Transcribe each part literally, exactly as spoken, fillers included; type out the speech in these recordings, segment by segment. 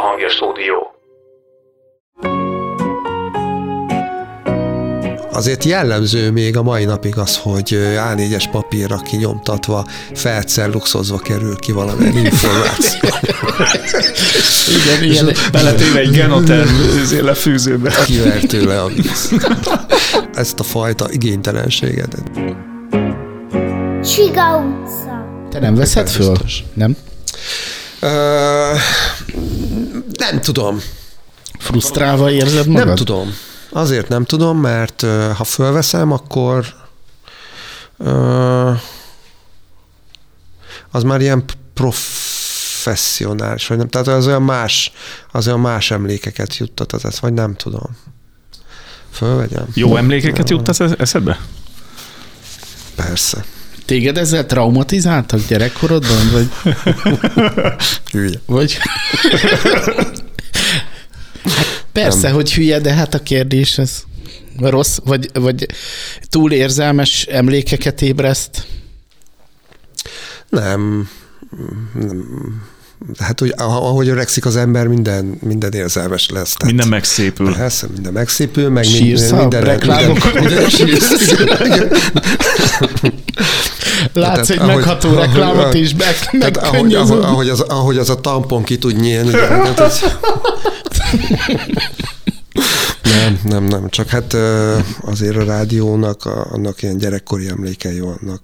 Hangja Stúdió. Azért jellemző még a mai napig az, hogy á négyes papírra kinyomtatva, felcelluxozva kerül ki valamilyen információ. Igen, igen. Beletéve egy genoterm lefűzőbe. Kiver tőle a víz. Ezt a fajta igénytelenséget. Csiga utca. Te nem veszed föl? Biztos. Nem? Ö, nem tudom. Frusztrálva érzed magad? Nem tudom. Azért nem tudom, mert uh, ha fölveszem, akkor uh, az már ilyen professzionális, vagy nem, tehát az olyan más, az olyan más emlékeket juttat, az ezt, vagy nem tudom. Fölvegyem. Jó emlékeket juttasz eszedbe? Persze. Téged ezzel traumatizáltak gyerekkorodban, vagy? Hülye. Vagy? Persze, nem. Hogy hülye, de hát a kérdés az rossz, vagy, vagy túl érzelmes emlékeket ébreszt? Nem. nem. Hát úgy, ahogy öregszik az ember, minden, minden érzelmes lesz. Tehát minden megszépül. Persze, minden megszépül, meg sírsz minden... minden reklámok. Minden, minden látsz egy ahogy, megható reklámot ahogy, is, meg, meg ahogy, ahogy, ahogy, az, ahogy az a tampon ki tud nyílni. Nem, nem, nem. Csak hát azért a rádiónak, annak ilyen gyerekkori emlékei vannak.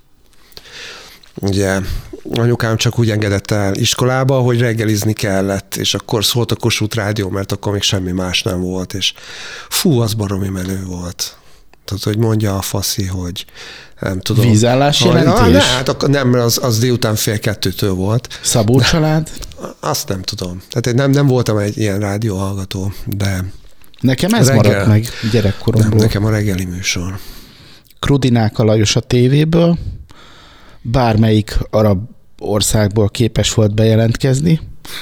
Ugye anyukám csak úgy engedett el iskolába, hogy reggelizni kellett, és akkor szólt a Kossuth Rádió, mert akkor még semmi más nem volt, és fú, az baromi menő volt. Tehát, hogy mondja a faszi, hogy nem tudom. Vízállás jelentés? Na, ne, hát nem, az, az délután fél kettőtől volt. Szabó család? Azt nem tudom. Tehát nem, nem voltam egy ilyen rádióhallgató, de... Nekem ez reggel, maradt meg gyerekkoromból. Nem, nekem a reggeli műsor. Krudinák a Lajos a tévéből, bármelyik arab országból képes volt bejelentkezni.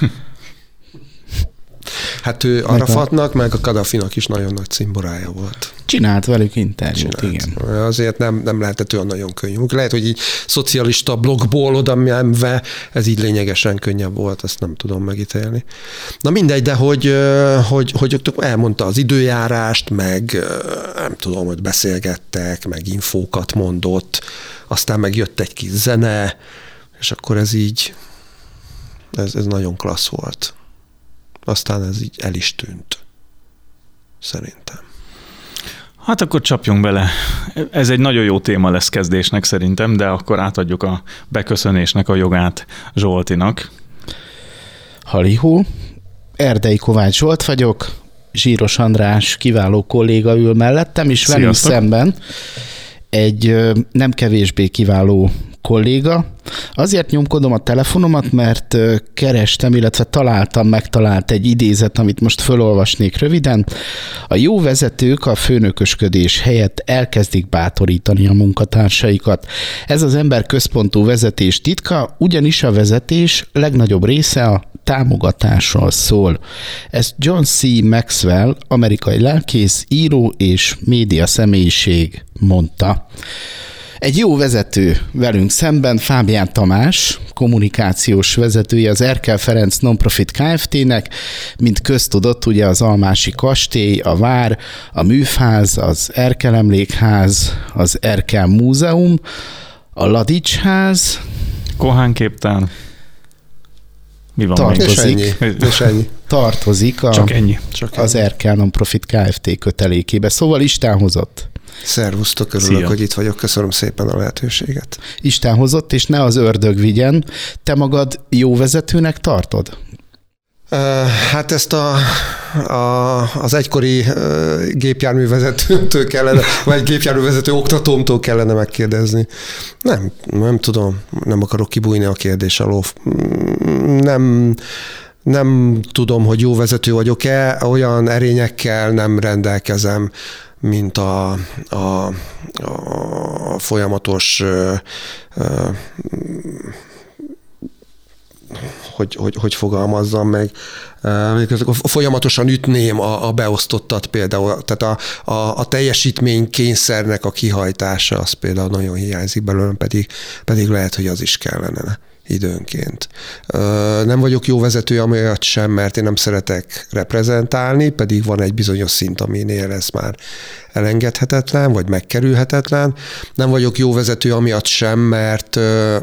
Hát ő Arafatnak, meg a Kadafinak is nagyon nagy cimborája volt. Csinált velük interjút, Csinált. Igen. Azért nem, nem lehetett olyan nagyon könnyű. Lehet, hogy így szocialista blogból oda menve ez így lényegesen könnyebb volt, ezt nem tudom megítélni. Na mindegy, de hogy, hogy, hogy elmondta az időjárást, meg nem tudom, hogy beszélgettek, meg infókat mondott, aztán meg jött egy kis zene, és akkor ez így, ez, ez nagyon klassz volt. Aztán ez így el is tűnt. Szerintem. Hát akkor csapjunk bele. Ez egy nagyon jó téma lesz kezdésnek szerintem, de akkor átadjuk a beköszönésnek a jogát Zsoltinak. Halihó, Erdei Kovács Zsolt vagyok, Zsíros András kiváló kolléga ül mellettem, és velünk szemben egy nem kevésbé kiváló kolléga. Azért nyomkodom a telefonomat, mert kerestem, illetve találtam, megtalált egy idézet, amit most felolvasnék röviden. A jó vezetők a főnökösködés helyett elkezdik bátorítani a munkatársaikat. Ez az ember központú vezetés titka, ugyanis a vezetés legnagyobb része a támogatásról szól. Ezt John C. Maxwell, amerikai lelkész, író és média személyiség mondta. Egy jó vezető velünk szemben Fábián Tamás, kommunikációs vezetője az Erkel Ferenc Nonprofit Kft-nek, mint köztudott ugye az Almási Kastély, a Vár, a Műfáz, az Erkel Emlékház, az Erkel Múzeum, a Ladics ház, Kohán Képtár. Mi van tartozik, és ennyi. És ennyi. tartozik a, Csak ennyi. Csak az ennyi. Erkel Nonprofit Kft. Kötelékébe. Szóval Isten hozott. Szervusztok, örülök, Szia. hogy itt vagyok. Köszönöm szépen a lehetőséget. Isten hozott, és ne az ördög vigyen. Te magad jó vezetőnek tartod? Uh, hát ezt a, a, az egykori uh, gépjárművezetőtől kellene, vagy gépjárművezető oktatómtól kellene megkérdezni. Nem, nem tudom, nem akarok kibújni a kérdés alól. Nem, nem tudom, hogy jó vezető vagyok-e, olyan erényekkel nem rendelkezem, mint a, a, a folyamatos uh, uh, Hogy, hogy, hogy fogalmazzam meg, folyamatosan ütném a, a beosztottat például, tehát a, a, a teljesítménykényszernek a kihajtása, az például nagyon hiányzik belőlem, pedig, pedig lehet, hogy az is kellene. időnként. Nem vagyok jó vezető amiatt sem, mert én nem szeretek reprezentálni, pedig van egy bizonyos szint, aminél ez már elengedhetetlen, vagy megkerülhetetlen. Nem vagyok jó vezető amiatt sem, mert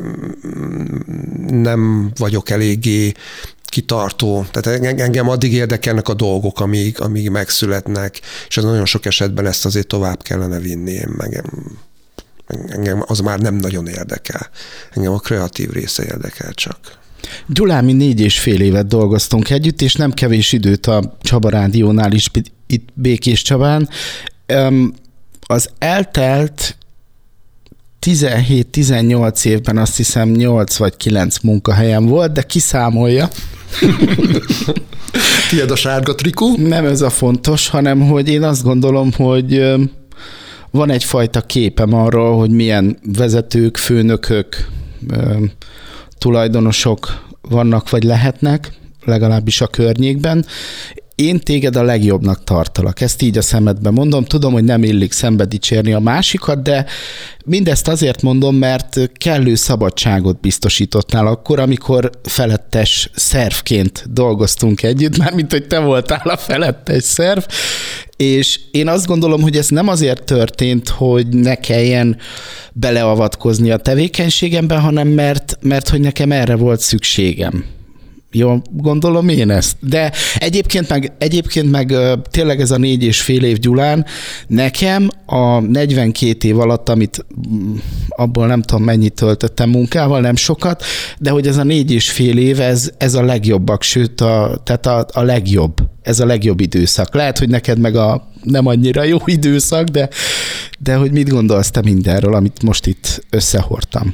nem vagyok eléggé kitartó. Tehát engem addig érdekelnek a dolgok, amíg, amíg megszületnek, és az nagyon sok esetben ezt azért tovább kellene vinni. Én meg, engem az már nem nagyon érdekel. Engem a kreatív része érdekel csak. Gyulán, mi négy és fél évet dolgoztunk együtt, és nem kevés időt a Csaba Rádiónál is itt Békés Csabán. Az eltelt tizenhét-tizennyolc évben azt hiszem nyolc vagy kilenc munkahelyem volt, de kiszámolja. Tied a sárga trikó? Nem ez a fontos, hanem hogy én azt gondolom, hogy van egyfajta képem arról, hogy milyen vezetők, főnökök, tulajdonosok vannak vagy lehetnek, legalábbis a környékben. Én téged a legjobbnak tartalak. Ezt így a szemedbe mondom. Tudom, hogy nem illik szembe dicsérni a másikat, de mindezt azért mondom, mert kellő szabadságot biztosítottnál akkor, amikor felettes szervként dolgoztunk együtt, mármint, hogy te voltál a felettes szerv, és én azt gondolom, hogy ez nem azért történt, hogy ne kelljen beleavatkozni a tevékenységemben, hanem mert, mert hogy nekem erre volt szükségem. Jó, gondolom én ezt. De egyébként meg, egyébként meg tényleg ez a négy és fél év Gyulán, nekem a negyvenkét év alatt, amit abból nem tudom mennyit töltöttem munkával, nem sokat, de hogy ez a négy és fél év, ez, ez a legjobbak, sőt, a, tehát a, a legjobb. Ez a legjobb időszak. Lehet, hogy neked meg a nem annyira jó időszak, de, de hogy mit gondolsz te mindenről, amit most itt összehordtam?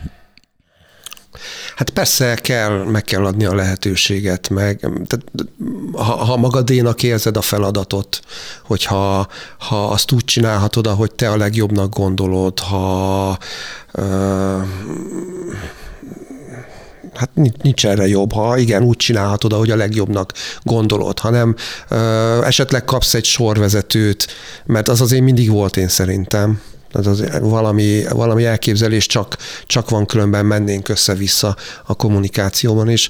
Hát persze kell, meg kell adni a lehetőséget, meg tehát, ha, ha magadénak érzed a feladatot, hogyha ha azt úgy csinálhatod, ahogy te a legjobbnak gondolod, ha uh, hát nincs erre jobb, ha igen, úgy csinálhatod, ahogy a legjobbnak gondolod, hanem uh, esetleg kapsz egy sorvezetőt, mert az azért mindig volt én szerintem. Az az valami, valami elképzelés csak, csak van, különben mennénk össze-vissza a kommunikációban is.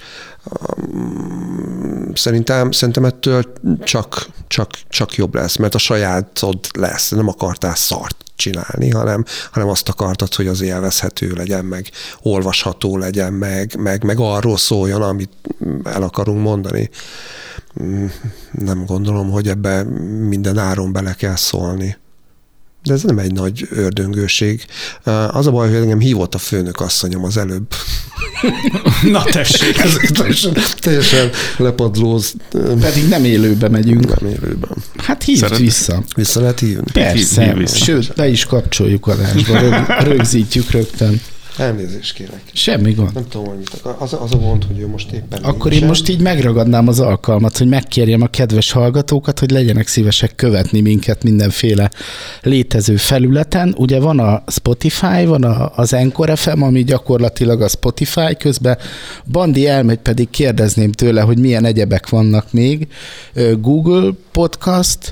Szerintem, szerintem ettől csak, csak, csak jobb lesz, mert a sajátod lesz. Nem akartál szart csinálni, hanem, hanem azt akartad, hogy az élvezhető legyen, meg olvasható legyen, meg, meg, meg arról szóljon, amit el akarunk mondani. Nem gondolom, hogy ebbe minden áron bele kell szólni. De ez nem egy nagy ördöngőség. Az a baj, hogy engem hívott a főnök asszonyom az előbb. Na tessék! Ez teljesen, teljesen lepadlóz. Pedig nem élőbe megyünk. Nem élőben. Hát hívd Szeret... vissza. Vissza lehet hívni? Persze. Hív, hív vissza. Sőt, be is kapcsoljuk adásba. Rög, rögzítjük rögtön. Elnézést kérek. Semmi gond. Nem tudom, hogy mit akar. Az, az a gond, hogy ő most éppen Akkor nincsen. én most így megragadnám az alkalmat, hogy megkérjem a kedves hallgatókat, hogy legyenek szívesek követni minket mindenféle létező felületen. Ugye van a Spotify, van a, az Anchor ef em, ami gyakorlatilag a Spotify, közben Bandi elmegy, pedig kérdezném tőle, hogy milyen egyebek vannak még. Google Podcast,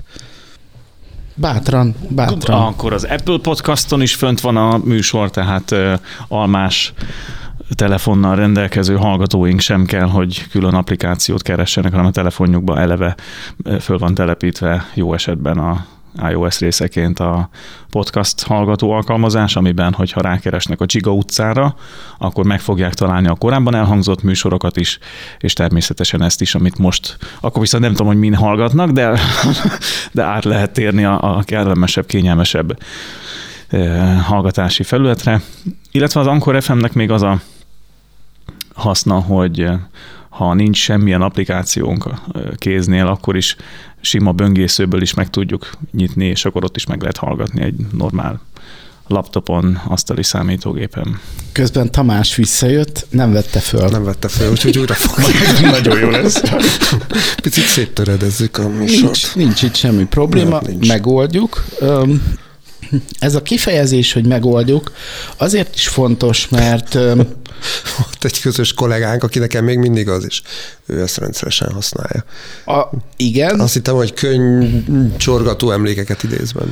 Bátran, bátran. Akkor az Apple Podcaston is fönt van a műsor, tehát uh, almás telefonnal rendelkező hallgatóink sem kell, hogy külön applikációt keressenek, hanem a telefonjukba eleve föl van telepítve jó esetben a iOS részeként a podcast hallgató alkalmazás, amiben, hogyha rákeresnek a Csiga utcára, akkor meg fogják találni a korábban elhangzott műsorokat is, és természetesen ezt is, amit most, akkor viszont nem tudom, hogy min hallgatnak, de, de át lehet térni a, a kellemesebb, kényelmesebb eh, hallgatási felületre. Illetve az Anchor ef em-nek még az a haszna, hogy ha nincs semmilyen applikációnk kéznél, akkor is sima böngészőből is meg tudjuk nyitni, és akkor ott is meg lehet hallgatni egy normál laptopon, asztali számítógépen. Közben Tamás visszajött, nem vette föl. Nem vette föl, úgyhogy újra fogjuk. Nagyon jó lesz. Picit széttöredezzük a műsort. Nincs, nincs itt semmi probléma, nem, nincs. Megoldjuk. Ez a kifejezés, hogy megoldjuk, azért is fontos, mert... Ott egy közös kollégánk, aki nekem még mindig az is. Ő ezt rendszeresen használja. A, igen. Azt hittem, hogy könnycsorgató emlékeket idéz benned.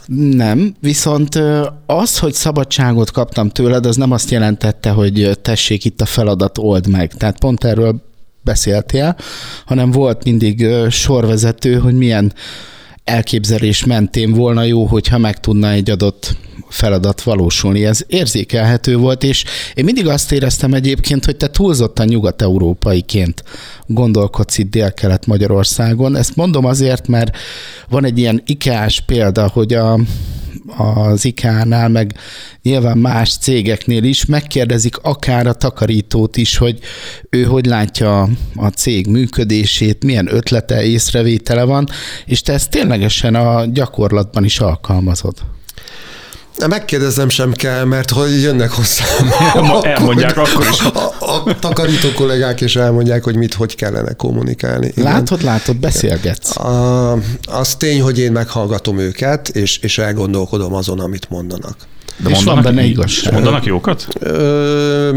Nem, viszont az, hogy szabadságot kaptam tőled, az nem azt jelentette, hogy tessék itt a feladat, old meg. Tehát pont erről beszéltél, hanem volt mindig sorvezető, hogy milyen elképzelés mentén volna jó, hogyha meg tudna egy adott feladat valósulni. Ez érzékelhető volt, és én mindig azt éreztem egyébként, hogy te túlzottan nyugat-európaiként gondolkodsz itt Dél-Kelet-Magyarországon. Ezt mondom azért, mert van egy ilyen ikás példa, hogy a, az ikánál, meg nyilván más cégeknél is megkérdezik akár a takarítót is, hogy ő hogy látja a cég működését, milyen ötlete, észrevétele van, és te ezt ténylegesen a gyakorlatban is alkalmazod. Megkérdeznem sem kell, mert hogy jönnek hozzám. Elmondják akkor is. A, a, a takarító kollégák is elmondják, hogy mit, hogy kellene kommunikálni. Igen. Látod, látod, beszélgetsz. A, az tény, hogy én meghallgatom őket, és, és elgondolkodom azon, amit mondanak. De és mondanak, van benne igazság. Mondanak jókat? Ö,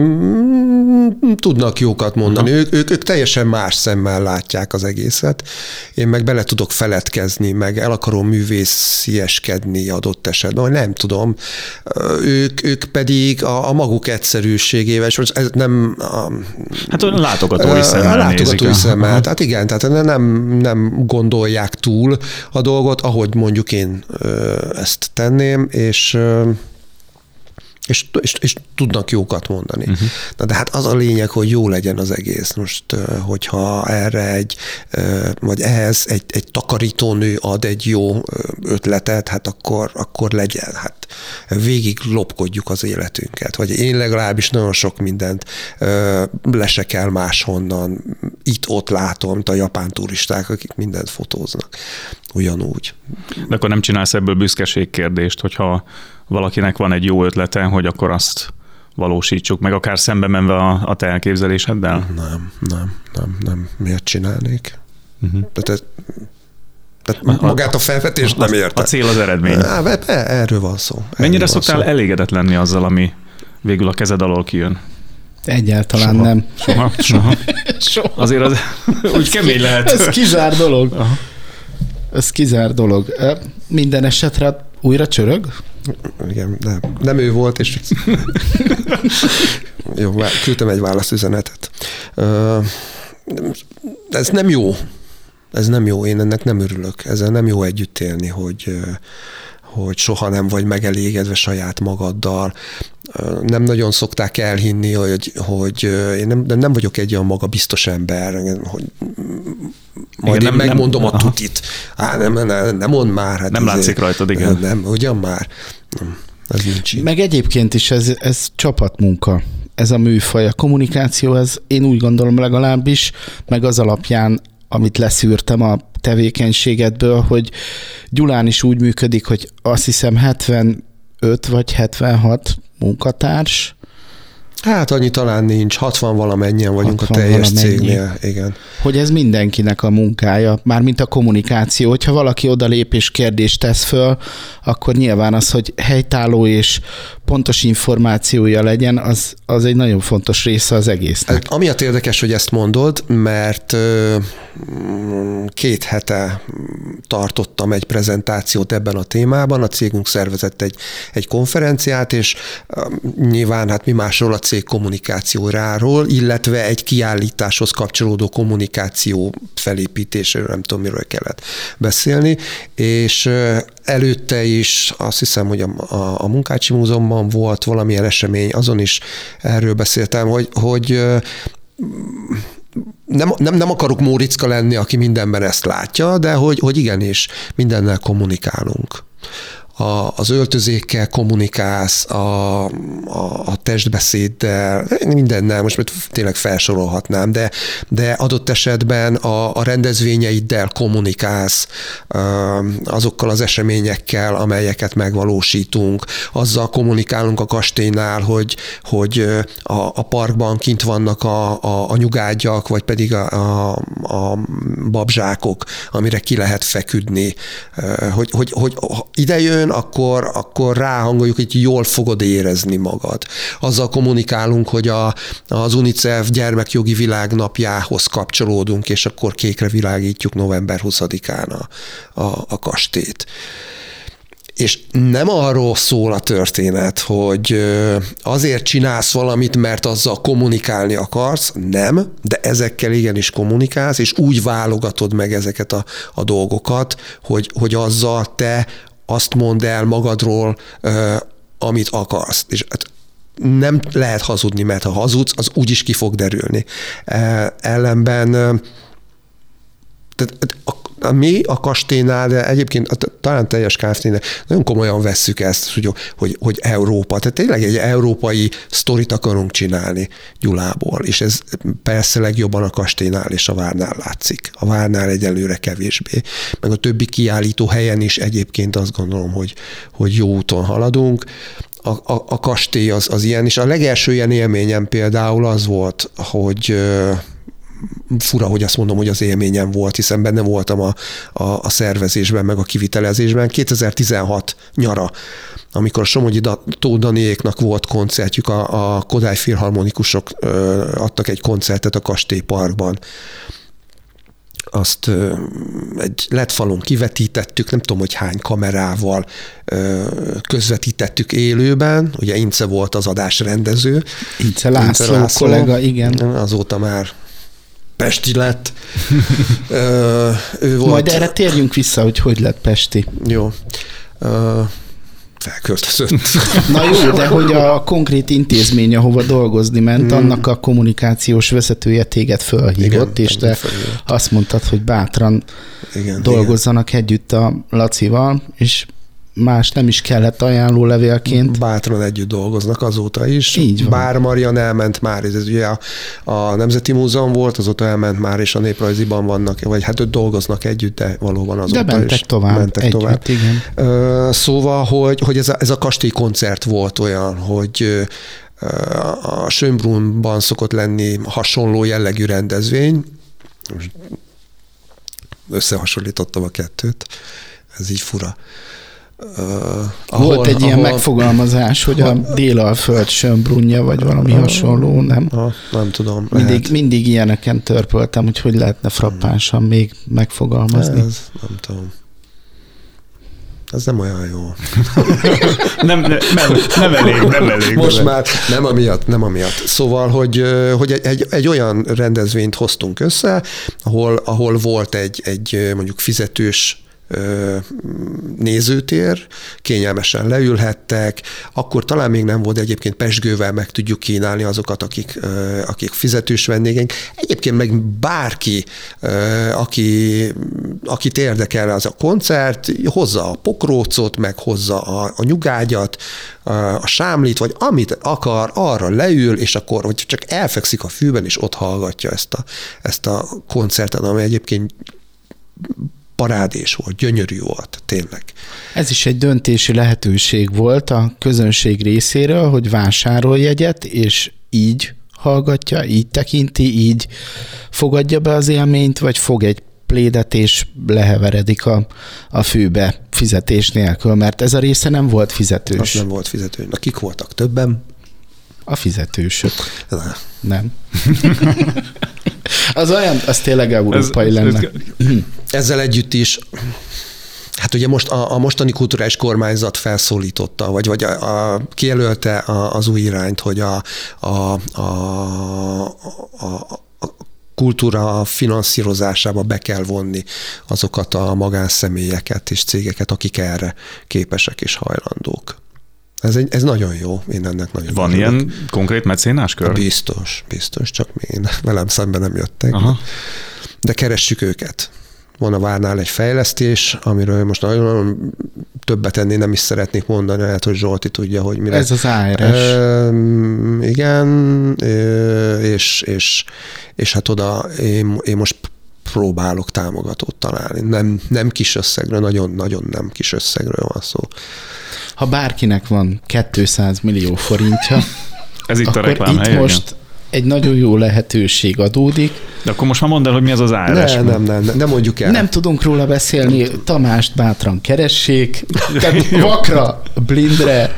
tudnak jókat mondani. Ők, ők, ők teljesen más szemmel látják az egészet. Én meg bele tudok feledkezni, meg el akarom művészieskedni adott esetben, vagy nem tudom. Ők, ők pedig a, a maguk egyszerűségével, és ez nem... A, hát a látogatói szemmel A látogatói szemmel. Tehát igen, tehát nem, nem gondolják túl a dolgot, ahogy mondjuk én ezt tenném, és És, és, és tudnak jókat mondani. Uh-huh. Na de hát az a lényeg, hogy jó legyen az egész. Most, hogyha erre egy, vagy ehhez egy, egy takarítónő ad egy jó ötletet, hát akkor, akkor legyen. Hát végig lopkodjuk az életünket. Vagy én legalábbis nagyon sok mindent lesek el máshonnan. Itt-ott látom, a japán turisták, akik mindent fotóznak. Ugyanúgy. De akkor nem csinálsz ebből büszkeségkérdést, hogyha valakinek van egy jó ötlete, hogy akkor azt valósítsuk meg, akár szembe menve a, a te elképzeléseddel? Nem, nem, nem, nem. Miért csinálnék? Uh-huh. Tehát, tehát magát a felvetést nem értem. A cél az eredmény. Á, erről van szó. Erről Mennyire van szoktál szó. elégedett lenni azzal, ami végül a kezed alól kijön? Egyáltalán soha. nem. Soha? Soha. Soha. Azért az úgy kemény lehet. Ez kizár dolog. Aha. Ez kizár dolog. Minden esetre újra csörög? Igen, nem, nem ő volt, és jó, küldtem egy válaszüzenetet. Ez nem jó. Ez nem jó, én ennek nem örülök. Ezzel nem jó együtt élni, hogy, hogy soha nem vagy megelégedve saját magaddal. Nem nagyon szokták elhinni, hogy, hogy én nem, nem vagyok egy olyan magabiztos ember, hogy majd igen, én nem, megmondom nem, a aha. tutit. Á, nem, nem, nem mondd már. Hát nem látszik rajtad, igen. Nem, nem ugyan már. Nem, ez nincs így. Meg egyébként is ez, ez csapatmunka. Ez a műfaj, a kommunikáció, ez én úgy gondolom legalábbis, meg az alapján, amit leszűrtem a tevékenységedből, hogy Gyulán is úgy működik, hogy azt hiszem hetvenöt vagy hetvenhat munkatárs. Hát annyi talán nincs, hatvan valamennyien vagyunk a teljes cégnél, igen. Hogy ez mindenkinek a munkája, mármint a kommunikáció. Hogyha valaki odalép és kérdést tesz föl, akkor nyilván az, hogy helytálló és pontos információja legyen, az, az egy nagyon fontos része az egésznek. Hát, amiatt érdekes, hogy ezt mondod, mert két hete tartottam egy prezentációt ebben a témában, a cégünk szervezett egy, egy konferenciát, és nyilván hát mi másról a cég kommunikációráról, illetve egy kiállításhoz kapcsolódó kommunikáció felépítéséről, nem tudom, miről kellett beszélni, és előtte is azt hiszem, hogy a, a, a Munkácsi Múzeumban volt valamilyen esemény, azon is erről beszéltem, hogy, hogy nem, nem, nem akarok Móriczka lenni, aki mindenben ezt látja, de hogy, hogy igenis mindennel kommunikálunk. A, az öltözékkel kommunikálsz, a, a, a testbeszéddel, mindennel, most tényleg felsorolhatnám, de, de adott esetben a, a rendezvényeiddel kommunikálsz, azokkal az eseményekkel, amelyeket megvalósítunk, azzal kommunikálunk a kastélynál, hogy, hogy a, a parkban kint vannak a, a, a nyugágyak, vagy pedig a, a, a babzsákok, amire ki lehet feküdni, hogy, hogy, hogy ide jön, akkor, akkor ráhangoljuk, hogy jól fogod érezni magad. Azzal kommunikálunk, hogy a, az UNICEF gyermekjogi világnapjához kapcsolódunk, és akkor kékre világítjuk november huszadikán a, a, a kastélyt. És nem arról szól a történet, hogy azért csinálsz valamit, mert azzal kommunikálni akarsz, nem, de ezekkel igenis kommunikálsz, és úgy válogatod meg ezeket a, a dolgokat, hogy, hogy azzal te azt mondd el magadról, amit akarsz. És nem lehet hazudni, mert ha hazudsz, az úgyis ki fog derülni. Ellenben tehát a A, mi a kastélynál, de egyébként a, talán teljes Kft-nél nagyon komolyan vesszük ezt, hogy, hogy, hogy Európa. Tehát tényleg egy európai sztorit akarunk csinálni Gyulából, és ez persze legjobban a kastélynál és a Várnál látszik. A Várnál egyelőre kevésbé. Meg a többi kiállító helyen is egyébként azt gondolom, hogy, hogy jó úton haladunk. A, a, a kastély az, az ilyen, és a legelső ilyen élményem például az volt, hogy fura, hogy azt mondom, hogy az élményem volt, hiszen benne voltam a, a, a szervezésben, meg a kivitelezésben. kétezer-tizenhat nyara, amikor a Somogyi Tóth Daniéknak volt koncertjük, a, a Kodály Filharmonikusok ö, adtak egy koncertet a Kastélyparkban. Azt ö, egy led falon kivetítettük, nem tudom, hogy hány kamerával ö, közvetítettük élőben. Ugye Ince volt az adás rendező. Ince László, Ince László kollega, igen. Azóta már pesti lett. Ö, ő volt. Majd erre térjünk vissza, hogy hogy lett pesti. Jó. Ö, felköltözött. Na jó, de hogy a konkrét intézmény, ahova dolgozni ment, hmm. annak a kommunikációs vezetője téged fölhívott, igen, és te felhívott. Azt mondtad, hogy bátran igen, dolgozzanak igen. együtt a Lacival, és más nem is kellett ajánlólevélként. Bátran együtt dolgoznak azóta is. Így van. Bár Marian elment már, ez ugye a, a Nemzeti Múzeum volt, azóta elment már, és a Néprajziban vannak, vagy hát ők dolgoznak együtt, de valóban azóta de mentek is. tovább. Mentek együtt, tovább. Igen. Szóval, hogy, hogy ez, a, ez a kastélykoncert volt olyan, hogy a Schönbrunn-ban szokott lenni hasonló jellegű rendezvény. Összehasonlítottam a kettőt. Ez így fura. Uh, ahol, Volt egy ahol, ilyen megfogalmazás, hogy ahol, a Délalföld Schönbrunja, vagy valami uh, hasonló, nem? Uh, nem tudom. Mindig, mindig ilyeneken törpöltem, hogy hogy lehetne frappánsan uh, még megfogalmazni. Ez, nem tudom. Ez nem olyan jó. nem, nem, nem, nem elég, nem elég. Most nem már nem amiatt, nem amiatt. Szóval, hogy, hogy egy, egy, egy olyan rendezvényt hoztunk össze, ahol, ahol volt egy, egy mondjuk fizetős nézőtér, kényelmesen leülhettek, akkor talán még nem volt, egyébként pezsgővel meg tudjuk kínálni azokat, akik, akik fizetős vendégeink. Egyébként meg bárki, aki, akit érdekel az a koncert, hozza a pokrócot, meg hozza a, a nyugágyat, a sámlit, vagy amit akar, arra leül, és akkor hogy csak elfekszik a fűben, és ott hallgatja ezt a, ezt a koncertet, ami egyébként parádés volt, gyönyörű volt, tényleg. Ez is egy döntési lehetőség volt a közönség részéről, hogy vásárol jegyet, és így hallgatja, így tekinti, így fogadja be az élményt, vagy fog egy plédet, és leheveredik a, a fűbe fizetés nélkül, mert ez a része nem volt fizetős. Az nem volt fizetős. Na, kik voltak többen? A fizetősök. Na. Nem. Az olyan, az tényleg európai ez, lenne. Ez, ezzel együtt is, hát ugye most a, a mostani kulturális kormányzat felszólította, vagy, vagy a, a, kijelölte a, az új irányt, hogy a, a, a, a, a kultúra finanszírozásába be kell vonni azokat a magánszemélyeket és cégeket, akik erre képesek és hajlandók. Ez, egy, ez nagyon jó, én ennek nagyon Van örülök. Ilyen konkrét mecénáskör? Biztos, biztos, csak még velem szemben nem jöttek. Aha. De keressük őket. Van a Várnál egy fejlesztés, amiről most nagyon többet ennél nem is szeretnék mondani, lehet, hogy Zsolti tudja, hogy mire. Ez az á er es. E, igen, és, és, és hát oda én, én most próbálok támogatót találni. Nem, nem kis összegről, nagyon-nagyon nem kis összegről van szó. Ha bárkinek van kétszáz millió forintja, ez itt akkor a reklám itt helye, most igen. egy nagyon jó lehetőség adódik. De akkor most már mondd el, hogy mi az az á er es. Nem, nem, nem, nem, nem mondjuk el. Nem tudunk róla beszélni, Tamást bátran keressék, tehát vakra, blindre,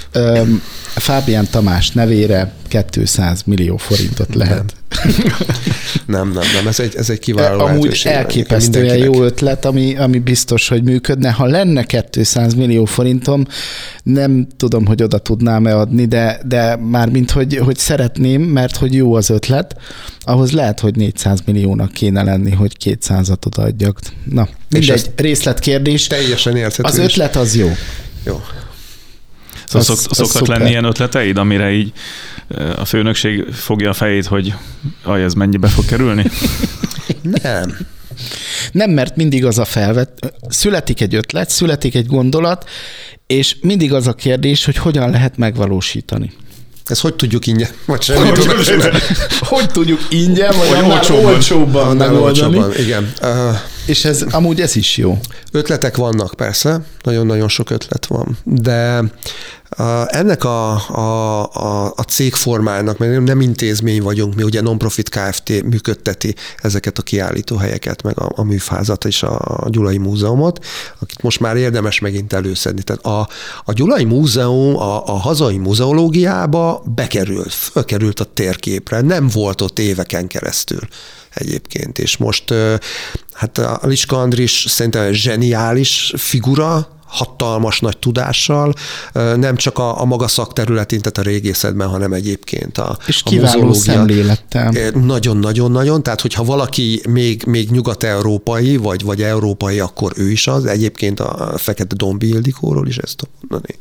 Öm, Fábián Tamás nevére kétszáz millió forintot lehet. Nem, nem, nem, ez egy, ez egy kiváló Amúgy lehetőség. elképesztően jó ötlet, ami, ami biztos, hogy működne. Ha lenne kétszáz millió forintom, nem tudom, hogy oda tudnám-e adni, de, de már mint, hogy, hogy szeretném, mert hogy jó az ötlet, ahhoz lehet, hogy négyszáz milliónak kéne lenni, hogy kétszázat odaadjak. Na, mindegy, részletkérdés. Teljesen érthető. Az ötlet az jó. Jó. Szóval szok, szoktak lenni ilyen ötleteid, amire így a főnökség fogja a fejét, hogy aj, ez mennyibe fog kerülni? Nem. Nem, mert mindig az a felvet, születik egy ötlet, születik egy gondolat, és mindig az a kérdés, hogy hogyan lehet megvalósítani. Ezt hogy tudjuk ingyen? Vagy sem hogy, tudom. hogy tudjuk ingyen, vagy annál olcsóbban, olcsóbban megoldani. Igen. Uh, és ez amúgy ez is jó. Ötletek vannak persze, nagyon-nagyon sok ötlet van, de uh, ennek a, a, a, a cégformának, mert nem intézmény vagyunk, mi ugye non-profit Kft. Működteti ezeket a kiállítóhelyeket, meg a, a műfázat és a Gyulai Múzeumot, akit most már érdemes megint előszedni. Tehát a, a Gyulai Múzeum a, a hazai muzeológiába bekerült, fölkerült a térképre, nem volt ott éveken keresztül egyébként, és most hát a Liska Andris szerintem egy zseniális figura, hatalmas nagy tudással, nem csak a, a maga szakterületén, tehát a régészetben, hanem egyébként a És kiváló szemlélettel. Nagyon-nagyon-nagyon, tehát hogyha valaki még, még nyugat-európai, vagy, vagy európai, akkor ő is az. Egyébként a Fekete Dombi Ildikóról is ezt tudom mondani.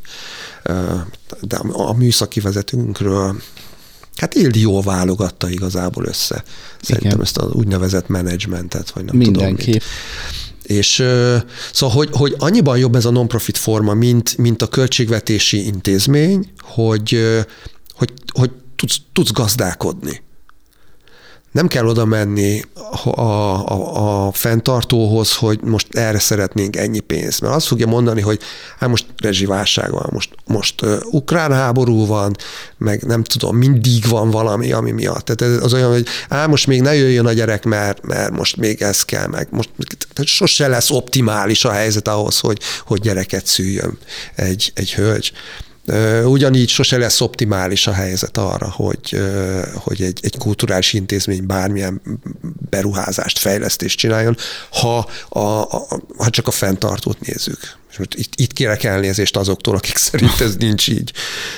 De a műszaki vezetőnkről hát Ildi jól válogatta igazából össze. Szerintem igen. Ezt az úgynevezett menedzsmentet, vagy nem Mindenki. tudom mit. És szóval, hogy, hogy annyiban jobb ez a non-profit forma, mint, mint a költségvetési intézmény, hogy, hogy, hogy tudsz, tudsz gazdálkodni. Nem kell oda menni a, a, a fenntartóhoz, hogy most erre szeretnénk ennyi pénzt. Mert azt fogja mondani, hogy hát most rezsiválság van, most, most uh, ukrán háború van, meg nem tudom, mindig van valami, ami miatt. Tehát az olyan, hogy á, most még ne jöjjön a gyerek, mert, mert most még ez kell, meg most tehát sose lesz optimális a helyzet ahhoz, hogy, hogy gyereket szüljön egy, egy hölgy. Ugyanígy sose lesz optimális a helyzet arra, hogy, hogy egy, egy kulturális intézmény bármilyen beruházást, fejlesztést csináljon, ha, a, a, ha csak a fenntartót nézzük. Itt, itt kérek elnézést azoktól, akik szerint ez nincs így.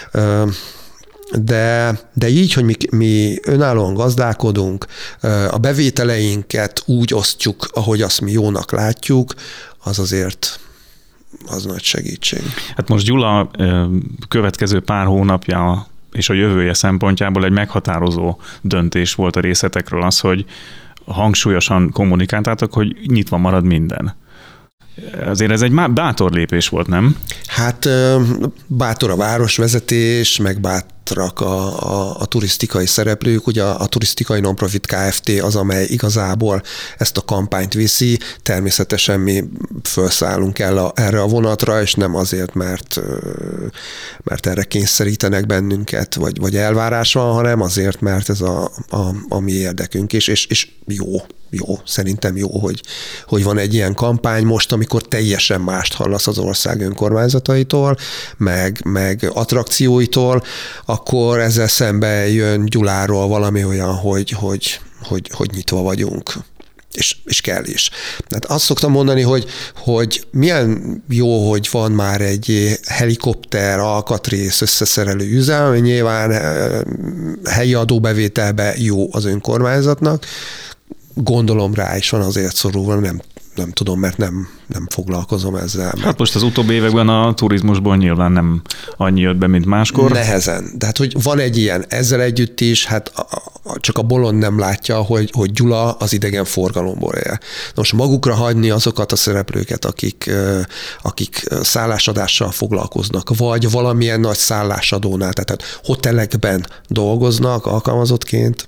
De, de így, hogy mi, mi önállóan gazdálkodunk, a bevételeinket úgy osztjuk, ahogy azt mi jónak látjuk, az azért az nagy segítség. Hát most Gyula következő pár hónapja és a jövője szempontjából egy meghatározó döntés volt a részletekről az, hogy hangsúlyosan kommunikáltátok, hogy nyitva marad minden. Azért ez egy bátor lépés volt, nem? Hát bátor a városvezetés, meg bátrak a, a, a turisztikai szereplők. Ugye a, a turisztikai non-profit Kft. Az, amely igazából ezt a kampányt viszi. Természetesen mi felszállunk el a, erre a vonatra, és nem azért, mert, mert erre kényszerítenek bennünket, vagy, vagy elvárás van, hanem azért, mert ez a, a, a mi érdekünk, és, és, és jó. Jó, szerintem jó, hogy, hogy van egy ilyen kampány most, amikor teljesen mást hallasz az ország önkormányzataitól, meg, meg attrakcióitól, akkor ezzel szembe jön Gyuláról valami olyan, hogy, hogy, hogy, hogy nyitva vagyunk. És, és kell is. Tehát azt szoktam mondani, hogy, hogy milyen jó, hogy van már egy helikopter alkatrész összeszerelő üzem, ami nyilván helyi adóbevételbe jó az önkormányzatnak. Gondolom rá is van azért szorulva, nem, nem tudom, mert nem, nem foglalkozom ezzel. Hát most az utóbbi években a turizmusból nyilván nem annyi jött be, mint máskor. Nehezen. De hát, hogy van egy ilyen, ezzel együtt is, hát a, a, csak a bolond nem látja, hogy, hogy Gyula az idegen forgalomból él. Most magukra hagyni azokat a szereplőket, akik, akik szállásadással foglalkoznak, vagy valamilyen nagy szállásadónál, tehát hotelekben dolgoznak alkalmazottként.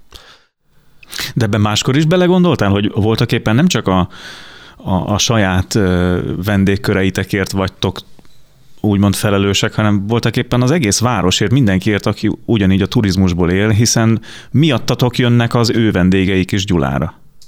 De ebben máskor is belegondoltál, hogy voltak éppen nem csak a, a, a saját vendégköreitekért vagytok úgymond felelősek, hanem voltak éppen az egész városért, mindenkiért, aki ugyanígy a turizmusból él, hiszen miattatok jönnek az ő vendégeik is Gyulára.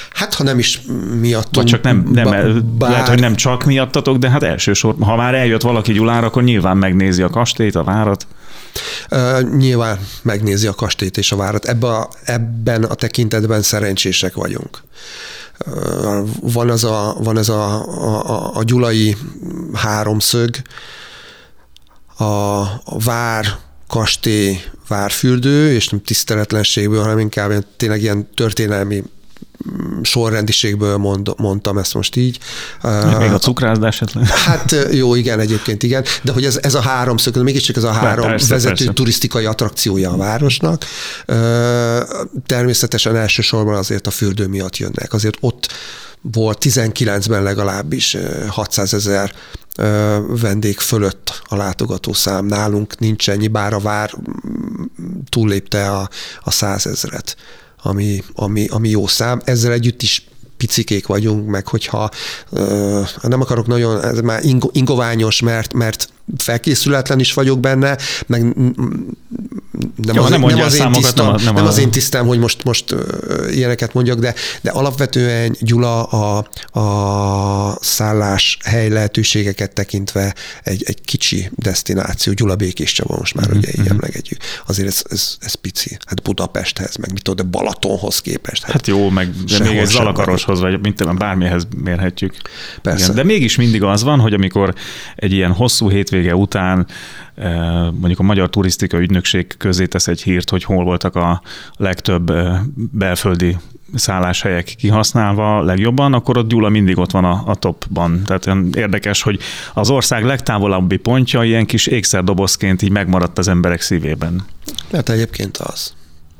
Hát, ha nem is miattunk. Vagy csak nem, nem bár... lehet, hogy nem csak miattatok, de hát elsősorban, ha már eljött valaki Gyulára, akkor nyilván megnézi a kastélyt, a várat. Uh, nyilván megnézi a kastélyt és a várat. Ebben a, ebben a tekintetben szerencsések vagyunk. Uh, van ez a, van ez a, a, a gyulai háromszög, a, a vár, kastély, várfürdő, és nem tiszteletlenségből, hanem inkább tényleg ilyen történelmi sorrendiségből mond, mondtam ezt most így. Még a cukrászda esetleg? Hát jó, igen, egyébként igen, de hogy ez, ez a háromszög, mégiscsak ez a három persze, vezető persze. turisztikai attrakciója a városnak. Természetesen elsősorban azért a fürdő miatt jönnek. Azért ott volt tizenkilencben legalábbis hatszázezer vendég fölött a látogatószám. Nálunk nincs ennyi, bár a vár túllépte a, a százezret. Ami, ami, ami jó szám. Ezzel együtt is picikék vagyunk, meg hogyha uh, nem akarok nagyon, ez már ingoványos, mert, mert felkészületlen is vagyok benne, meg nem, Jó, az, nem, nem, az, én tisztem, nem, nem, nem a... az én tisztem, hogy most, most uh, ilyeneket mondjak, de, de alapvetően Gyula a, a szállás hely lehetőségeket tekintve egy, egy kicsi desztináció. Gyula Békés Csaba most már mm-hmm. ugye így emlegetjük. Azért ez, ez, ez pici. Hát Budapesthez, meg mit tudom, de Balatonhoz képest. Hát, hát jó, meg de még egy Zalakaroshoz, vagy mint tudom, bármihez mérhetjük. Persze. Igen, de mégis mindig az van, hogy amikor egy ilyen hosszú hétvége után mondjuk a Magyar Turisztikai Ügynökség közé tesz egy hírt, hogy hol voltak a legtöbb belföldi szálláshelyek kihasználva legjobban, akkor ott Gyula mindig ott van a, a topban. Tehát olyan érdekes, hogy az ország legtávolabbi pontja ilyen kis ékszerdobozként így megmaradt az emberek szívében. Hát egyébként az.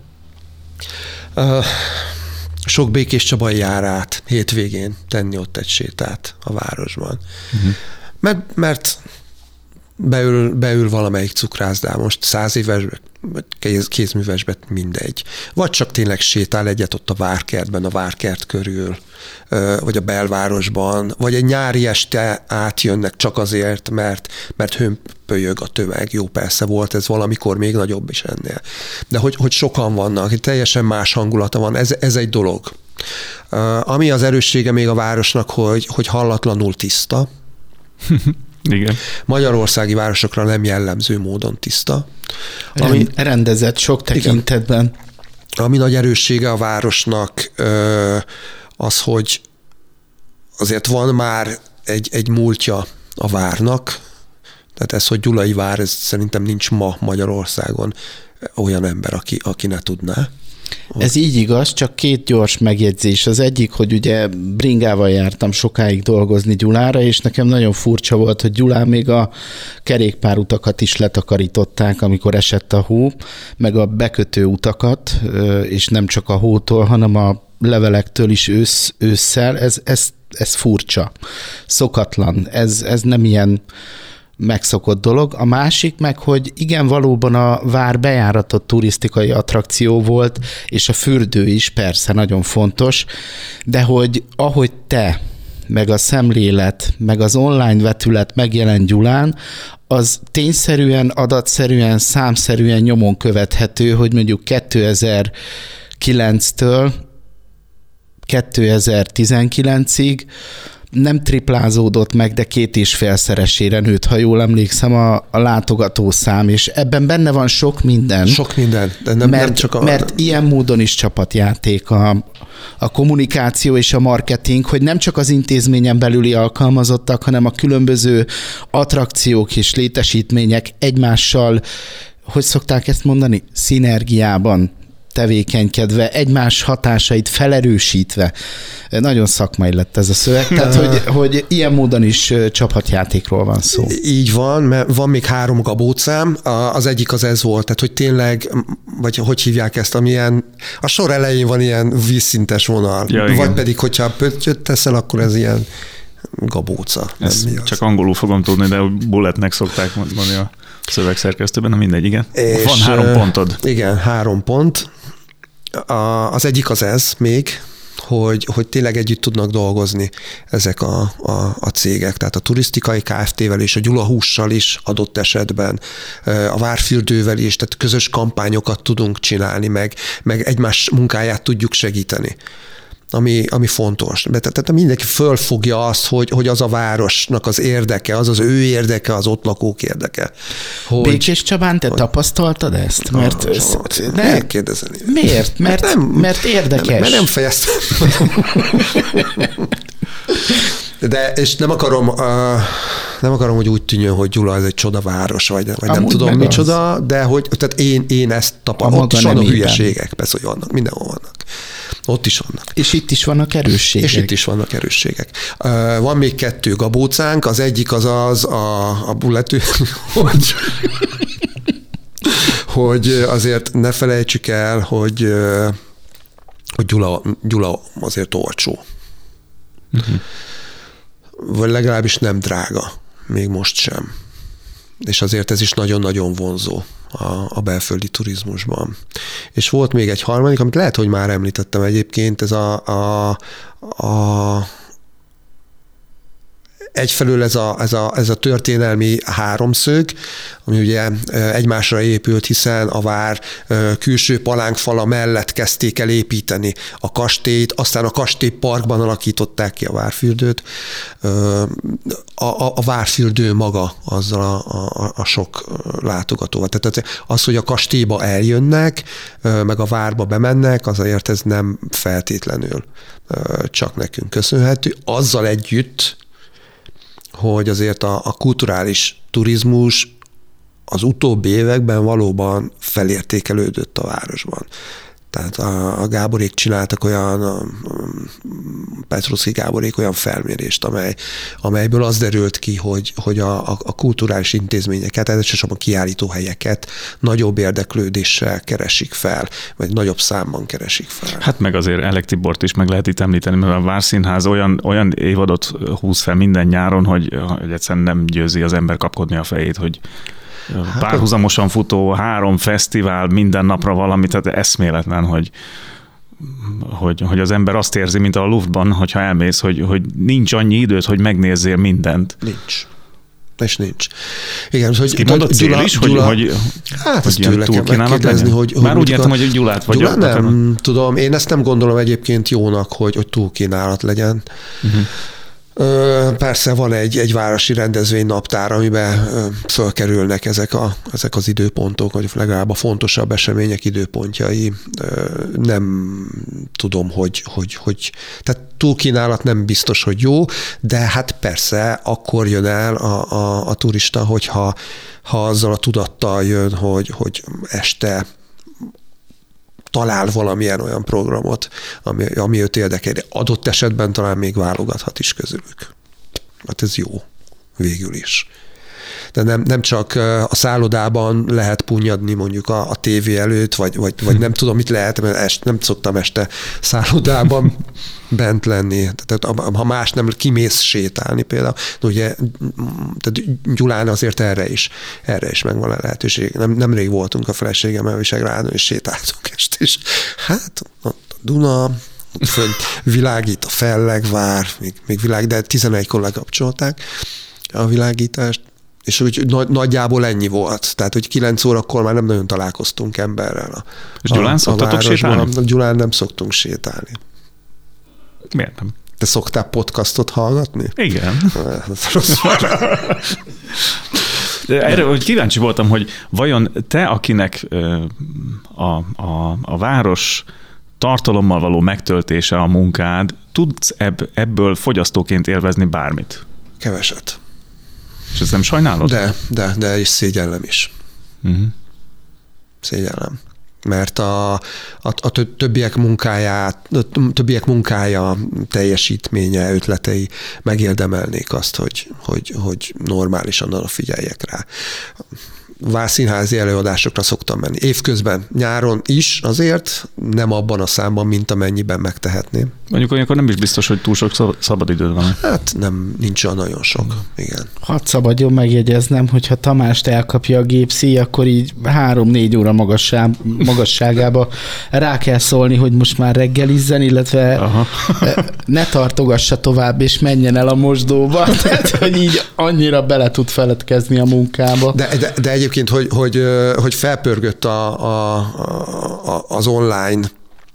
Uh, sok Békés Csabai jár át hétvégén tenni ott egy sétát a városban. Uh-huh. Mert, mert beül, beül valamelyik cukrászdába, most száz évesbe, vagy kézművesbe, mindegy. Vagy csak tényleg sétál egyet ott a várkertben, a várkert körül, vagy a belvárosban, vagy egy nyári este átjönnek csak azért, mert, mert hömpölyög a tömeg. Jó, persze volt ez valamikor még nagyobb is ennél. De hogy, hogy sokan vannak, teljesen más hangulata van, ez, ez egy dolog. Ami az erőssége még a városnak, hogy, hogy hallatlanul tiszta. Igen. Magyarországi városokra nem jellemző módon tiszta. Ami, rendezett sok tekintetben. Igen, ami nagy erőssége a városnak az, hogy azért van már egy, egy múltja a várnak, tehát ez, hogy Gyulai vár, ez szerintem nincs ma Magyarországon olyan ember, aki, aki ne tudná. Ez így igaz, csak két gyors megjegyzés. Az egyik, hogy ugye bringával jártam sokáig dolgozni Gyulára, és nekem nagyon furcsa volt, hogy Gyulán még a kerékpárutakat is letakarították, amikor esett a hó, meg a bekötő utakat, és nem csak a hótól, hanem a levelektől is ősz, ősszel. Ez, ez, ez furcsa, szokatlan. Ez, ez nem ilyen megszokott dolog. A másik meg, hogy igen, valóban a vár bejáratott turisztikai attrakció volt, és a fürdő is persze nagyon fontos, de hogy ahogy te, meg a szemlélet, meg az online vetület megjelent Gyulán, az tényszerűen, adatszerűen, számszerűen nyomon követhető, hogy mondjuk kétezer-kilenctől kétezer-tizenkilencig nem triplázódott meg, de két és félszeresére nőtt, ha jól emlékszem, a, a látogatószám, és ebben benne van sok minden. Sok minden, de nem, mert, nem csak a... Mert ilyen módon is csapatjáték a, a kommunikáció és a marketing, hogy nem csak az intézményen belüli alkalmazottak, hanem a különböző attrakciók és létesítmények egymással, hogy szokták ezt mondani, szinergiában tevékenykedve, egymás hatásait felerősítve. Nagyon szakmai lett ez a szöveg, tehát hogy, hogy ilyen módon is csapatjátékról van szó. Így van, mert van még három gabócám, az egyik az ez volt, tehát hogy tényleg, vagy hogy hívják ezt, amilyen, a sor elején van ilyen vízszintes vonal, ja, vagy igen. Pedig, hogyha pöttyöt teszel, akkor ez ilyen gabóca. Csak angolul fogom tudni, de bulletnek szokták mondani a szövegszerkesztőben, na mindegy, igen. És van három pontod. Igen, három pont. A, az egyik az ez még, hogy, hogy tényleg együtt tudnak dolgozni ezek a, a, a cégek, tehát a turisztikai Kft-vel és a Gyula hússal is adott esetben, a várfürdővel is, tehát közös kampányokat tudunk csinálni, meg, meg egymás munkáját tudjuk segíteni. ami, ami fontos. Tehát mindenki fölfogja azt, hogy, hogy az a városnak az érdeke, az az ő érdeke, az ott lakók érdeke. Hogy, Békés Csabán, te hogy, tapasztaltad ezt? Mert ah, ez, ne, kérdezeni. Miért? Mert, nem, mert érdekes. Nem, mert nem fejeztem. De, és nem akarom, uh, nem akarom, hogy úgy tűnjön, hogy Gyula ez egy csodaváros, vagy, vagy nem tudom micsoda, de hogy tehát én, én ezt tapasztalom. Ott is vannak hülyeségek, persze, hogy vannak, mindenhol vannak. Ott is vannak. És itt is vannak erősségek. És itt is vannak erősségek. Uh, van még kettő gabócánk, az egyik az az a, a bulletű, hogy, hogy azért ne felejtsük el, hogy, hogy Gyula, Gyula azért olcsó. Uh-huh. Vagy legalábbis nem drága, még most sem. És azért ez is nagyon-nagyon vonzó a, a belföldi turizmusban. És volt még egy harmadik, amit lehet, hogy már említettem egyébként, ez a, a, a egyfelől ez a, ez, a, ez a történelmi háromszög, ami ugye egymásra épült, hiszen a vár külső palánkfala mellett kezdték el építeni a kastélyt, aztán a kastélyparkban alakították ki a várfürdőt. A, a, a várfürdő maga azzal a, a, a sok látogatóval. Tehát az, hogy a kastélyba eljönnek, meg a várba bemennek, azért ez nem feltétlenül csak nekünk köszönhető. Azzal együtt, hogy azért a, a kulturális turizmus az utóbbi években valóban felértékelődött a városban. Tehát a, a Gáborék csináltak olyan, a Petruszki Gáborék olyan felmérést, amely, amelyből az derült ki, hogy, hogy a, a, a kulturális intézményeket, elsősorban kiállítóhelyeket nagyobb érdeklődéssel keresik fel, vagy nagyobb számban keresik fel. Hát meg azért Elek Tibort is meg lehet itt említeni, mert a Várszínház olyan, olyan évadot húz fel minden nyáron, hogy, hogy egyszerűen nem győzi az ember kapkodni a fejét, hogy Hát párhuzamosan futó három fesztivál, minden napra valami, tehát eszméletlen, hogy, hogy, hogy az ember azt érzi, mint a Luftban, hogyha elmész, hogy, hogy nincs annyi időt, hogy megnézzél mindent. Nincs. És nincs. Igen, hogy ki mondott cél is, hogy, Gyula, hogy, hát hogy tőle kell megkérdezni, hogy... Már úgy értem, hogy Gyulát vagy. Gyula nem akar. Tudom, én ezt nem gondolom egyébként jónak, hogy, hogy túlkínálat legyen. Uh-huh. Persze van egy, egy városi rendezvénynaptár, amiben fölkerülnek ezek, a, ezek az időpontok, vagy legalább a fontosabb események időpontjai. Nem tudom, hogy, hogy, hogy tehát túlkínálat nem biztos, hogy jó, de hát persze akkor jön el a, a, a turista, hogyha ha azzal a tudattal jön, hogy, hogy este talál valamilyen olyan programot, ami, ami őt érdekel. Adott esetben talán még válogathat is közülük. Hát ez jó, végül is. De nem, nem csak a szállodában lehet punnyadni mondjuk a, a tévé előtt, vagy, vagy, vagy nem tudom, mit lehet, mert est, nem szoktam este szállodában bent lenni. Tehát ha más nem, kimész sétálni például. De ugye tehát Gyulán azért erre is, erre is megvan a lehetőség. Nem, nemrég voltunk a feleségemmel Visegrádon, és sétáltunk este is. Hát ott a Duna, ott fönt világít a Fellegvár, még, még világ, de tizenegykor lekapcsolták a világítást, és úgy nagy, nagyjából ennyi volt. Tehát, hogy kilenc órakor már nem nagyon találkoztunk emberrel. A, és Gyulán a, szoktatok a sétálni? Gyulán nem szoktunk sétálni. Miért nem? Te szoktál podcastot hallgatni? Igen. Erre hogy kíváncsi voltam, hogy vajon te, akinek a, a, a város tartalommal való megtöltése a munkád, tudsz ebb, ebből fogyasztóként élvezni bármit? Keveset. És ezt nem sajnálod? De, de, de és szégyellem is. Uh-huh. Szégyellem. Mert a, a, a többiek munkáját, a többiek munkája, teljesítménye, ötletei megérdemelnék azt, hogy, hogy, hogy normálisan arra figyeljek rá. Várszínházi előadásokra szoktam menni. Évközben, nyáron is azért, nem abban a számban, mint amennyiben megtehetném. Mondjuk olyankor nem is biztos, hogy túl sok szabadidőd van. Hát nem, nincs olyan nagyon sok, igen. Hadd szabadjon megjegyeznem, hogyha Tamást elkapja a gépszíj, akkor így három-négy óra magassá, magasságába rá kell szólni, hogy most már reggelizzen, illetve Aha. ne tartogassa tovább, és menjen el a mosdóba. Tehát, hogy így annyira bele tud feledkezni a munkába. De, de, de egyébként, hogy, hogy, hogy felpörgött a, a, a, az online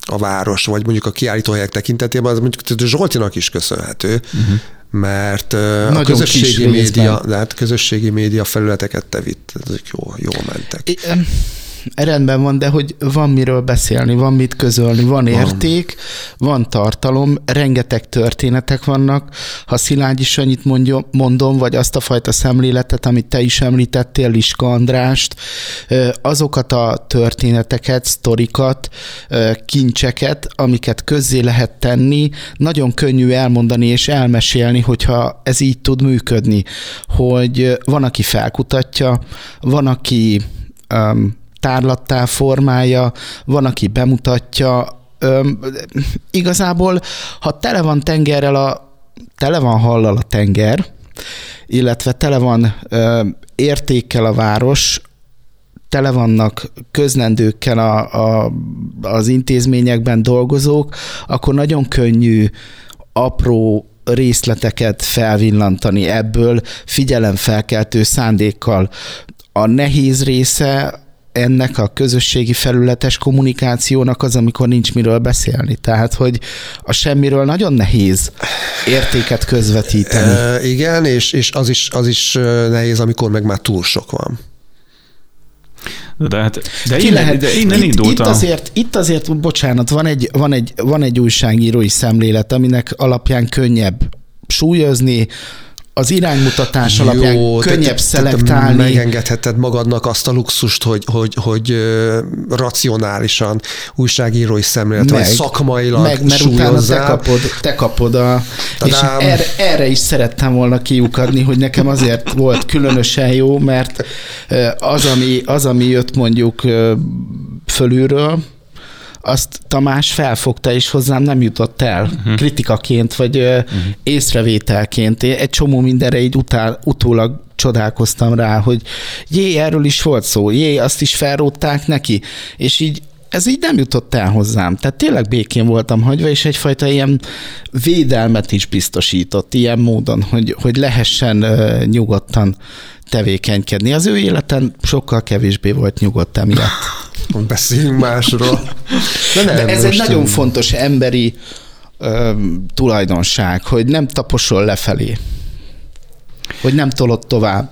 a város, vagy mondjuk a kiállítóhelyek tekintetében, az mondjuk Zsoltinak is köszönhető, uh-huh. mert nagyon a közösségi média, hát közösségi média felületeket te vitt, ezek jól, jól mentek. I- Rendben van, de hogy van miről beszélni, van mit közölni, van érték, van, van tartalom, rengeteg történetek vannak. Ha Szilágyi Sanyit mondjam, mondom, vagy azt a fajta szemléletet, amit te is említettél, Liska Andrást, azokat a történeteket, sztorikat, kincseket, amiket közzé lehet tenni, nagyon könnyű elmondani és elmesélni, hogyha ez így tud működni, hogy van, aki felkutatja, van, aki um, tárlattá formálja, van, aki bemutatja. Üm, igazából, ha tele van tengerrel, a, tele van hallal a tenger, illetve tele van üm, értékkel a város, tele vannak közlendőkkel a, a, az intézményekben dolgozók, akkor nagyon könnyű apró részleteket felvillantani ebből figyelemfelkeltő szándékkal. A nehéz része ennek a közösségi felületes kommunikációnak az, amikor nincs miről beszélni. Tehát, hogy a semmiről nagyon nehéz értéket közvetíteni. E, igen, és, és az, is, az is nehéz, amikor meg már túl sok van. De, hát, de innen, lehet, de innen itt, itt, azért, itt azért, bocsánat, van egy, van, egy, van egy újságírói szemlélet, aminek alapján könnyebb súlyozni, az iránymutatás alapján Jó, könnyebb te, szelektálni. Te megengedheted magadnak azt a luxust, hogy, hogy, hogy racionálisan újságírói szemlélet, vagy szakmailag meg, mert súlyozzál. Utána te kapod, te kapod a... Tadám. És erre, erre is szerettem volna kiukadni, hogy nekem azért volt különösen jó, mert az, ami, az, ami jött mondjuk fölülről, azt Tamás felfogta, és hozzám nem jutott el uh-huh. kritikaként, vagy uh-huh. észrevételként. Egy csomó mindenre így utál, utólag csodálkoztam rá, hogy jé, erről is volt szó, jé, azt is felrótták neki, és így ez így nem jutott el hozzám. Tehát tényleg békén voltam hagyva, és egyfajta ilyen védelmet is biztosított ilyen módon, hogy, hogy lehessen uh, nyugodtan tevékenykedni. Az ő életen sokkal kevésbé volt nyugodt emiatt. Beszéljünk másról. De, nem, De ez egy nagyon nem. fontos emberi ö, tulajdonság, hogy nem taposol lefelé, hogy nem tolod tovább.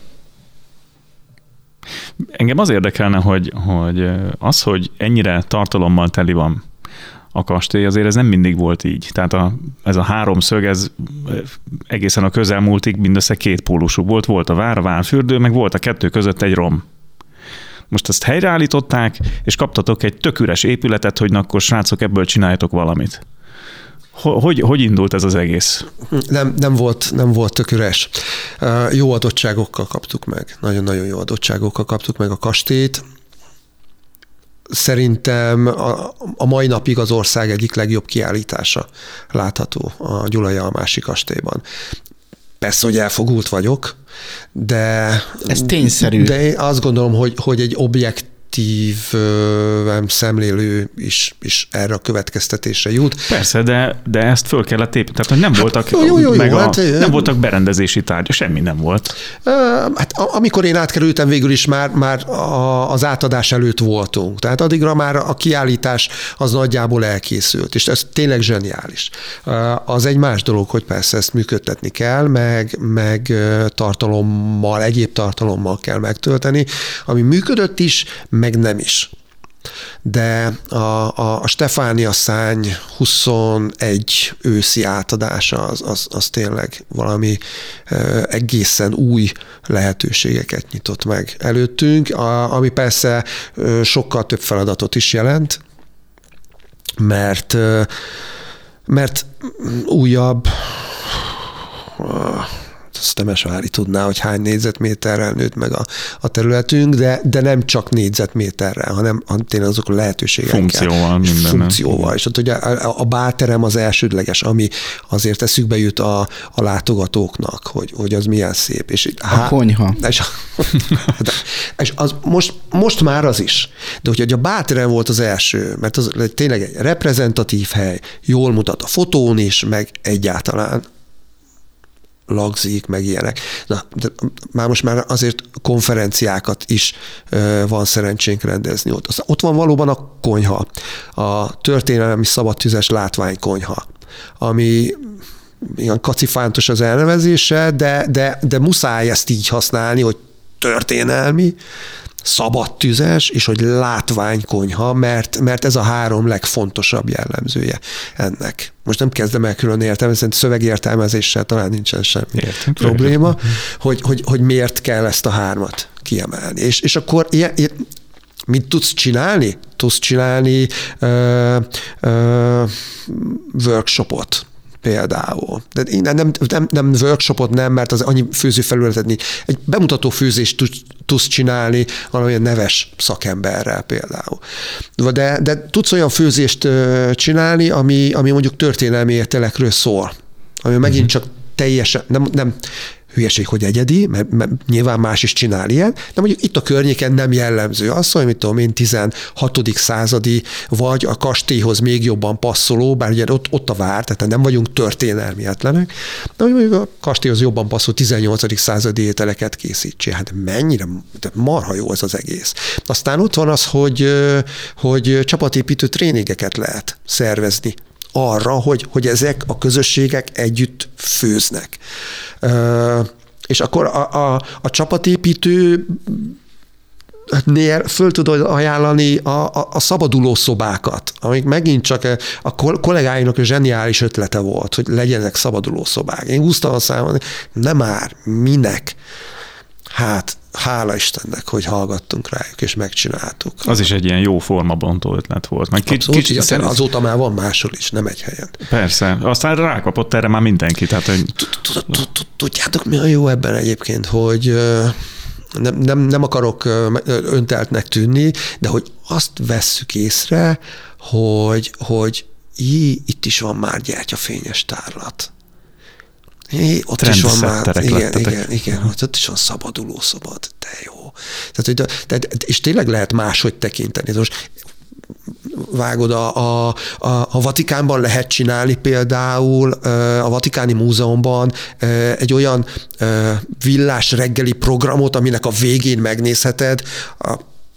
Engem az érdekelne, hogy, hogy az, hogy ennyire tartalommal teli van a kastély, azért ez nem mindig volt így. Tehát a, ez a háromszög, ez egészen a közelmúltig mindössze két pólusú volt. Volt a vár, a várfürdő, meg volt a kettő között egy rom. Most ezt helyreállították, és kaptatok egy tök üres épületet, hogy na akkor srácok, ebből csináljatok valamit. Hogy, hogy indult ez az egész? Nem, nem, volt, nem volt tök üres. Jó adottságokkal kaptuk meg. Nagyon-nagyon jó adottságokkal kaptuk meg a kastélyt. Szerintem a, a mai napig az ország egyik legjobb kiállítása látható a Gyulai Almási kastélyban. Persze, hogy elfogult vagyok, de... Ez tényszerű. De én azt gondolom, hogy, hogy egy objektív szemlélő is, is erre a következtetésre jut. Persze, de, de ezt föl kellett építeni. Tehát, hogy nem voltak, hát, jó, jó, meg jó, a, hát, nem voltak berendezési tárgya, semmi nem volt. Hát amikor én átkerültem, végül is már, már az átadás előtt voltunk. Tehát addigra már a kiállítás az nagyjából elkészült, és ez tényleg zseniális. Az egy más dolog, hogy persze ezt működtetni kell, meg, meg tartalommal, egyéb tartalommal kell megtölteni, ami működött is, meg nem is. De a, a, a Stefánia szárny huszonegy őszi átadása az, az, az tényleg valami egészen új lehetőségeket nyitott meg előttünk, a, ami persze sokkal több feladatot is jelent, mert, mert újabb, azt Temesvári tudná, hogy hány négyzetméterrel nőtt meg a, a területünk, de, de nem csak négyzetméterrel, hanem tényleg azok a lehetőségekkel. Funkcióval, minden. Funkcióval. És ott ugye a, a bálterem az elsődleges, ami azért eszükbe jut a, a látogatóknak, hogy, hogy az milyen szép. És, a há, konyha. És, és az most, most már az is. De hogy a bálterem volt az első, mert az tényleg egy reprezentatív hely, jól mutat a fotón is, meg egyáltalán lagzik, meg ilyenek. Na, de már most már azért konferenciákat is ö, van szerencsénk rendezni ott. Aztán ott van valóban a konyha, a történelmi szabadtüzes látványkonyha, ami ilyen kacifántos az elnevezése, de, de, de muszáj ezt így használni, hogy történelmi, szabadtüzes, és hogy látványkonyha, mert, mert ez a három legfontosabb jellemzője ennek. Most nem kezdem el külön értelmezni, szövegértelmezéssel talán nincsen semmi Értem, probléma, hogy, hogy, hogy miért kell ezt a hármat kiemelni. És, és akkor ilyen, mit tudsz csinálni? Tudsz csinálni ö, ö, workshopot. Például. De én nem, nem, nem workshopot nem, mert az annyi főzőfelületet nincs. Egy bemutató főzést tudsz csinálni valamilyen neves szakemberrel például. De, de tudsz olyan főzést csinálni, ami, ami mondjuk történelmi értelekről szól. Ami megint csak teljesen, nem, nem hülyeség, hogy egyedi, mert, mert nyilván más is csinál ilyen, de mondjuk itt a környéken nem jellemző az, hogy mit tudom én, tizenhatodik századi, vagy a kastélyhoz még jobban passzoló, bár ugye ott, ott a vár, tehát nem vagyunk történelmietlenek, de mondjuk a kastélyhoz jobban passzoló tizennyolcadik századi ételeket készítsél. Hát mennyire marha jó ez az egész. Aztán ott van az, hogy, hogy csapatépítő tréningeket lehet szervezni arra, hogy, hogy ezek a közösségek együtt főznek. Uh, és akkor a, a, a csapatépítőnél föl tudod ajánlani a, a, a szabaduló szobákat, amik megint csak a kollégáinak a zseniális ötlete volt, hogy legyenek szabaduló szobák. Én húztam a számon, nem már, minek? Hát, hála Istennek, hogy hallgattunk rájuk, és megcsináltuk. Az is egy ilyen jó formabontó ötlet volt. Meg Abszolút, kicsit szerint... azóta már van máshol is, nem egy helyen. Persze, aztán rákapott erre már mindenki. Tudjátok, mi a jó ebben egyébként, hogy nem, nem, nem akarok önteltnek tűnni, de hogy azt vesszük észre, hogy, hogy í, itt is van már gyertyafényes tárlat. É, ott is van már, igen, igen, igen, ott is van szabaduló szabad, de jó. Tehát, hogy, de, és tényleg lehet máshogy tekinteni. Most vágod, a, a, a, a Vatikánban lehet csinálni például, a Vatikáni Múzeumban egy olyan villás reggeli programot, aminek a végén megnézheted a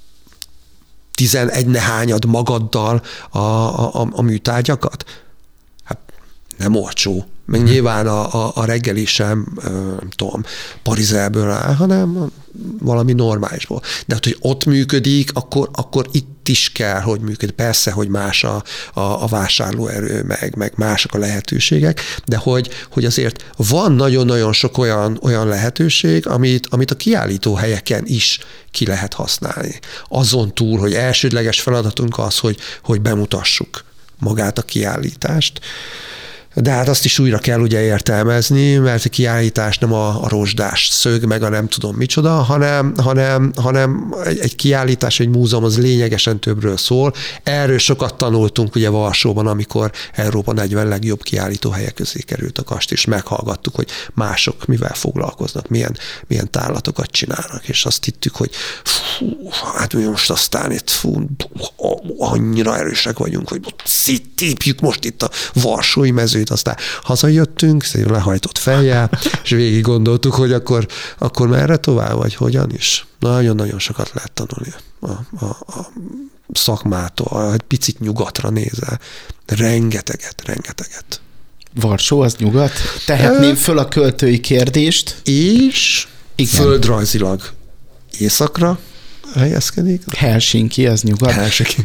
tizenegy nehányad magaddal a, a, a műtárgyakat. Hát nem olcsó. Meg hmm. nyilván a, a, a reggeli sem, nem tudom, parizelből áll, hanem valami normálisból. De hát, hogy ott működik, akkor, akkor itt is kell, hogy működik. Persze, hogy más a, a, a vásárlóerő, meg, meg mások a lehetőségek, de hogy, hogy azért van nagyon-nagyon sok olyan, olyan lehetőség, amit, amit a kiállító helyeken is ki lehet használni. Azon túl, hogy elsődleges feladatunk az, hogy, hogy bemutassuk magát a kiállítást. De hát azt is újra kell ugye értelmezni, mert a kiállítás nem a, a rozsdás szög, meg a nem tudom micsoda, hanem, hanem, hanem egy, egy kiállítás, egy múzeum az lényegesen többről szól. Erről sokat tanultunk ugye Varsóban, amikor Európa negyven legjobb kiállítóhelye közé került a kastély, és meghallgattuk, hogy mások mivel foglalkoznak, milyen, milyen tárlatokat csinálnak, és azt hittük, hogy fú, hát mi most aztán itt fú, annyira erősek vagyunk, hogy széttépjük most itt a varsói mezőt. Aztán hazajöttünk, szépen lehajtott fejjel, és végig gondoltuk, hogy akkor, akkor merre tovább, vagy hogyan is. Nagyon-nagyon sokat lehet tanulni a, a, a szakmától, egy picit nyugatra nézel. Rengeteget, rengeteget. Varsó, az nyugat? Tehetném föl a költői kérdést. És igen. Földrajzilag északra helyezkedik. Helsinki, az nyugat. Helsinki.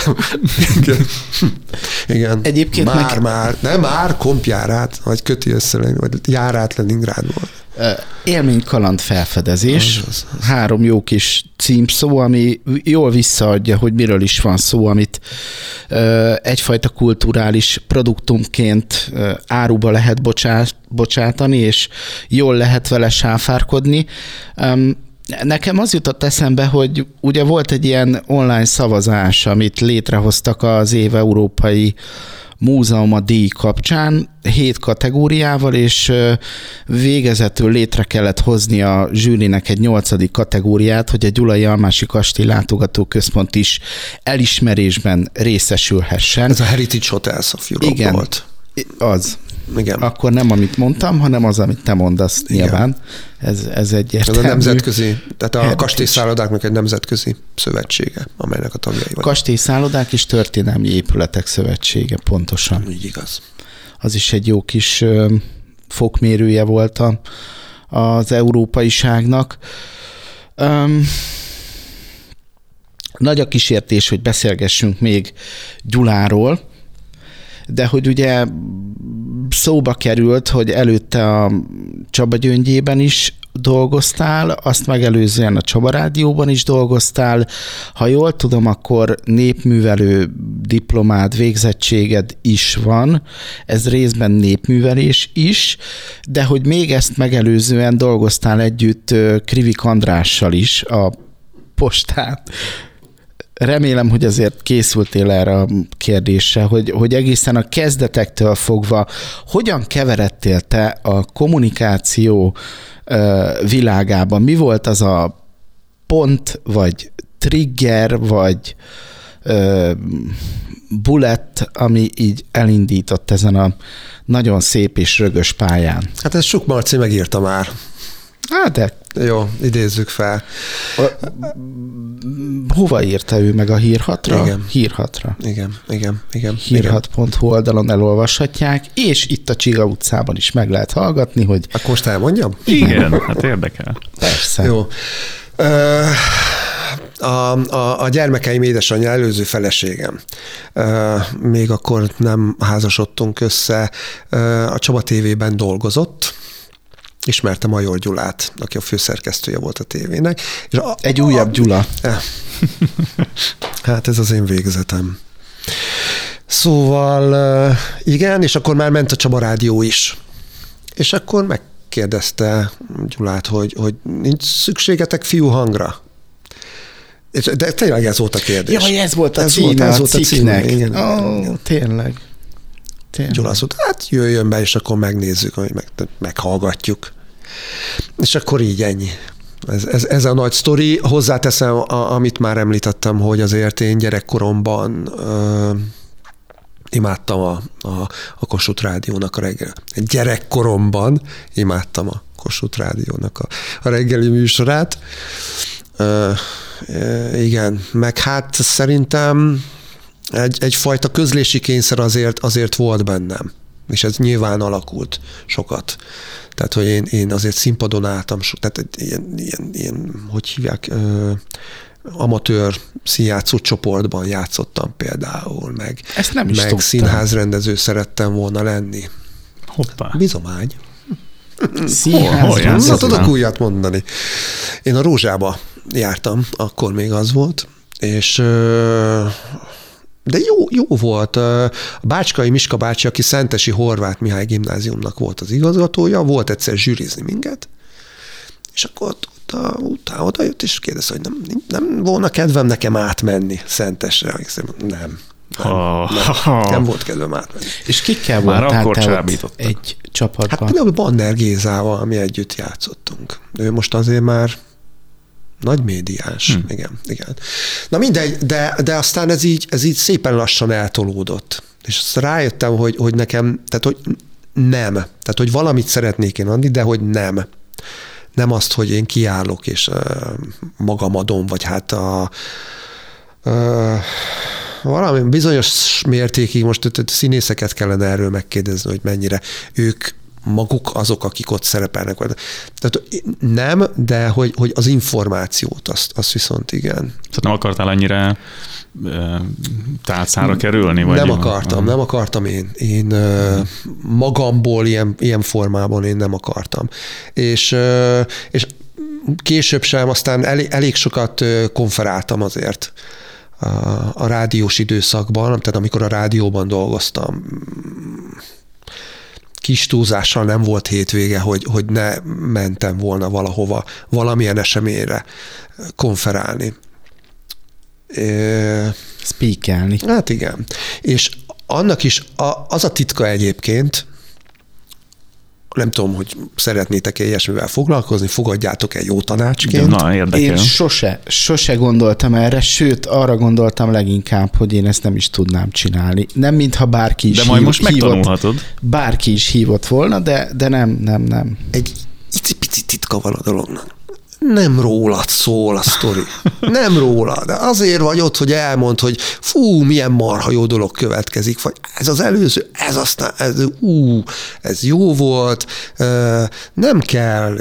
Igen. Igen. Egyébként már, meg... már, nem már Kompjárát, vagy köti össze, vagy jár át Leningrádból. Élmény kaland felfedezés. Az, az, az. Három jó kis címszó, ami jól visszaadja, hogy miről is van szó, amit egyfajta kulturális produktumként áruba lehet bocsát, bocsátani, és jól lehet vele sáfárkodni. Nekem az jutott eszembe, hogy ugye volt egy ilyen online szavazás, amit létrehoztak az év európai múzeuma díj kapcsán, hét kategóriával, és végezetül létre kellett hozni a zsűrinek egy nyolcadik kategóriát, hogy a Gyulai Almási Kastély Látogatóközpont is elismerésben részesülhessen. Ez a Heritage Hotels of Europe igen, volt. Az. igen. Akkor nem amit mondtam, hanem az, amit te mondasz nyilván. Ez, ez egyértelmű. Ez a nemzetközi, tehát a kastélyszállodáknak egy nemzetközi szövetsége, amelynek a tagjai van. Kastélyszállodák és történelmi épületek szövetsége, pontosan. Így igaz. Az is egy jó kis ö, fokmérője volt a, az európaiságnak. Öm, nagy a kísértés, hogy beszélgessünk még Gyuláról, de hogy ugye szóba került, hogy előtte a Csaba Gyöngyében is dolgoztál, azt megelőzően a Csaba Rádióban is dolgoztál. Ha jól tudom, akkor népművelő diplomád, végzettséged is van, ez részben népművelés is, de hogy még ezt megelőzően dolgoztál együtt Krivik Andrással is a postán. Remélem, hogy azért készültél erre a kérdésre, hogy, hogy egészen a kezdetektől fogva hogyan keveredtél te a kommunikáció világában? Mi volt az a pont, vagy trigger, vagy ö, bullet, ami így elindított ezen a nagyon szép és rögös pályán? Hát ez Suk Marci megírta már. Hát de... Jó, idézzük fel. Hova írta ő meg a Hírhatra? Igen. Hírhatra. Igen, igen, igen. hírhat pont hu oldalon elolvashatják, és itt a Csiga utcában is meg lehet hallgatni, hogy... Akkor most elmondjam? Igen, hát érdekel. Persze. Jó. A, a, a gyermekeim édesanyja, előző feleségem. Még akkor nem házasodtunk össze. A Csaba té vében dolgozott. Ismerte Major Gyulát, aki a főszerkesztője volt a tévének. És a, Egy újabb a, Gyula. Hát ez az én végzetem. Szóval igen, és akkor már ment a Csaba Rádió is. És akkor megkérdezte Gyulát, hogy, hogy nincs szükségetek fiú hangra. De tényleg ez volt a kérdés. Jaj, ez volt a ez címe volt, ez a volt cikknek. A címe. Igen, oh, igen. Tényleg. tényleg. Gyula azt mondta, hát jöjjön be, és akkor megnézzük, hogy meg, meghallgatjuk. És akkor így ennyi. Ez, ez, ez a nagy sztori. Hozzáteszem, a, amit már említettem, hogy azért én gyerekkoromban ö, imádtam a, a, a Kossuth Rádiónak a reggel. Gyerekkoromban imádtam a Kossuth Rádiónak a, a reggeli műsorát. Ö, ö, igen, meg hát szerintem egy, egyfajta közlési kényszer azért, azért volt bennem. És ez nyilván alakult sokat. Tehát, hogy én, én azért színpadon álltam, tehát ilyen, ilyen, ilyen hogy hívják, ö, amatőr színjátszó csoportban játszottam például, meg, Ezt nem is meg tudtam. színházrendező szerettem volna lenni. Hoppá. Bizomány. Színházban. Nem tudok újat mondani. Én a Rózsába jártam, akkor még az volt, és ö, de jó, jó volt. A Bácskai Miska bácsi, aki Szentesi Horváth Mihály gimnáziumnak volt az igazgatója, volt egyszer zsűrizni minket, és akkor ott, ott, utána oda jött, és kérdezte, hogy nem, nem volna kedvem nekem átmenni Szentesre. Nem. Nem, oh. nem, nem volt kedvem átmenni. És kikkel Már voltál akkor te csábítottak. egy csapatban? Hát például Banner Gézával, mi együtt játszottunk. Ő most azért már nagy médiás. Hmm. Igen, igen. Na mindegy, de, de aztán ez így, ez így szépen lassan eltolódott. És azt rájöttem, hogy, hogy nekem, tehát hogy nem. Tehát, hogy valamit szeretnék én adni, de hogy nem. Nem azt, hogy én kiállok, és uh, magam adom, vagy hát a uh, valami bizonyos mértékig most színészeket kellene erről megkérdezni, hogy mennyire ők maguk azok, akik ott szerepelnek. Tehát nem, de hogy, hogy az információt, azt, azt viszont igen. Tehát nem akartál annyira tálcára kerülni? Vagy nem akartam, nem akartam én. Én magamból ilyen, ilyen formában én nem akartam. És, és később sem, aztán elég, elég sokat konferáltam azért a, a rádiós időszakban, tehát amikor a rádióban dolgoztam, kis túlzással nem volt hétvége, hogy, hogy ne mentem volna valahova, valamilyen eseményre konferálni. Speakelni. Hát igen. És annak is a, az a titka egyébként, nem tudom, hogy szeretnétek-e ilyesmivel foglalkozni, fogadjátok el jó tanácsként. Na, érdekel. Én sose, sose gondoltam erre, sőt, arra gondoltam leginkább, hogy én ezt nem is tudnám csinálni. Nem mintha bárki is De majd hív, most megtanulhatod. Hívott, bárki is hívott volna, de, de nem, nem, nem. Egy icipici titka van a dolognak. Nem rólad szól a sztori. Nem róla, de azért vagy ott, hogy elmond, hogy fú, milyen marha jó dolog következik, vagy ez az előző, ez aztán, ez, ú, ez jó volt, nem kell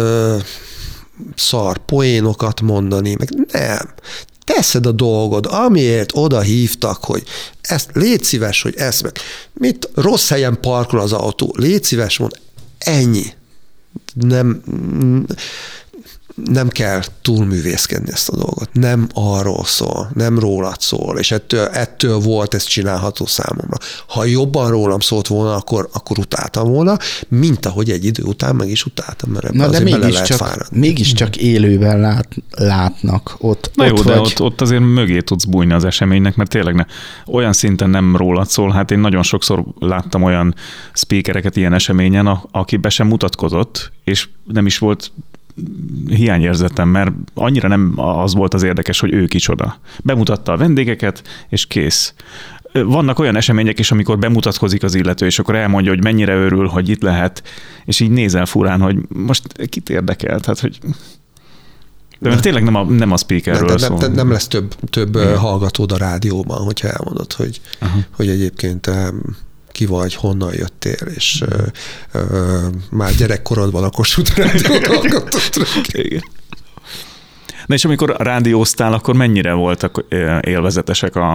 szar poénokat mondani, meg nem. Teszed a dolgod, amiért oda hívtak, hogy ezt légy szíves, hogy ezt meg. Mit rossz helyen parkol az autó, légy szíves, mond, ennyi. Nem... nem kell túlművészkedni ezt a dolgot. Nem arról szól, nem rólad szól, és ettől, ettől volt ez csinálható számomra. Ha jobban rólam szólt volna, akkor, akkor utáltam volna, mint ahogy egy idő után meg is utáltam, mert ebben azért bele lehet fáradni. Mégiscsak élőben lát, látnak ott. Na ott jó, vagy... de ott, ott azért mögé tudsz bújni az eseménynek, mert tényleg ne, olyan szinten nem rólad szól. Hát én nagyon sokszor láttam olyan speakereket ilyen eseményen, a, aki be sem mutatkozott, és nem is volt hiányérzetem, mert annyira nem az volt az érdekes, hogy ő kicsoda. Bemutatta a vendégeket, és kész. Vannak olyan események is, amikor bemutatkozik az illető, és akkor elmondja, hogy mennyire örül, hogy itt lehet, és így nézel furán, hogy most kit érdekel, tehát, hogy de mert tényleg nem a, nem a speakerről nem, szól. Nem, nem lesz több, több hallgatód a rádióban, hogyha elmondod, hogy, hogy egyébként ki vagy, honnan jöttél, és ö, ö, már gyerekkorodban a Kossuth Rádiót hallgattad. Igen. Na és amikor rádióztál, akkor mennyire voltak élvezetesek a,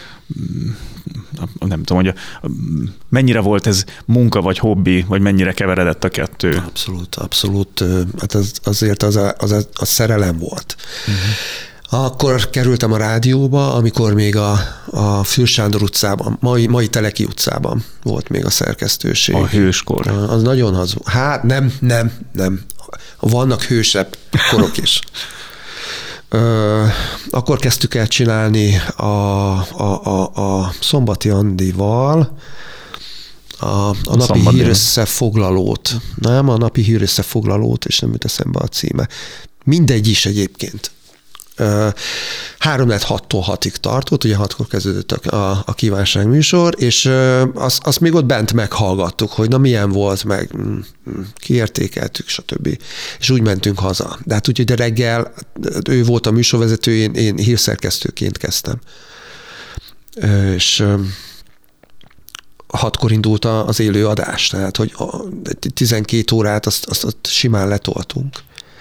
a nem tudom, hogy a, mennyire volt ez munka vagy hobbi, vagy mennyire keveredett a kettő? Abszolút, abszolút. Hát az, azért az a, az a, a szerelem volt. Uh-huh. Akkor kerültem a rádióba, amikor még a, a Fürst Sándor utcában, mai, mai Teleki utcában volt még a szerkesztőség. A hőskor. Az nagyon hazug. Hát nem, nem, nem. Vannak hősebb korok is. Ö, akkor kezdtük el csinálni a, a, a, a Szombati Andival a, a, a napi hírösszefoglalót. Nem, a napi hírösszefoglalót, és nem jut eszembe a címe. Mindegy is egyébként. Három lett hattól hatig tartott, ugye hatkor kezdődött a, a, a kívánság műsor, és azt, azt még ott bent meghallgattuk, hogy na milyen volt, meg kiértékeltük, stb. És úgy mentünk haza. De hát úgy, hogy reggel ő volt a műsorvezető, én, én hírszerkesztőként kezdtem. És hatkor indult az élő adás, tehát hogy tizenkét órát azt, azt, azt simán letoltunk.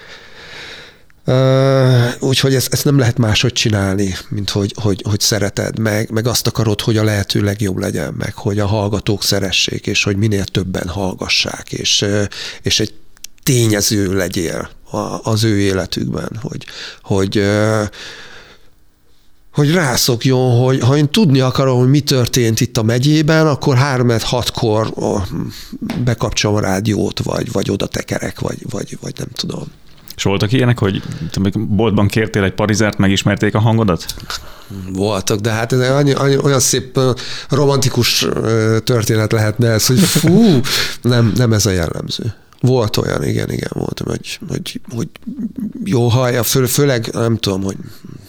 Uh, úgyhogy ezt, ezt nem lehet máshogy csinálni, mint hogy, hogy, hogy szereted, meg, meg azt akarod, hogy a lehető legjobb legyen, meg hogy a hallgatók szeressék, és hogy minél többen hallgassák, és, és egy tényező legyél az ő életükben, hogy, hogy, hogy rászokjon, hogy ha én tudni akarom, hogy mi történt itt a megyében, akkor három-hatkor bekapcsolom a rádiót, vagy, vagy oda tekerek, vagy, vagy, vagy nem tudom. És voltak ilyenek, hogy boltban kértél egy parizert, megismerték a hangodat? Voltak, de hát ez annyi, annyi, olyan szép romantikus történet lehetne ez, hogy fú, nem, nem ez a jellemző. Volt olyan, igen, igen, volt, hogy, hogy, hogy jó hallja, fő, főleg nem tudom, hogy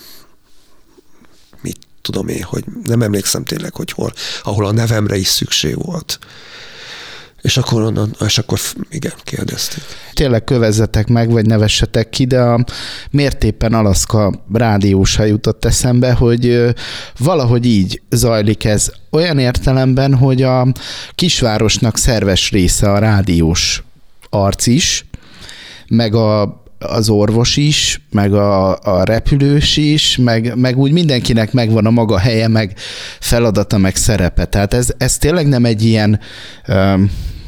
mit tudom én, hogy nem emlékszem tényleg, hogy hol, ahol a nevemre is szükség volt. És akkor onnan, és akkor igen, kérdezték. Tényleg kövezzetek meg, vagy nevessetek ki, de a miért éppen Alaszka rádiósa jutott eszembe, hogy valahogy így zajlik ez olyan értelemben, hogy a kisvárosnak szerves része a rádiós arc is, meg a az orvos is, meg a, a repülős is, meg, meg úgy mindenkinek megvan a maga helye, meg feladata, meg szerepe. Tehát ez, ez tényleg nem egy ilyen um,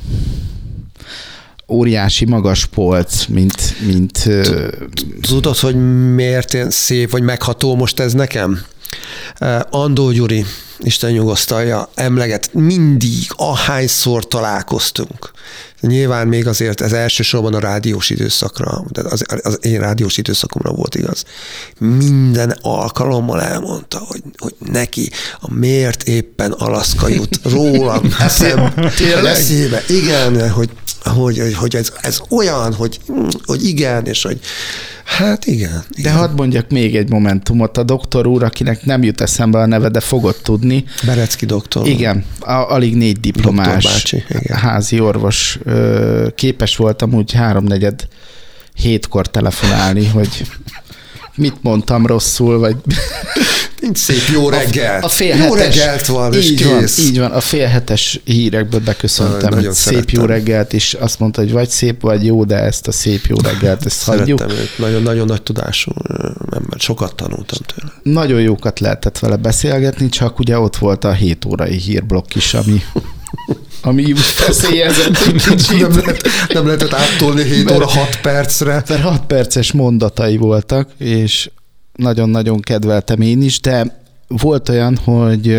óriási magas polc, mint... mint Tudod, hogy miért szép, vagy megható most ez nekem? Andó Gyuri, Isten nyugosztalja, emleget, mindig, ahányszor találkoztunk. Nyilván még azért ez elsősorban a rádiós időszakra, az, az én rádiós időszakomra volt igaz. Minden alkalommal elmondta, hogy, hogy neki a miért éppen Alaszka jut rólam eszem, eszébe. Igen, hogy hogy, hogy ez, ez olyan, hogy, hogy igen, és hogy hát igen, igen. De hadd mondjak még egy momentumot. A doktor úr, akinek nem jut eszembe a neve, de fogod tudni. Berecki doktor. Igen, a, alig négy diplomás bácsi, házi orvos. Képes voltam úgy háromnegyed hétkor telefonálni, hogy mit mondtam rosszul, vagy... Nincs szép jó reggelt. A, a félhetes, jó reggelt van, és így kész. Van, így van, a félhetes hírekből beköszöntem, hogy szép jó reggelt, és azt mondta, hogy vagy szép, vagy jó, de ezt a szép jó reggelt, ezt hagyjuk. Szerettem őt, nagyon, nagyon nagy tudású ember, sokat tanultam tőle. Nagyon jókat lehetett vele beszélgetni, csak ugye ott volt a hét órai hírblokk is, ami... ami úgy feszélyezett egy kicsit. Nem, lehet, nem lehetett áttolni hét óra hat percre. Mert hat perces mondatai voltak, és nagyon-nagyon kedveltem én is, de volt olyan, hogy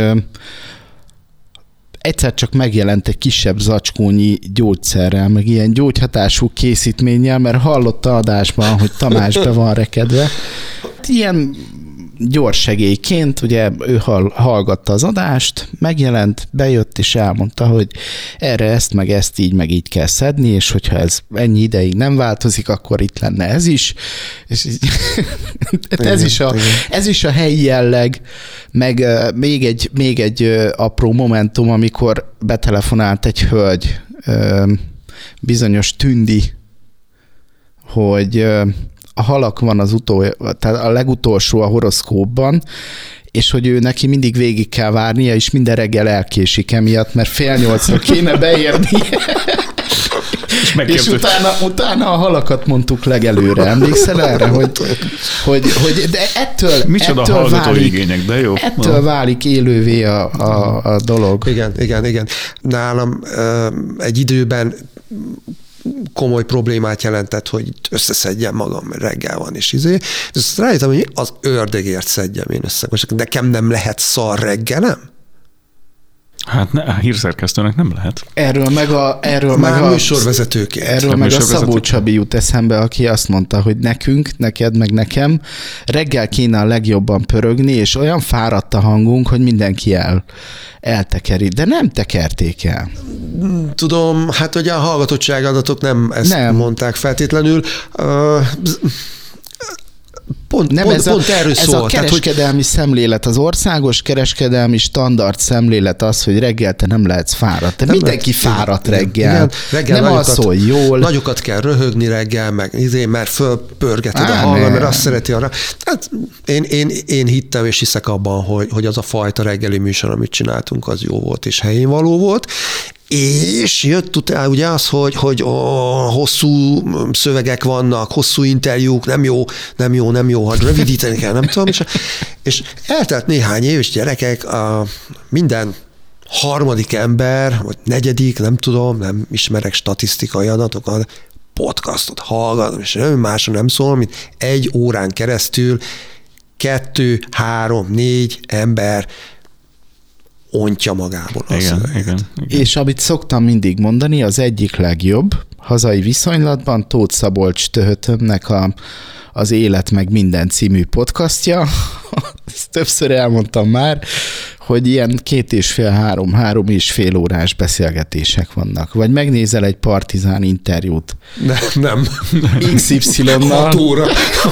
egyszer csak megjelent egy kisebb zacskónyi gyógyszerrel, meg ilyen gyógyhatású készítménnyel, mert hallotta adásban, hogy Tamás be van rekedve. Ilyen gyors segélyként, ugye ő hall, hallgatta az adást, megjelent, bejött és elmondta, hogy erre ezt meg ezt így meg így kell szedni, és hogyha ez ennyi ideig nem változik, akkor itt lenne ez is. És így, ez, is a, ez is a helyi jelleg, meg uh, még egy, még egy uh, apró momentum, amikor betelefonált egy hölgy, uh, bizonyos Tündi, hogy uh, a halak van az utol, tehát a legutolsó a horoszkópban, és hogy ő neki mindig végig kell várnia, és minden reggel elkésik emiatt, mert fél nyolcra kéne beérni. És, és utána, utána a halakat mondtuk legelőre. Emlékszel erre, hogy, hogy, hogy de ettől, micsoda ettől hallgató válik, igények, de jó. Ettől no. válik élővé a, a, a dolog. Igen, igen, igen. Nálam egy időben komoly problémát jelentett, hogy összeszedjem magam, mert reggel van, és izé. És azt rájöttem, hogy az ördögért szedjem én össze. Most nekem nem lehet szar reggelem? Hát ne, a hírszerkesztőnek nem lehet. Erről meg a... Erről Már meg a műsorvezetőként. Erről meg a Szabó Csabi jut eszembe, aki azt mondta, hogy nekünk, neked meg nekem reggel kéne a legjobban pörögni, és olyan fáradt a hangunk, hogy mindenki el, eltekeri. De nem tekerték el. Tudom, hát ugye a hallgatottságadatok nem ezt nem. mondták feltétlenül. Uh, Pont, nem pont, ez pont a, erről ez szól. a kereskedelmi Tehát, hogy... szemlélet, az országos kereskedelmi standard szemlélet az, hogy reggel te nem lehetsz fáradt. Te nem mindenki lehet, fáradt reggel. Igen, reggel nem alszol jól. Nagyokat kell röhögni reggel, meg izé, mert fölpörgeted Á, a hallgat, mert azt szereti arra. Hát én, én, én hittem és hiszek abban, hogy, hogy az a fajta reggeli műsor, amit csináltunk, az jó volt és helyén való volt. És jött utána ugye az, hogy, hogy a hosszú szövegek vannak, hosszú interjúk, nem jó, nem jó, nem jó, hogy rövidíteni kell, nem tudom. És, és eltelt néhány év, és gyerekek, a minden harmadik ember, vagy negyedik, nem tudom, nem ismerek statisztikai adatokat, podcastot hallgatom, és nem máson nem szól, mint egy órán keresztül kettő, három, négy ember ontja magából a igen, igen, igen. És amit szoktam mindig mondani, az egyik legjobb hazai viszonylatban Tóth Szabolcs Töhötömnek a, az Élet meg minden című podcastja, ezt többször elmondtam már, hogy ilyen két és fél, három, három és fél órás beszélgetések vannak. Vagy megnézel egy Partizán interjút. Nem, nem. iksz ipszilonnal. Hat óra.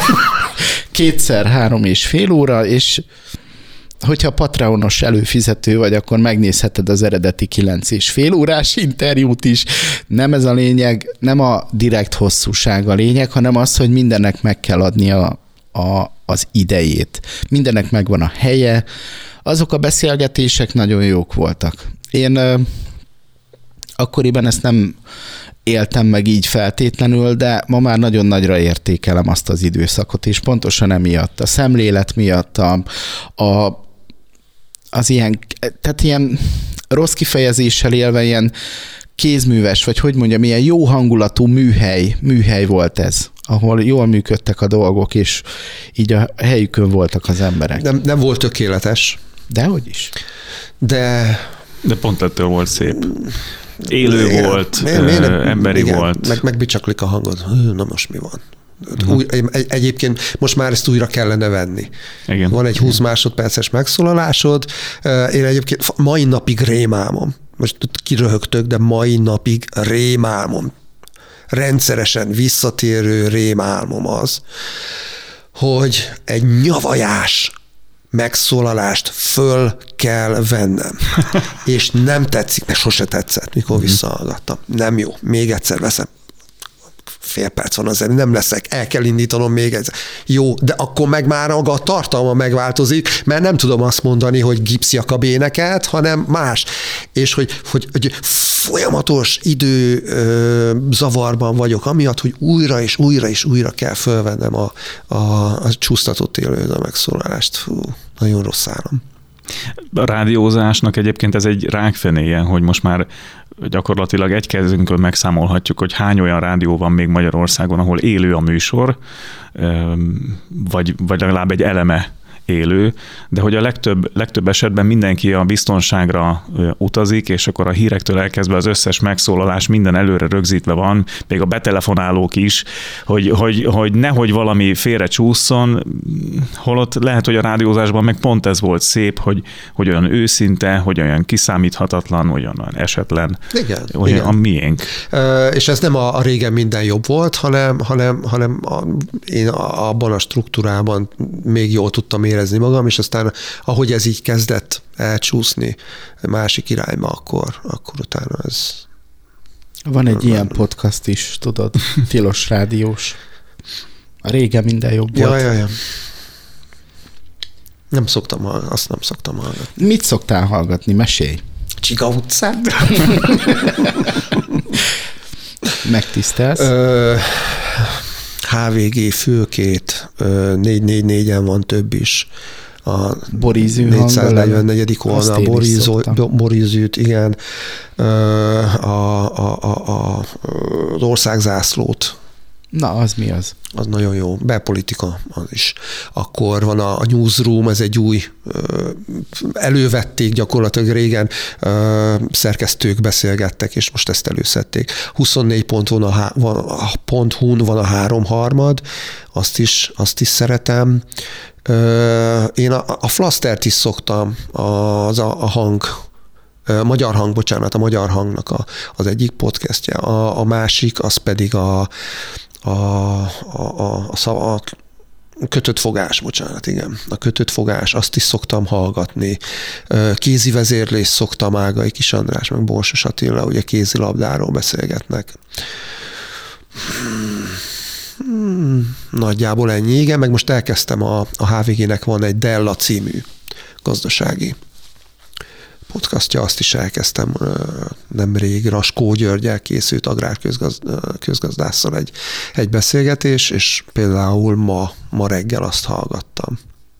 Kétszer három és fél óra, és hogyha Patreonos előfizető vagy, akkor megnézheted az eredeti kilenc és fél órás interjút is. Nem ez a lényeg, nem a direkt hosszúság a lényeg, hanem az, hogy mindennek meg kell adni a, a, az idejét. Mindennek megvan a helye. Azok a beszélgetések nagyon jók voltak. Én ö, akkoriban ezt nem éltem meg így feltétlenül, de ma már nagyon nagyra értékelem azt az időszakot, és pontosan emiatt, a szemlélet miatt, a, a az ilyen, tehát ilyen rossz kifejezéssel élve ilyen kézműves, vagy hogy mondjam, ilyen jó hangulatú műhely, műhely volt ez, ahol jól működtek a dolgok, és így a helyükön voltak az emberek. Nem, nem volt tökéletes. Dehogy is. De... De pont ettől volt szép. Élő igen. volt, mi, mi nem, emberi igen, volt. Meg, megbicsaklik a hangod. Na most mi van? Új, egy, egyébként most már ezt újra kellene venni. Igen. Van egy húsz másodperces megszólalásod. Én egyébként mai napig rémálmom. Most kiröhögtök, de mai napig rémálmom. rendszeresen visszatérő rémálmom az, hogy egy nyavajás megszólalást föl kell vennem. És nem tetszik, mert sose tetszett, mikor visszahallgattam. Nem jó, még egyszer veszem. Fél perc van azért, nem leszek, el kell indítanom még egyszer. Jó, de akkor meg már a tartalma megváltozik, mert nem tudom azt mondani, hogy gipszjakab énekelt, hanem más. És hogy, hogy, hogy folyamatos idő ö, zavarban vagyok, amiatt, hogy újra és újra és újra kell fölvennem a, a, a csúsztatott élőző megszólalást. Fú, nagyon rossz állam. A rádiózásnak egyébként ez egy rákfenéje, hogy most már gyakorlatilag egy kezünkön megszámolhatjuk, hogy hány olyan rádió van még Magyarországon, ahol élő a műsor, vagy, vagy legalább egy eleme élő, de hogy a legtöbb, legtöbb esetben mindenki a biztonságra utazik, és akkor a hírektől elkezdve az összes megszólalás minden előre rögzítve van, még a betelefonálók is, hogy, hogy, hogy nehogy valami félre csúszson, holott lehet, hogy a rádiózásban meg pont ez volt szép, hogy, hogy olyan őszinte, hogy olyan kiszámíthatatlan, olyan esetlen, igen, olyan igen. a miénk. Ö, és ez nem a, a régen minden jobb volt, hanem, hanem, hanem a, én abban a struktúrában még jól tudtam érezni magam, és aztán ahogy ez így kezdett elcsúszni másik irányba, akkor, akkor utána ez... Van egy ilyen podcast is, tudod, tilos rádiós. A régen minden jobb ja, volt. Ja, ja. Nem szoktam, azt nem szoktam hallgatni. Mit szoktál hallgatni? Mesélj. Csiga utcát? Megtisztelsz? Ö, há vé gé Fülkét, négy négy négyen van több is. A Borízű négyszáznegyvennegyedik oldal, Borízűt, igen. A, a, a, a, az országzászlót. Na, az mi az? Az nagyon jó. Belpolitika az is. Akkor van a, a Newsroom, ez egy új, elővették gyakorlatilag régen, szerkesztők beszélgettek, és most ezt előszedték. huszonnégy pont hu-n van, van, van a háromharmad, azt is, azt is szeretem. Én a, a Flasztert is szoktam, az a, a hang, a Magyar Hang, bocsánat, a Magyar Hangnak a, az egyik podcastja, a, a másik, az pedig a A, a, a, a, a kötött fogás, bocsánat, igen. A kötött fogás, azt is szoktam hallgatni. Kézi vezérlés szoktam, Ágai Kis András, meg Borsos Attila, ugye kézilabdáról beszélgetnek. Hmm, nagyjából ennyi, igen, meg most elkezdtem, a, a há vé gének van egy Della című gazdasági podcastja, azt is elkezdtem nemrég, Raskó Györgyel készült agrárközgazdásszal egy, egy beszélgetés, és például ma, ma reggel azt hallgattam.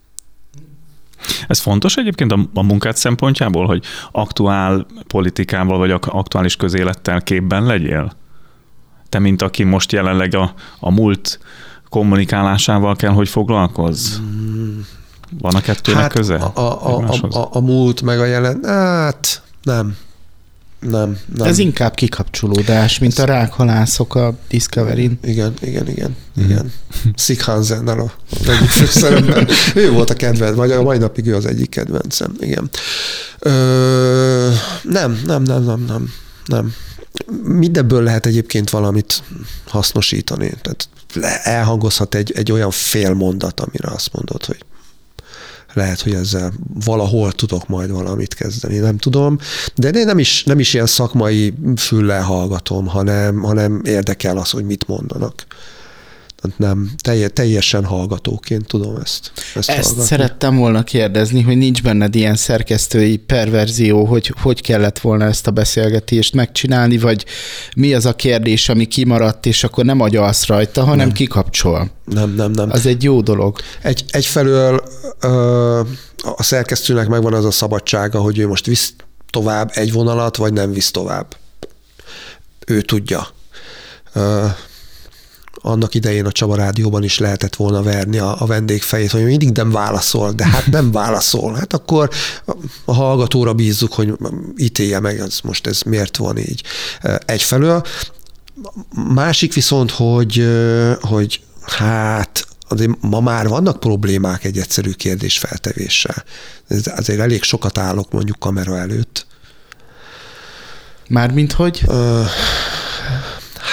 Ez fontos egyébként a, a munkát szempontjából, hogy aktuál politikával vagy aktuális közélettel képben legyél? Te, mint aki most jelenleg a, a múlt kommunikálásával kell, hogy foglalkozz? Hmm. Van a kettőnek hát köze? A, a, a, a, a múlt meg a jelen, hát nem. Nem, nem. Ez inkább kikapcsolódás, mint a rákhalászok a Discovery-n. Igen, igen, igen. Mm. igen. Stig Hansennel a egyik főszerepben. Ő volt a kedvenc, vagy a mai napig ő az egyik kedvencem, igen. Ö, nem, nem, nem, nem, nem, nem. Mindebből lehet egyébként valamit hasznosítani. Tehát elhangozhat egy, egy olyan félmondat, amire azt mondod, hogy lehet, hogy ezzel valahol tudok majd valamit kezdeni, nem tudom, de én nem is, nem is ilyen szakmai füllel hallgatom, hanem, hanem érdekel az, hogy mit mondanak. Nem, teljesen hallgatóként tudom ezt. Ezt, ezt hallgatni. Szerettem volna kérdezni, hogy nincs benned ilyen szerkesztői perverzió, hogy hogy kellett volna ezt a beszélgetést megcsinálni, vagy mi az a kérdés, ami kimaradt, és akkor nem agyalsz rajta, hanem nem. kikapcsol. Nem, nem, nem. Az egy jó dolog. Egy, egyfelől ö, a szerkesztőnek megvan az a szabadsága, hogy ő most visz tovább egy vonalat, vagy nem visz tovább. Ő tudja. Ö, annak idején a Csaba Rádióban is lehetett volna verni a, a vendég fejét, hogy mindig nem válaszol, de hát nem válaszol. Hát akkor a hallgatóra bízzuk, hogy ítélje meg, az most ez miért van így. Egyfelől. Másik viszont, hogy, hogy hát ma már vannak problémák egy egyszerű kérdés feltevéssel. Azért elég sokat állok mondjuk kamera előtt. Mármint hogy?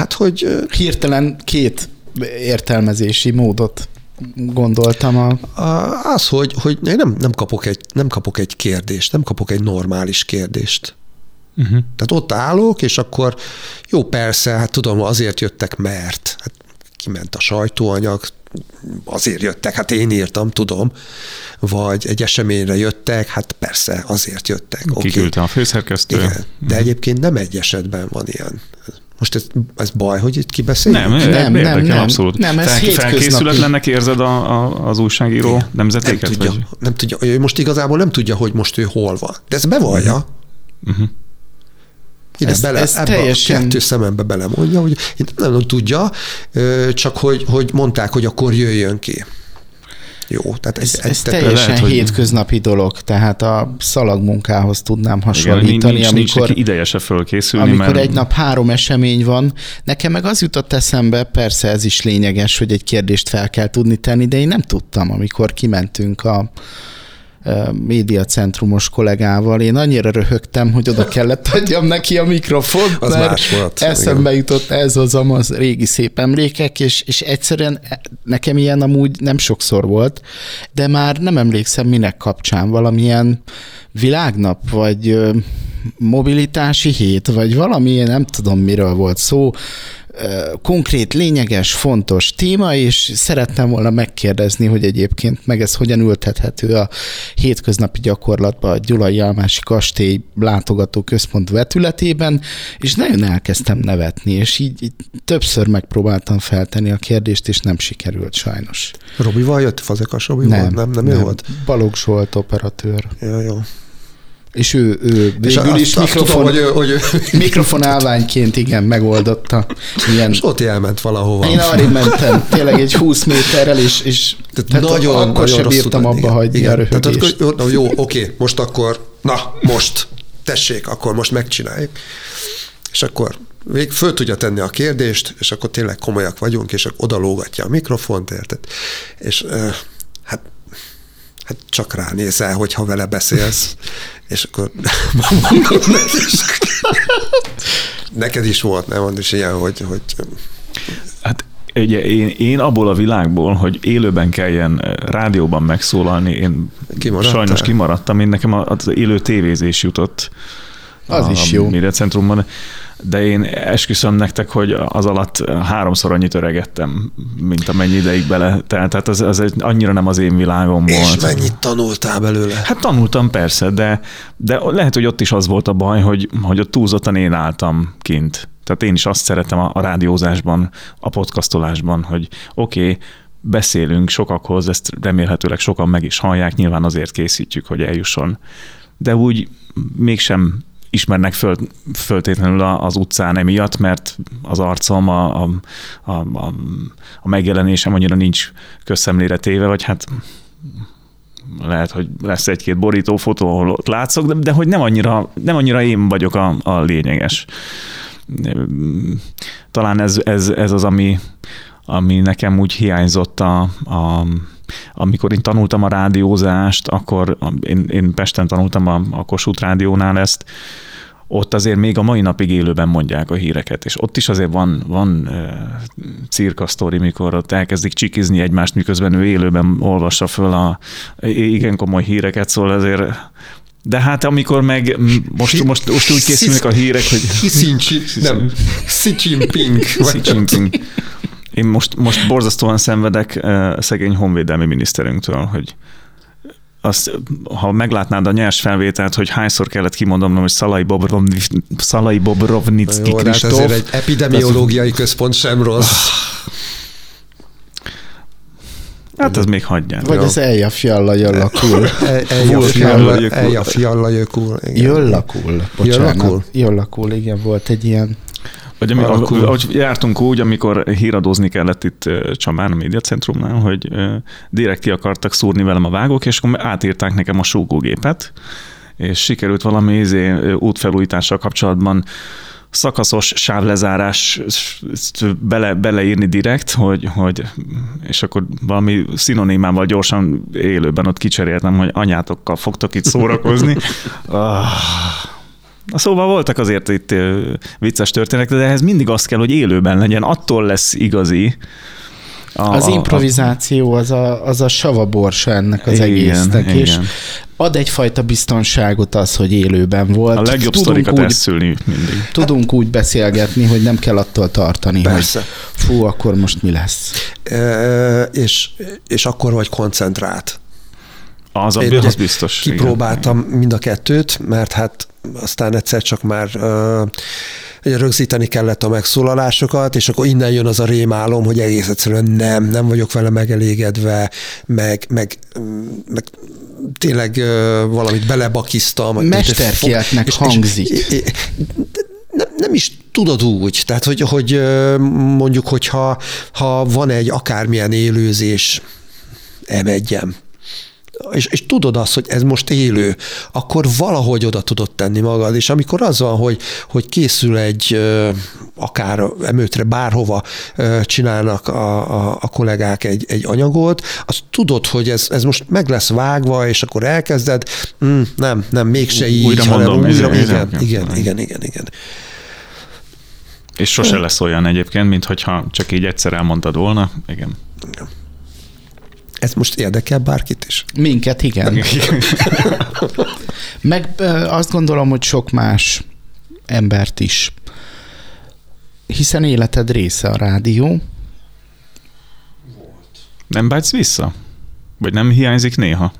Hát, hogy... Hirtelen két értelmezési módot gondoltam. A... Az, hogy, hogy én nem, nem, kapok egy, nem kapok egy kérdést, nem kapok egy normális kérdést. Uh-huh. Tehát ott állok, és akkor jó, persze, hát tudom, azért jöttek, mert hát kiment a sajtóanyag, azért jöttek, hát én írtam, tudom, vagy egy eseményre jöttek, hát persze, azért jöttek. Kiküldte okay. a főszerkesztő. Igen, de uh-huh. egyébként nem egy esetben van ilyen. Most ez, ez baj, hogy itt kibeszéljük? Nem, nem, nem, nem, abszolút. Nem, ez Fel, felkészületlennek érzed a, a, az újságíró igen. nemzetéket? Nem tudja, nem tudja, ő most igazából nem tudja, hogy most ő hol van. De ez bevallja. Uh-huh. Ide ez, bele, ez ebbe teljesen... a kettő szemembe belemondja, hogy én nem, nem tudja, csak hogy, hogy mondták, hogy akkor jöjjön ki. Jó, tehát ez, ez, ez teljesen lehet, hétköznapi hogy... dolog, tehát a szalagmunkához tudnám hasonlítani. Igen, nincs, amikor, nincs ideje se fölkészülni. Amikor mert... egy nap három esemény van, nekem meg az jutott eszembe, persze ez is lényeges, hogy egy kérdést fel kell tudni tenni, de én nem tudtam, amikor kimentünk a médiacentrumos kollégával. Én annyira röhögtem, hogy oda kellett adjam neki a mikrofont, az mert más volt. Eszembe igen. jutott ez az az régi szép emlékek, és, és egyszerűen nekem ilyen amúgy nem sokszor volt, de már nem emlékszem minek kapcsán, valamilyen világnap, vagy mobilitási hét, vagy valami, nem tudom miről volt szó, konkrét, lényeges, fontos téma, és szerettem volna megkérdezni, hogy egyébként meg ez hogyan ültethető a hétköznapi gyakorlatba a Gyulai Almási Kastély látogató központ vetületében, és nagyon elkezdtem nevetni, és így, így többször megpróbáltam feltenni a kérdést, és nem sikerült sajnos. Robival jött? Fazekas Robival? Nem, nem, nem, nem. Ő volt? Balogh Zsolt operatőr. Ja, jó. És ő, ő végül is azt, mikrofon, azt tudom, hogy ő, hogy ő... mikrofonálványként igen, megoldotta. Ilyen... És ott elment valahova. Én arrébb mentem, tényleg egy húsz méterrel, és, és tehát nagyon, akkor nagyon sem bírtam abba igen, hagyni igen. a röhögést. Tehát, na, jó, oké, most akkor, na, most, tessék, akkor most megcsináljuk. És akkor még föl tudja tenni a kérdést, és akkor tényleg komolyak vagyunk, és oda lógatja a mikrofont, érted? És uh, hát Hát csak ránézel, hogyha vele beszélsz, és akkor mondom neked is volt, nem mond is ilyen, hogy... hogy... Hát ugye én, én abból a világból, hogy élőben kelljen rádióban megszólalni, én Kimaradtál? sajnos kimaradtam, én nekem az élő tévézés jutott. Az a, is jó. A médiacentrumban. De én esküszöm nektek, hogy az alatt háromszor annyit öregettem, mint amennyi ideig bele. Tehát ez, ez annyira nem az én világom és volt. És mennyit tanultál belőle? Hát tanultam persze, de, de lehet, hogy ott is az volt a baj, hogy, hogy ott túlzottan én álltam kint. Tehát én is azt szeretem a, a rádiózásban, a podcastolásban, hogy oké, okay, beszélünk sokakhoz, ezt remélhetőleg sokan meg is hallják, nyilván azért készítjük, hogy eljusson. De úgy mégsem ismernek föl, föltétlenül az utcán emiatt, mert az arcom, a, a, a, a megjelenésem annyira nincs közszemlére téve, vagy hát lehet, hogy lesz egy-két borítófotó, ahol ott látszok, de, de hogy nem annyira, nem annyira én vagyok a, a lényeges. Talán ez, ez, ez az, ami, ami nekem úgy hiányzott a, a amikor én tanultam a rádiózást, akkor én, én Pesten tanultam a, a Kossuth Rádiónál ezt, ott azért még a mai napig élőben mondják a híreket, és ott is azért van, van uh, cirkasztori, mikor ott elkezdik csikizni egymást, miközben ő élőben olvassa föl a igen komoly híreket, szóval azért. De hát amikor meg most, most, most úgy készülnek a hírek, hogy... Nem, Xi Jinping. Xi Jinping. Én most, most borzasztóan szenvedek uh, szegény honvédelmi miniszterünktől, hogy azt, ha meglátnád a nyers felvételt, hogy hányszor kellett kimondanom, hogy Szalai Bobrovnicki Szalai Bobrovnicki Jó, Kristóf. Hát egy epidemiológiai központ sem rossz. Hát ez még hagyján. Vagy az Elja Fialla jöllakul. Elja Fialla jökkul. Jöllakul. Bocsánat. Jöllakul, igen, volt egy ilyen. Vagy ami, ahogy jártunk úgy, amikor híradózni kellett itt Csamán, a médiacentrumnál, hogy direkt ki akartak szúrni velem a vágók, és akkor átírták nekem a súgógépet, és sikerült valami izé, útfelújítással kapcsolatban szakaszos sávlezárás bele, beleírni direkt, hogy, hogy, és akkor valami szinonimával gyorsan élőben ott kicseréltem, hogy anyátokkal fogtok itt szórakozni. Ah. Szóval voltak azért itt vicces történetek, de ehhez mindig azt kell, hogy élőben legyen, attól lesz igazi. A, az improvizáció az a, az a savaborsa ennek az igen, egésznek, igen. és ad egyfajta biztonságot az, hogy élőben volt. A legjobb tudunk sztorikat úgy, elszülni mindig. Tudunk úgy beszélgetni, hogy nem kell attól tartani, Persze. hogy fú, akkor most mi lesz. E, és, és akkor vagy koncentrált. Az, a, az biztos. Kipróbáltam igen. mind a kettőt, mert hát aztán egyszer csak már uh, rögzíteni kellett a megszólalásokat, és akkor innen jön az a rémálom, hogy egész egyszerűen nem, nem vagyok vele megelégedve, meg, meg, meg tényleg uh, valamit belebakiztam. Mesterkieltnek hangzik. És, és, nem, nem is tudod úgy, tehát hogy, hogy mondjuk, hogyha ha van egy akármilyen élőzés, elmegyem, És, és tudod azt, hogy ez most élő, akkor valahogy oda tudod tenni magad, és amikor az van, hogy, hogy készül egy akár emőtre, bárhova csinálnak a, a, a kollégák egy, egy anyagot, azt tudod, hogy ez, ez most meg lesz vágva, és akkor elkezded, mm, nem, nem, mégse így, újra hanem mondom, újra, igen, igen, igen, igen, igen, igen, igen. És sose lesz olyan egyébként, mint hogyha csak így egyszer elmondtad volna. Igen. Igen. Ez most érdekel bárkit is? Minket, igen. Meg azt gondolom, hogy sok más embert is. Hiszen életed része a rádió. Nem vágysz vissza? Vagy nem hiányzik néha?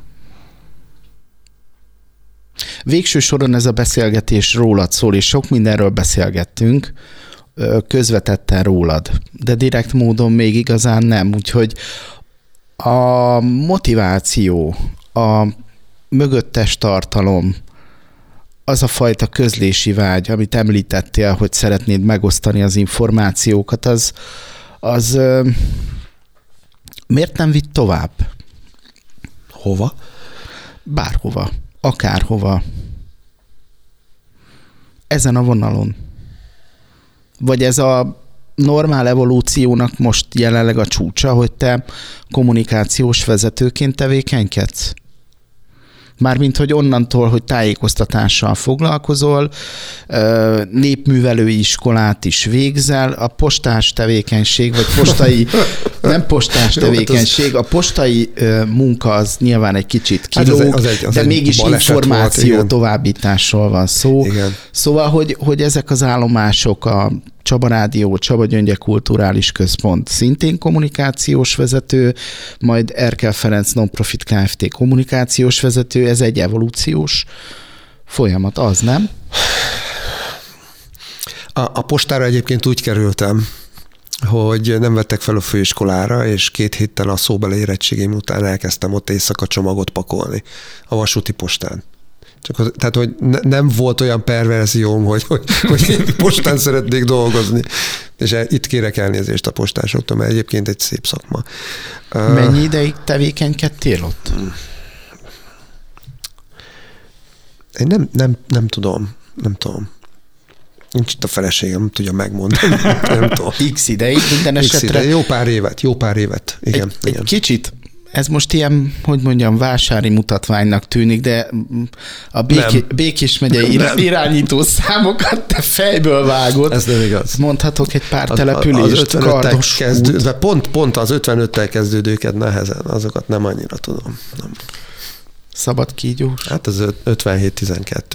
Végső soron ez a beszélgetés rólad szól, és sok mindenről beszélgettünk, közvetetten rólad, de direkt módon még igazán nem, úgyhogy a motiváció, a mögöttes tartalom, az a fajta közlési vágy, amit említettél, hogy szeretnéd megosztani az információkat, az, az miért nem vitt tovább? Hova? Bárhova, akárhova. Ezen a vonalon. Vagy ez a normál evolúciónak most jelenleg a csúcsa, hogy te kommunikációs vezetőként tevékenykedsz? Mármint, hogy onnantól, hogy tájékoztatással foglalkozol, népművelői iskolát is végzel, a postás tevékenység, vagy postai, nem postás tevékenység, a postai munka az nyilván egy kicsit kilóg, hát az egy, az egy, az de mégis információ volt, továbbításról van szó. Igen. Szóval, hogy, hogy ezek az állomások, a Csaba Rádió, Csaba Gyöngye Kulturális Központ szintén kommunikációs vezető, majd Erkel Ferenc Nonprofit Kft. Kommunikációs vezető, ez egy evolúciós folyamat, az nem? A, a postára egyébként úgy kerültem, hogy nem vettek fel a főiskolára, és két héttel a szóbeli érettségém után elkezdtem ott éjszaka csomagot pakolni a vasúti postán. Csak az, tehát, hogy ne, nem volt olyan perverzióm, hogy, hogy, hogy postán szeretnék dolgozni. És itt kérek elnézést a postásoktól, mert egyébként egy szép szakma. Mennyi ideig tevékenykedtél ott? Én nem, nem, nem tudom. Nem tudom. Nincs itt a feleségem, nem tudja megmondani. Nem tudom. X ideig minden esetre. X ideig, jó pár évet, jó pár évet. Igen, egy, igen. Egy kicsit. Ez most ilyen, hogy mondjam, vásári mutatványnak tűnik, de a Béki, Békés megyei ir- irányító számokat te fejből vágod. Ez nem igaz. Mondhatok egy pár az, települést, az Kardos kezdő, de pont, pont az ötvenöttel kezdődőket nehezen, azokat nem annyira tudom. Nem. Szabad kígyós? Hát az ötvenhét tizenkettő.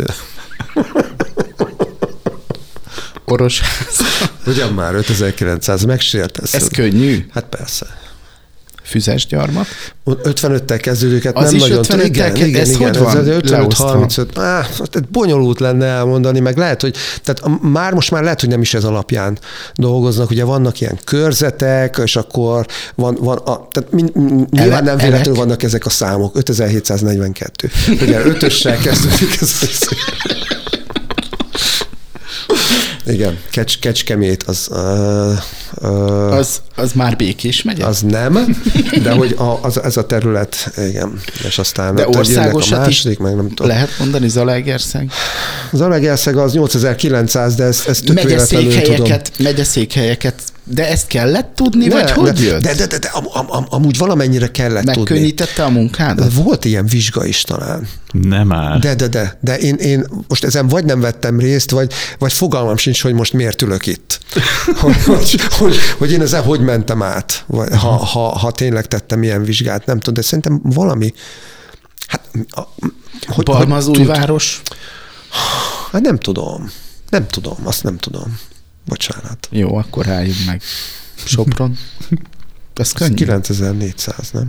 Orosház. Ugyan már ötezer-kilencszáz, megsértesz. Ez könnyű? Hát persze. Füzes gyarmat. ötvenöttel kezdődőket az nem nagyon tudom. Igen, ke- igen, ez igen. Hogy van? ötvenöt harmincöt. Áh, bonyolult lenne elmondani, meg lehet, hogy tehát már most már lehet, hogy nem is ez alapján dolgoznak. Ugye vannak ilyen körzetek, és akkor van, van a, tehát mind, nyilván nem véletlenül vannak ezek a számok. ötezer-hétszáznegyvenkettő. Ugye ötössel kezdődik ez. Igen, Kecs, Kecskemét, az... Uh, uh, az... Az már Békés megye? Az nem, de hogy a, az, ez a terület, igen. És aztán de országosat a második, meg nem tudom. Lehet mondani Zalaegerszeg? Zalaegerszeg az nyolcezer-kilencszáz, de ezt, ezt tök véletlenül tudom. Megyeszékhelyeket De ezt kellett tudni, ne, vagy hogy ne, jött? De, de, de, de am, am, am, amúgy valamennyire kellett tudni. Megkönnyítette a munkádat? Volt ilyen vizsga is talán. Nem már. De, de, de, de én, én most ezen vagy nem vettem részt, vagy, vagy fogalmam sincs, hogy most miért ülök itt. hogy, hogy, hogy, hogy én ezen hogy mentem át, vagy, ha, ha, ha tényleg tettem ilyen vizsgát, nem tudom, de szerintem valami... Hát, hogy, Balmazújváros? Hát nem tudom. Nem tudom, azt nem tudom. Bocsánat. Jó, akkor álljunk meg. Sopron. Ez könnyű. kilencezer-négyszáz, nem?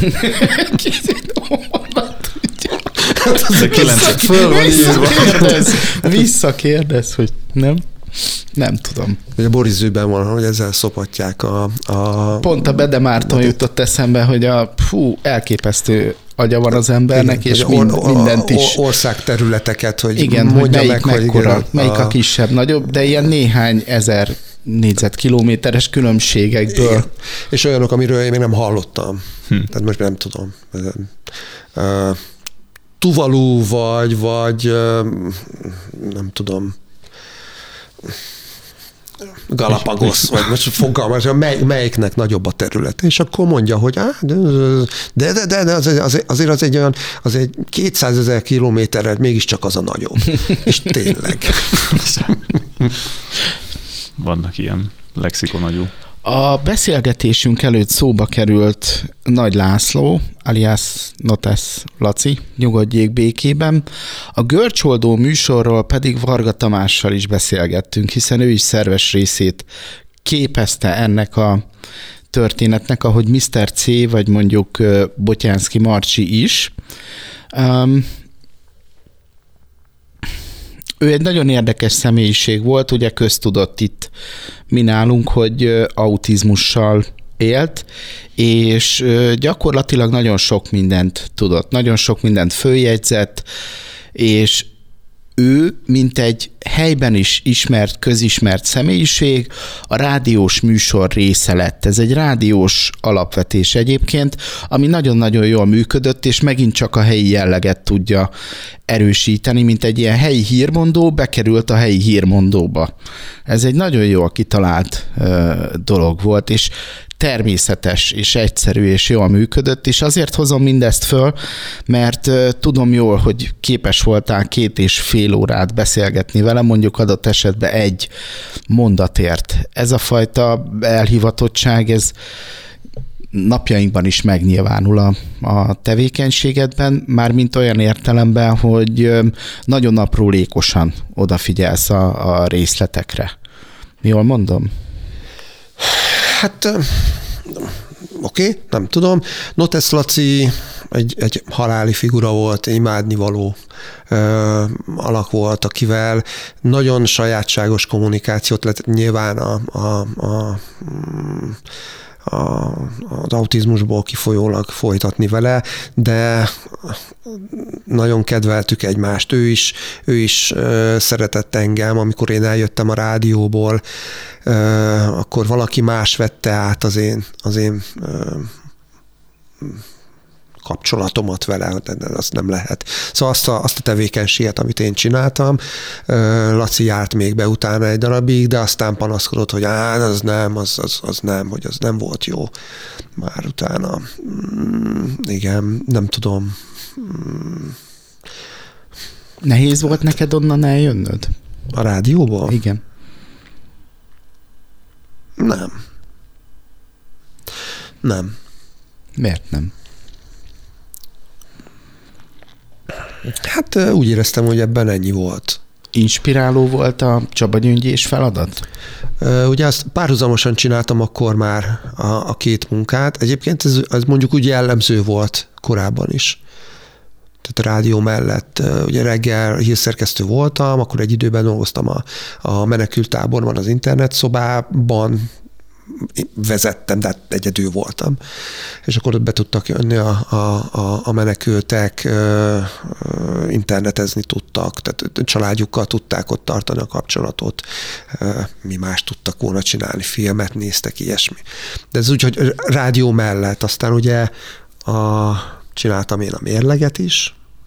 Visszakérdez, visszakérdez, hogy nem? Nem tudom. A Boris Zűben van, hogy ezzel szopatják a... a Pont a Bede Márton jutott eszembe, hogy a fú, elképesztő agya van az embernek, igen, és mind, or, mindent is. Országterületeket, hogy igen, mondja hogy melyik meg, mekkora, hogy igen, melyik a, a kisebb, nagyobb, de ilyen néhány ezer négyzetkilométeres különbségekből. Igen. És olyanok, amiről én még nem hallottam. Hm. Tehát most nem tudom. Uh, Tuvalu vagy, vagy uh, nem tudom, Galapagos, vagy most fogalmaz, mely, melyiknek nagyobb a terület. És akkor mondja, hogy á, de, de, de, de az, az, azért az egy olyan, az egy kétszázezer kilométerrel mégiscsak az a nagyobb. És tényleg. Vannak ilyen lexikonagyú. A beszélgetésünk előtt szóba került Nagy László, alias Notesz Laci, nyugodjék békében. A Görcsoldó műsorról pedig Varga Tamással is beszélgettünk, hiszen ő is szerves részét képezte ennek a történetnek, ahogy miszter C, vagy mondjuk Botyánszky Marcsi is. Um, Ő egy nagyon érdekes személyiség volt, ugye köztudott itt mi nálunk, hogy autizmussal élt, és gyakorlatilag nagyon sok mindent tudott, nagyon sok mindent följegyzett, és ő, mint egy helyben is ismert, közismert személyiség, a rádiós műsor része lett. Ez egy rádiós alapvetés egyébként, ami nagyon-nagyon jól működött, és megint csak a helyi jelleget tudja erősíteni, mint egy ilyen helyi hírmondó bekerült a helyi hírmondóba. Ez egy nagyon jól kitalált uh, dolog volt, és természetes és egyszerű és jól működött, és azért hozom mindezt föl, mert uh, tudom jól, hogy képes voltál két és fél órát beszélgetni vele, mondjuk adott esetben egy mondatért. Ez a fajta elhivatottság, ez napjainkban is megnyilvánul a, a tevékenységedben, mármint olyan értelemben, hogy nagyon aprólékosan odafigyelsz a, a részletekre. Jól mondom? Hát oké, okay, nem tudom. Notesz Laci egy, egy haláli figura volt, imádnivaló ö, alak volt, akivel nagyon sajátságos kommunikációt lett nyilván a, a, a, a, az autizmusból kifolyólag folytatni vele, de nagyon kedveltük egymást. Ő is, ő is ö, szeretett engem, amikor én eljöttem a rádióból, ö, akkor valaki más vette át az én, az én ö, kapcsolatomat vele, de azt nem lehet. Szóval azt a, azt a tevékenységet, amit én csináltam, Laci járt még be utána egy darabig, de aztán panaszkodott, hogy á, az nem, az, az, az nem, hogy az nem volt jó. Már utána, mm, igen, nem tudom. Mm. Nehéz volt neked onnan eljönnöd? A rádióból? Igen. Nem. Nem. Miért nem? Hát úgy éreztem, hogy ebben ennyi volt. Inspiráló volt a Csaba Gyöngyés feladat? Ugye azt párhuzamosan csináltam akkor már a, a két munkát. Egyébként ez, ez mondjuk úgy jellemző volt korábban is. Tehát a rádió mellett ugye reggel hírszerkesztő voltam, akkor egy időben dolgoztam a, a menekülttáborban, az internetszobában, vezettem, de hát egyedül voltam. És akkor ott be tudtak jönni a, a, a menekültek, internetezni tudtak, tehát családjukkal tudták ott tartani a kapcsolatot. Mi más tudtak volna csinálni, filmet néztek, ilyesmi. De ez úgy, hogy rádió mellett, aztán ugye a, csináltam én a mérleget is.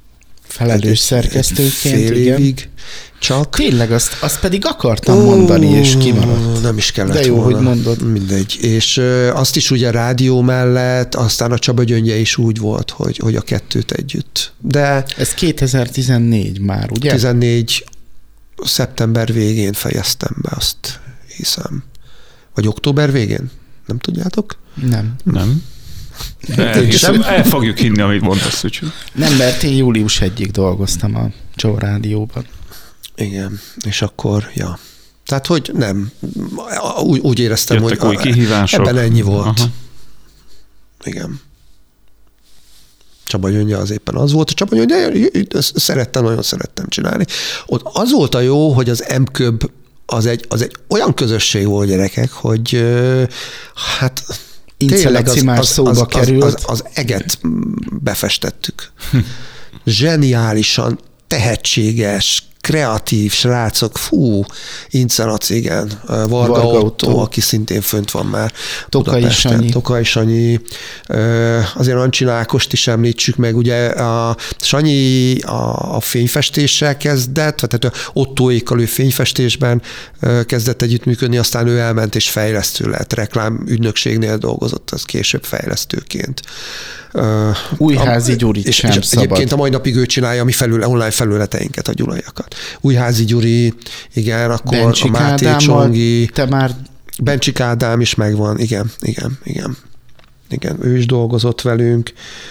Felelős szerkesztőként, fél igen. évig csak. Tényleg, azt, azt pedig akartam Ó, mondani, és kimaradt. Nem is kellett De jó, volna. hogy mondod. Mindegy. És ö, azt is ugye rádió mellett, aztán a Csaba Gyöngye is úgy volt, hogy, hogy a kettőt együtt. De ez kétezer-tizennégy már, ugye? tizennégy szeptember végén fejeztem be, azt hiszem. Vagy október végén? Nem tudjátok? Nem. Nem. De elhiszem, el fogjuk hinni, amit mondasz, úgyhogy. Nem, mert én július egyig dolgoztam a Csaba Rádióban. Igen, és akkor, ja. Tehát, hogy nem. Úgy, úgy éreztem, jöttek hogy új kihívások. Ebben ennyi volt. Aha. Igen. Csaba Gyöngye az éppen az volt. A Csaba Gyöngye, szerettem, nagyon szerettem csinálni. Ott az volt a jó, hogy az M-köb az egy, az egy olyan közösség volt, gyerekek, hogy hát tényleg az, az, szóba az, az, került. az, az eget befestettük. Zseniálisan tehetséges, kreatív srácok, fú, Incelac, igen, Varga, Varga Otto, Otto, aki szintén fönt van már. Tokai Sanyi. Tokai Sanyi. Azért Ancsi Ákost is említsük meg, ugye a Sanyi a, a fényfestéssel kezdett, tehát Ottóékkal ő fényfestésben kezdett együttműködni, aztán ő elment és fejlesztő lett, reklám ügynökségnél dolgozott, az később fejlesztőként. Újházi Gyurit és, sem és szabad. Egyébként a mai napig ő csinálja a mi felül, online felületeinket, a gyulaiakat. Újházi Gyuri, igen, akkor Bencsik a Máté Ádámmal, Csongi. Te már... Bencsik Ádám is megvan, igen, igen, igen. Igen, ő is dolgozott velünk.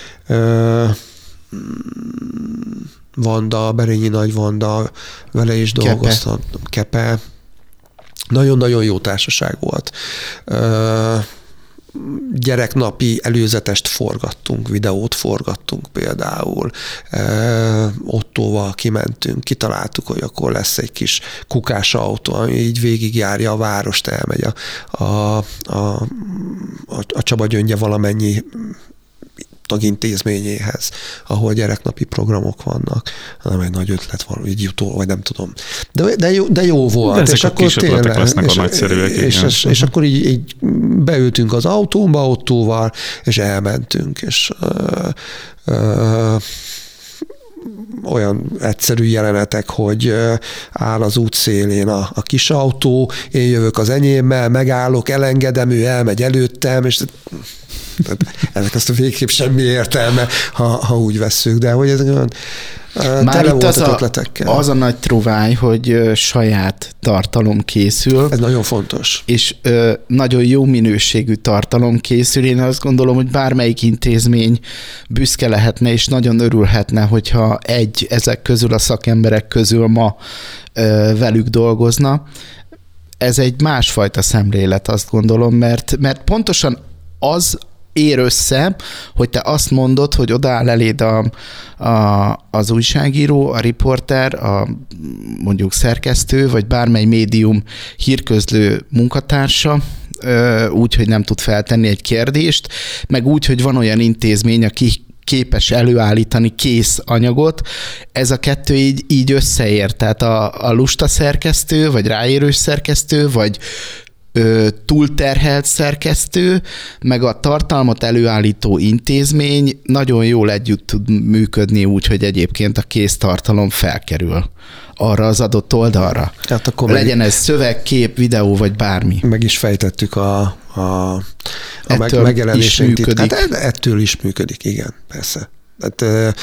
Vanda, Berényi Nagy Vanda, vele is dolgoztam. Kepe. Kepe. Nagyon-nagyon jó társaság volt. Gyereknapi előzetest forgattunk, videót forgattunk például. Ottóval kimentünk, kitaláltuk, hogy akkor lesz egy kis kukás autó, ami így végigjárja a várost, elmegy a, a, a, a Csaba Gyöngye valamennyi tagintézményéhez, ahol gyereknapi programok vannak. Nem egy nagy ötlet van, így jutó, vagy nem tudom. De, de, jó, de jó volt. De ezek és a akkor kis ötletek lesznek és, a nagyszerűek. És, és, és akkor így, így beültünk az autóba Ottóval, és elmentünk, és ö, ö, olyan egyszerű jelenetek, hogy áll az út szélén a, a kis autó, én jövök az enyémmel, megállok, elengedem, ő elmegy előttem, és ennek azt a végképp semmi értelme, ha, ha úgy vesszük, de hogy ez olyan már itt az a, az a nagy truváj, hogy saját tartalom készül. Ez nagyon fontos. És ö, nagyon jó minőségű tartalom készül. Én azt gondolom, hogy bármelyik intézmény büszke lehetne, és nagyon örülhetne, hogyha egy ezek közül a szakemberek közül ma ö, velük dolgozna. Ez egy másfajta szemlélet, azt gondolom, mert, mert pontosan az ér össze, hogy te azt mondod, hogy odaáll eléd a, a, az újságíró, a riporter, a mondjuk szerkesztő, vagy bármely médium hírközlő munkatársa, úgy, hogy nem tud feltenni egy kérdést, meg úgy, hogy van olyan intézmény, aki képes előállítani kész anyagot, ez a kettő így, így összeér. Tehát a, a lusta szerkesztő, vagy ráérős szerkesztő, vagy ö, túlterhelt szerkesztő, meg a tartalmat előállító intézmény nagyon jól együtt tud működni úgy, hogy egyébként a kész tartalom felkerül arra az adott oldalra. Hát akkor legyen meg, ez szöveg, kép, videó, vagy bármi. Meg is fejtettük a, a, a meg, megjelenését itt. Hát ettől is működik, igen, persze. Hát,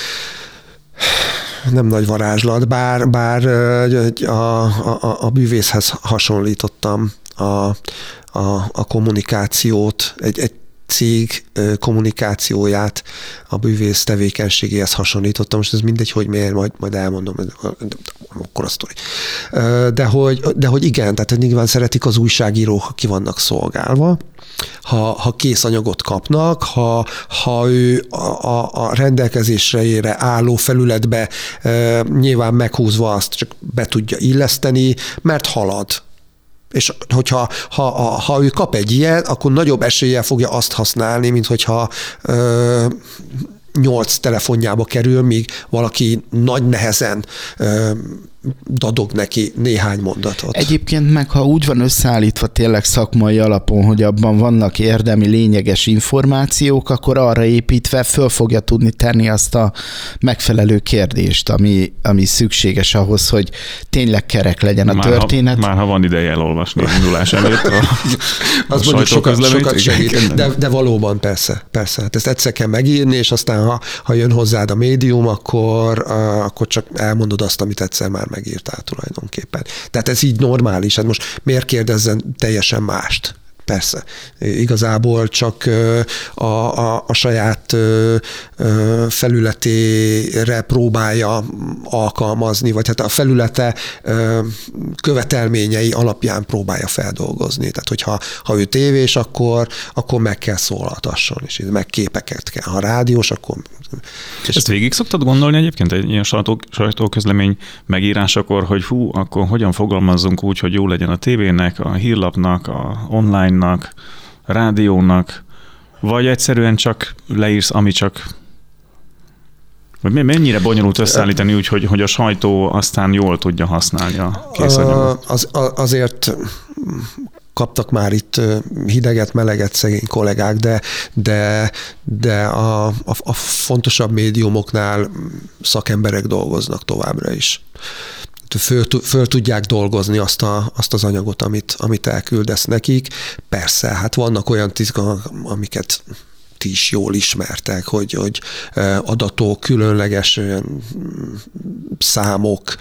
nem nagy varázslat, bár, bár a, a, a bűvészhez hasonlítottam a, a, a kommunikációt, egy, egy cég kommunikációját a bűvész tevékenységéhez hasonlítottam. Most ez mindegy, hogy miért, majd, majd elmondom, akkor a sztori. De hogy, de hogy igen, tehát nyilván szeretik az újságírók, ha ki vannak szolgálva, ha, ha kész anyagot kapnak, ha, ha ő a, a, a rendelkezésre álló felületbe nyilván meghúzva azt csak be tudja illeszteni, mert halad. És hogyha ha, ha, ha ő kap egy ilyet, akkor nagyobb eséllyel fogja azt használni, mint hogyha ö, nyolc telefonjába kerül, míg valaki nagy nehezen ö, dadog neki néhány mondatot. Egyébként meg, ha úgy van összeállítva tényleg szakmai alapon, hogy abban vannak érdemi, lényeges információk, akkor arra építve föl fogja tudni tenni azt a megfelelő kérdést, ami, ami szükséges ahhoz, hogy tényleg kerek legyen a már történet. Ha, már ha van ideje elolvasni indulás előtt a, az mondjuk sokat, sokat segít, de, de valóban persze, persze. Hát ezt egyszer kell megírni, és aztán ha, ha jön hozzád a médium, akkor, akkor csak elmondod azt, amit egyszer már megírtál tulajdonképpen. Tehát ez így normális. Hát most miért kérdezzen teljesen mást? Persze. Igazából csak a, a, a saját felületére próbálja alkalmazni, vagy hát a felülete követelményei alapján próbálja feldolgozni. Tehát, hogyha ha ő tévés, akkor, akkor meg kell szólaltasson, és meg képeket kell. Ha rádiós, akkor... És ezt végig szoktad gondolni egyébként egy ilyen sajtó, sajtóközlemény megírásakor, hogy hú, akkor hogyan fogalmazzunk úgy, hogy jó legyen a tévének, a hírlapnak, a online-nak, a rádiónak, vagy egyszerűen csak leírsz, ami csak... Vagy mennyire bonyolult összeállítani úgy, hogy, hogy a sajtó aztán jól tudja használni a készanyagot? Az, azért kaptak már itt hideget, meleget szegény kollégák, de, de, de a, a, a fontosabb médiumoknál szakemberek dolgoznak továbbra is. Föl, föl tudják dolgozni azt, a, azt az anyagot, amit, amit elküldesz nekik. Persze, hát vannak olyan tiszkak, amiket ti is jól ismertek, hogy, hogy adatok, különleges számok,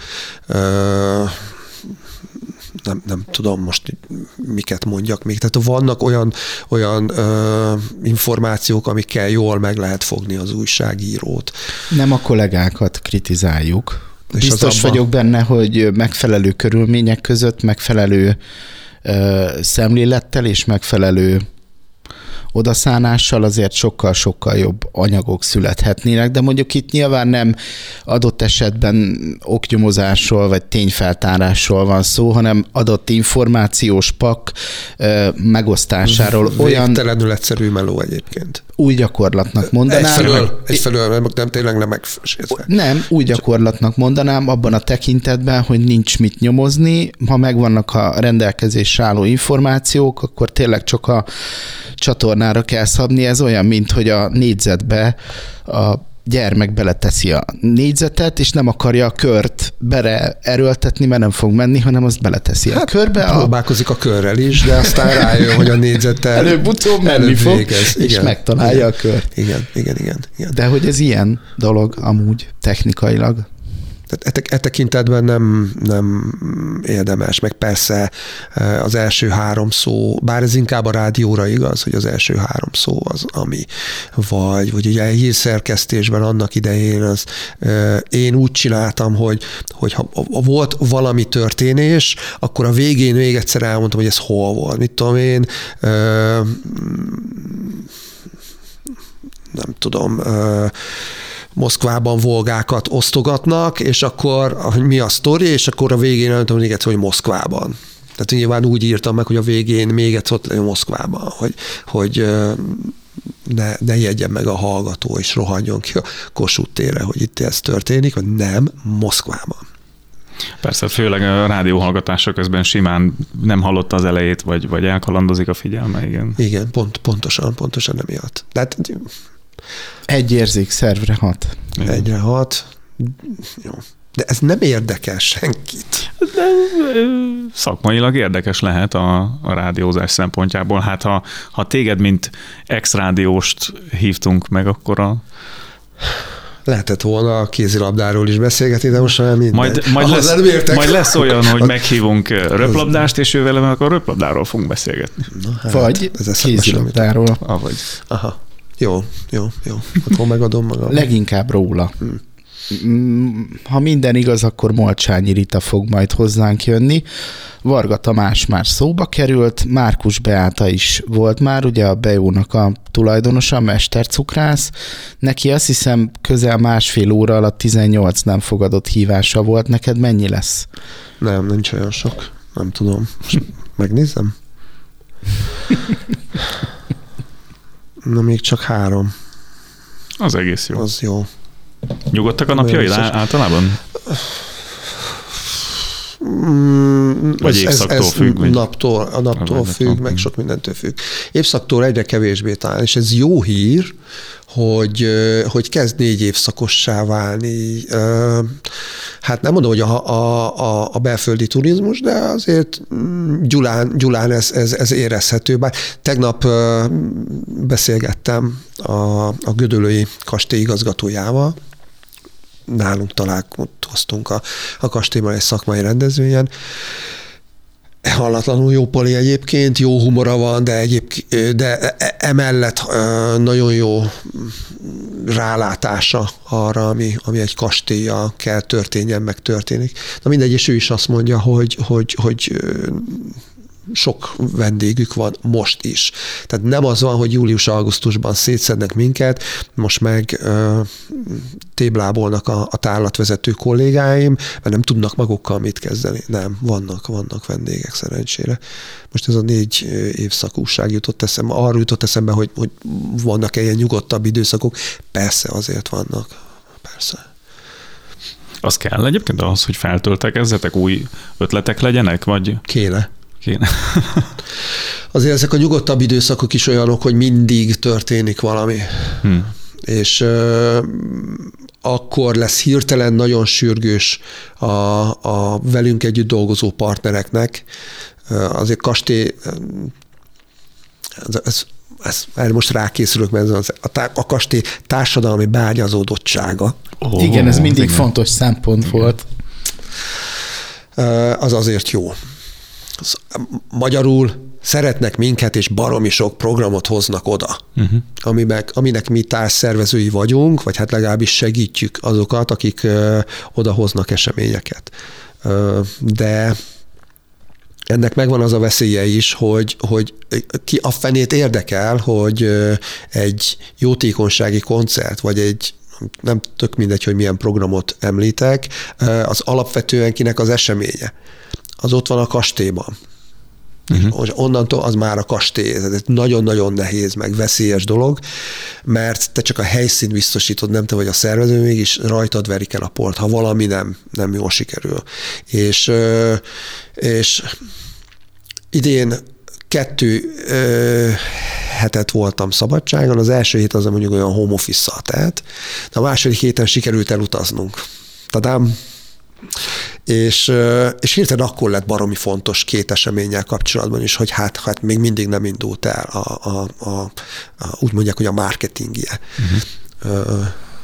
Nem, nem tudom most miket mondjak még. Tehát vannak olyan, olyan ö, információk, amikkel jól meg lehet fogni az újságírót. Nem a kollégákat kritizáljuk. És biztos abban... vagyok benne, hogy megfelelő körülmények között, megfelelő ö, szemlélettel és megfelelő odaszánással azért sokkal-sokkal jobb anyagok születhetnének, de mondjuk itt nyilván nem adott esetben oknyomozásról vagy tényfeltárásról van szó, hanem adott információs pak megosztásáról. Olyan végtelenül egyszerű meló egyébként. Új gyakorlatnak mondanám. Egyfelől, egyfelől nem, tényleg nem megsértve. Nem, új gyakorlatnak mondanám abban a tekintetben, hogy nincs mit nyomozni. Ha megvannak a rendelkezésre álló információk, akkor tényleg csak a csatornára kell szabni. Ez olyan, mint hogy a négyzetbe a gyermek beleteszi a négyzetet, és nem akarja a kört bele erőltetni, mert nem fog menni, hanem azt beleteszi hát, a körbe. Próbálkozik a körrel is, de aztán rájön, hogy a négyzettel előbb-utóbb menni előbb fog, végez. És igen, megtalálja igen, a kört. Igen, igen, igen, igen. De hogy ez ilyen dolog amúgy technikailag? Tehát e tekintetben nem, nem érdemes, meg persze az első három szó, bár ez inkább a rádióra igaz, hogy az első három szó az, ami vagy, vagy ugye a hírszerkesztésben annak idején az, én úgy csináltam, hogy, hogy ha volt valami történés, akkor a végén még egyszer elmondtam, hogy ez hol volt. Mit tudom én, nem tudom, Moszkvában volgákat osztogatnak, és akkor hogy mi a sztori, és akkor a végén nem tudom még egyszer, hogy Moszkvában. Tehát nyilván úgy írtam meg, hogy a végén még egyszer ott legyen Moszkvában, hogy, hogy ne, ne jegyen meg a hallgató, és rohanjon ki a Kossuth térre, hogy itt ez történik, vagy nem, Moszkvában. Persze, főleg a rádióhallgatása közben simán nem hallotta az elejét, vagy, vagy elkalandozik a figyelme, igen. Igen, pont, pontosan, pontosan emiatt. Tehát egy érzékszervre hat. Egyre hat. Jó. De ez nem érdekel senkit. De szakmailag érdekes lehet a, a rádiózás szempontjából. Hát ha, ha téged, mint ex-rádióst hívtunk meg, akkor a... Lehetett volna a kézilabdáról is beszélgetni, de most már minden. Majd, majd, lesz, majd lesz olyan, hogy meghívunk röplabdást, és ő vele akkor röplabdáról fogunk beszélgetni. Na, hát, vagy kézilabdáról. Avagy. Aha. Jó, jó, jó. Akkor megadom magam. Leginkább róla. Hmm. Ha minden igaz, akkor Molcsányi Rita fog majd hozzánk jönni. Varga Tamás már szóba került, Márkus Beáta is volt már, ugye a Bejónak a tulajdonosa, a mestercukrász. Neki azt hiszem közel másfél óra alatt tizennyolc nem fogadott hívása volt. Neked mennyi lesz? Nem, nincs olyan sok. Nem tudom. Megnézem? Na, még csak három. Az egész jó. Az jó. Nyugodtak a napjaid általában? Mm, vagy ez, évszaktól ez, ez függ? Vagy... Naptól, a naptól függ, naptól. Meg sok mindentől függ. Évszaktól egyre kevésbé talán, és ez jó hír, hogy, hogy kezd négy évszakossá válni. Hát nem mondom, hogy a, a, a belföldi turizmus, de azért Gyulán, Gyulán ez, ez, ez érezhető. Bár tegnap beszélgettem a, a gödöllői kastély igazgatójával, nálunk találkoztunk a, a kastélyban egy szakmai rendezvényen. Hallatlanul jó poli egyébként, jó humora van, de, egyébként, de emellett nagyon jó rálátása arra, ami, ami egy kastéllyal kell történjen, meg történik. Na mindegy, és ő is azt mondja, hogy, hogy, hogy sok vendégük van most is. Tehát nem az van, hogy július-augusztusban szétszednek minket, most meg ö, téblábolnak a, a tárlatvezető kollégáim, mert nem tudnak magukkal mit kezdeni. Nem, vannak, vannak vendégek szerencsére. Most ez a négy évszakúság jutott eszembe, arra jutott eszembe, hogy, hogy vannak-e ilyen nyugodtabb időszakok. Persze, azért vannak. Persze. Az kell egyébként ahhoz, hogy feltöltekezzetek, új ötletek legyenek, vagy? Kéne. Kéne. Azért ezek a nyugodtabb időszakok is olyanok, hogy mindig történik valami. Hmm. És euh, akkor lesz hirtelen nagyon sürgős a, a velünk együtt dolgozó partnereknek. Azért kastély, ez, ez, ez, erre most rákészülök, mert ez a, a kastély társadalmi beágyazódottsága. Oh, igen, ez mindig igen. fontos szempont igen. volt. Az azért jó. Magyarul szeretnek minket, és baromi sok programot hoznak oda, uh-huh. amiben, aminek mi társszervezői vagyunk, vagy hát legalábbis segítjük azokat, akik ö, oda hoznak eseményeket. Ö, de ennek megvan az a veszélye is, hogy, hogy ki a fenét érdekel, hogy ö, egy jótékonysági koncert, vagy egy nem tök mindegy, hogy milyen programot említek, az alapvetően kinek az eseménye. Az ott van a kastélyban. Uh-huh. Onnantól az már a kastély. Ez nagyon-nagyon nehéz, meg veszélyes dolog, mert te csak a helyszínt biztosítod, nem te vagy a szervező, mégis rajtad verik el a port, ha valami nem, nem jól sikerül. És, és idén kettő ö, hetet voltam szabadságon, az első hét az mondjuk olyan home office-szal telt, de a második héten sikerült elutaznunk. Tadám! És, és hirtelen akkor lett baromi fontos két eseménnyel kapcsolatban is, hogy hát, hát még mindig nem indult el a, a, a, a úgy mondják, hogy a marketingje. Uh-huh.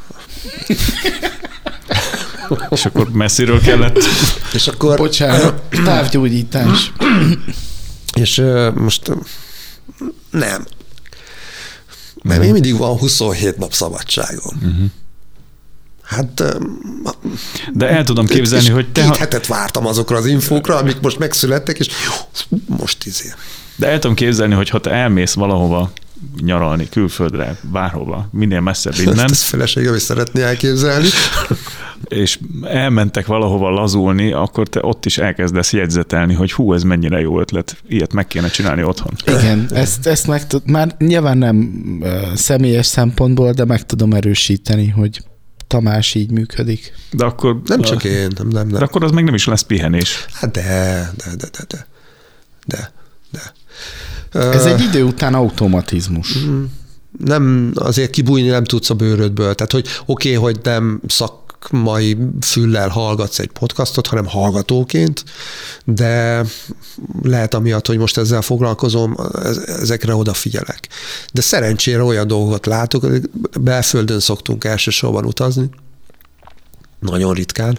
Uh, és akkor messziről kellett. És akkor... Bocsánat, távgyógyítás. És uh, most uh, nem. Mert még mindig van huszonhét nap szabadságon. Uh-huh. Hát... De el tudom képzelni, hogy te... Két ha... hetet vártam azokra az infókra, amik most megszülettek, és most izé. De el tudom képzelni, hogy ha te elmész valahova nyaralni, külföldre, bárhova, minél messzebb innen. Ezt feleségem is szeretné elképzelni. És elmentek valahova lazulni, akkor te ott is elkezdesz jegyzetelni, hogy hú, ez mennyire jó ötlet, ilyet meg kéne csinálni otthon. Igen, ezt, ezt meg tud, már nyilván nem személyes szempontból, de meg tudom erősíteni, hogy Tamás így működik. De akkor... Nem csak a, én, nem, nem, nem. De akkor az meg nem is lesz pihenés. Hát de, de, de, de, de, de, de. Ez uh, egy idő után automatizmus. Nem, azért kibújni nem tudsz a bőrödből. Tehát, hogy oké, okay, hogy nem szakmai füllel hallgatsz egy podcastot, hanem hallgatóként, de lehet amiatt, hogy most ezzel foglalkozom, ezekre odafigyelek. De szerencsére olyan dolgokat látok, belföldön szoktunk elsősorban utazni, nagyon ritkán,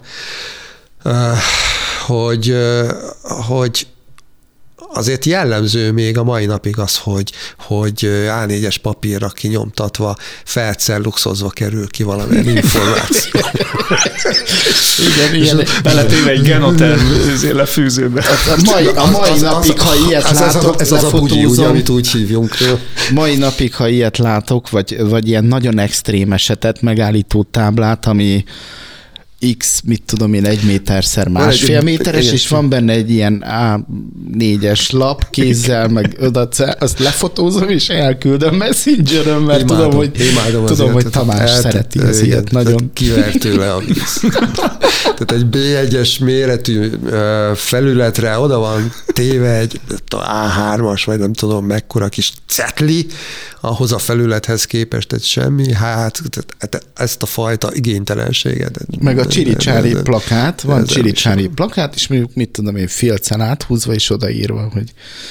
hogy, hogy azért jellemző még a mai napig az, hogy, hogy á négyes papírra kinyomtatva, felcelluxozva kerül ki valamilyen információ. Igen, igen. Beletéve egy genoterm lefűzőbe. A mai, a mai az, napig, az, ha ilyet az, látok, ez az a bugyi, ugye, amit úgy hívjunk. Mai napig, ha ilyet látok, vagy, vagy ilyen nagyon extrém esetet, megállító táblát, ami X, mit tudom én, egy méterszer másfél méteres, és van benne egy ilyen á négyes lap kézzel, meg ödacel, azt lefotózom, és elküldöm Messengeren, mert imádom, tudom, hogy, tudom, hogy Tamás el, szereti az ilyet nagyon. Kivert tőle a víz. Tehát egy bé egyes méretű felületre oda van téve egy á hármas, vagy nem tudom mekkora kis cetli, ahhoz a felülethez képest egy semmi, hát ezt a fajta igénytelenséget. Meg a csiricsári plakát, van csiricsári plakát, és mondjuk mit tudom én, félcen áthúzva és odaírva, hogy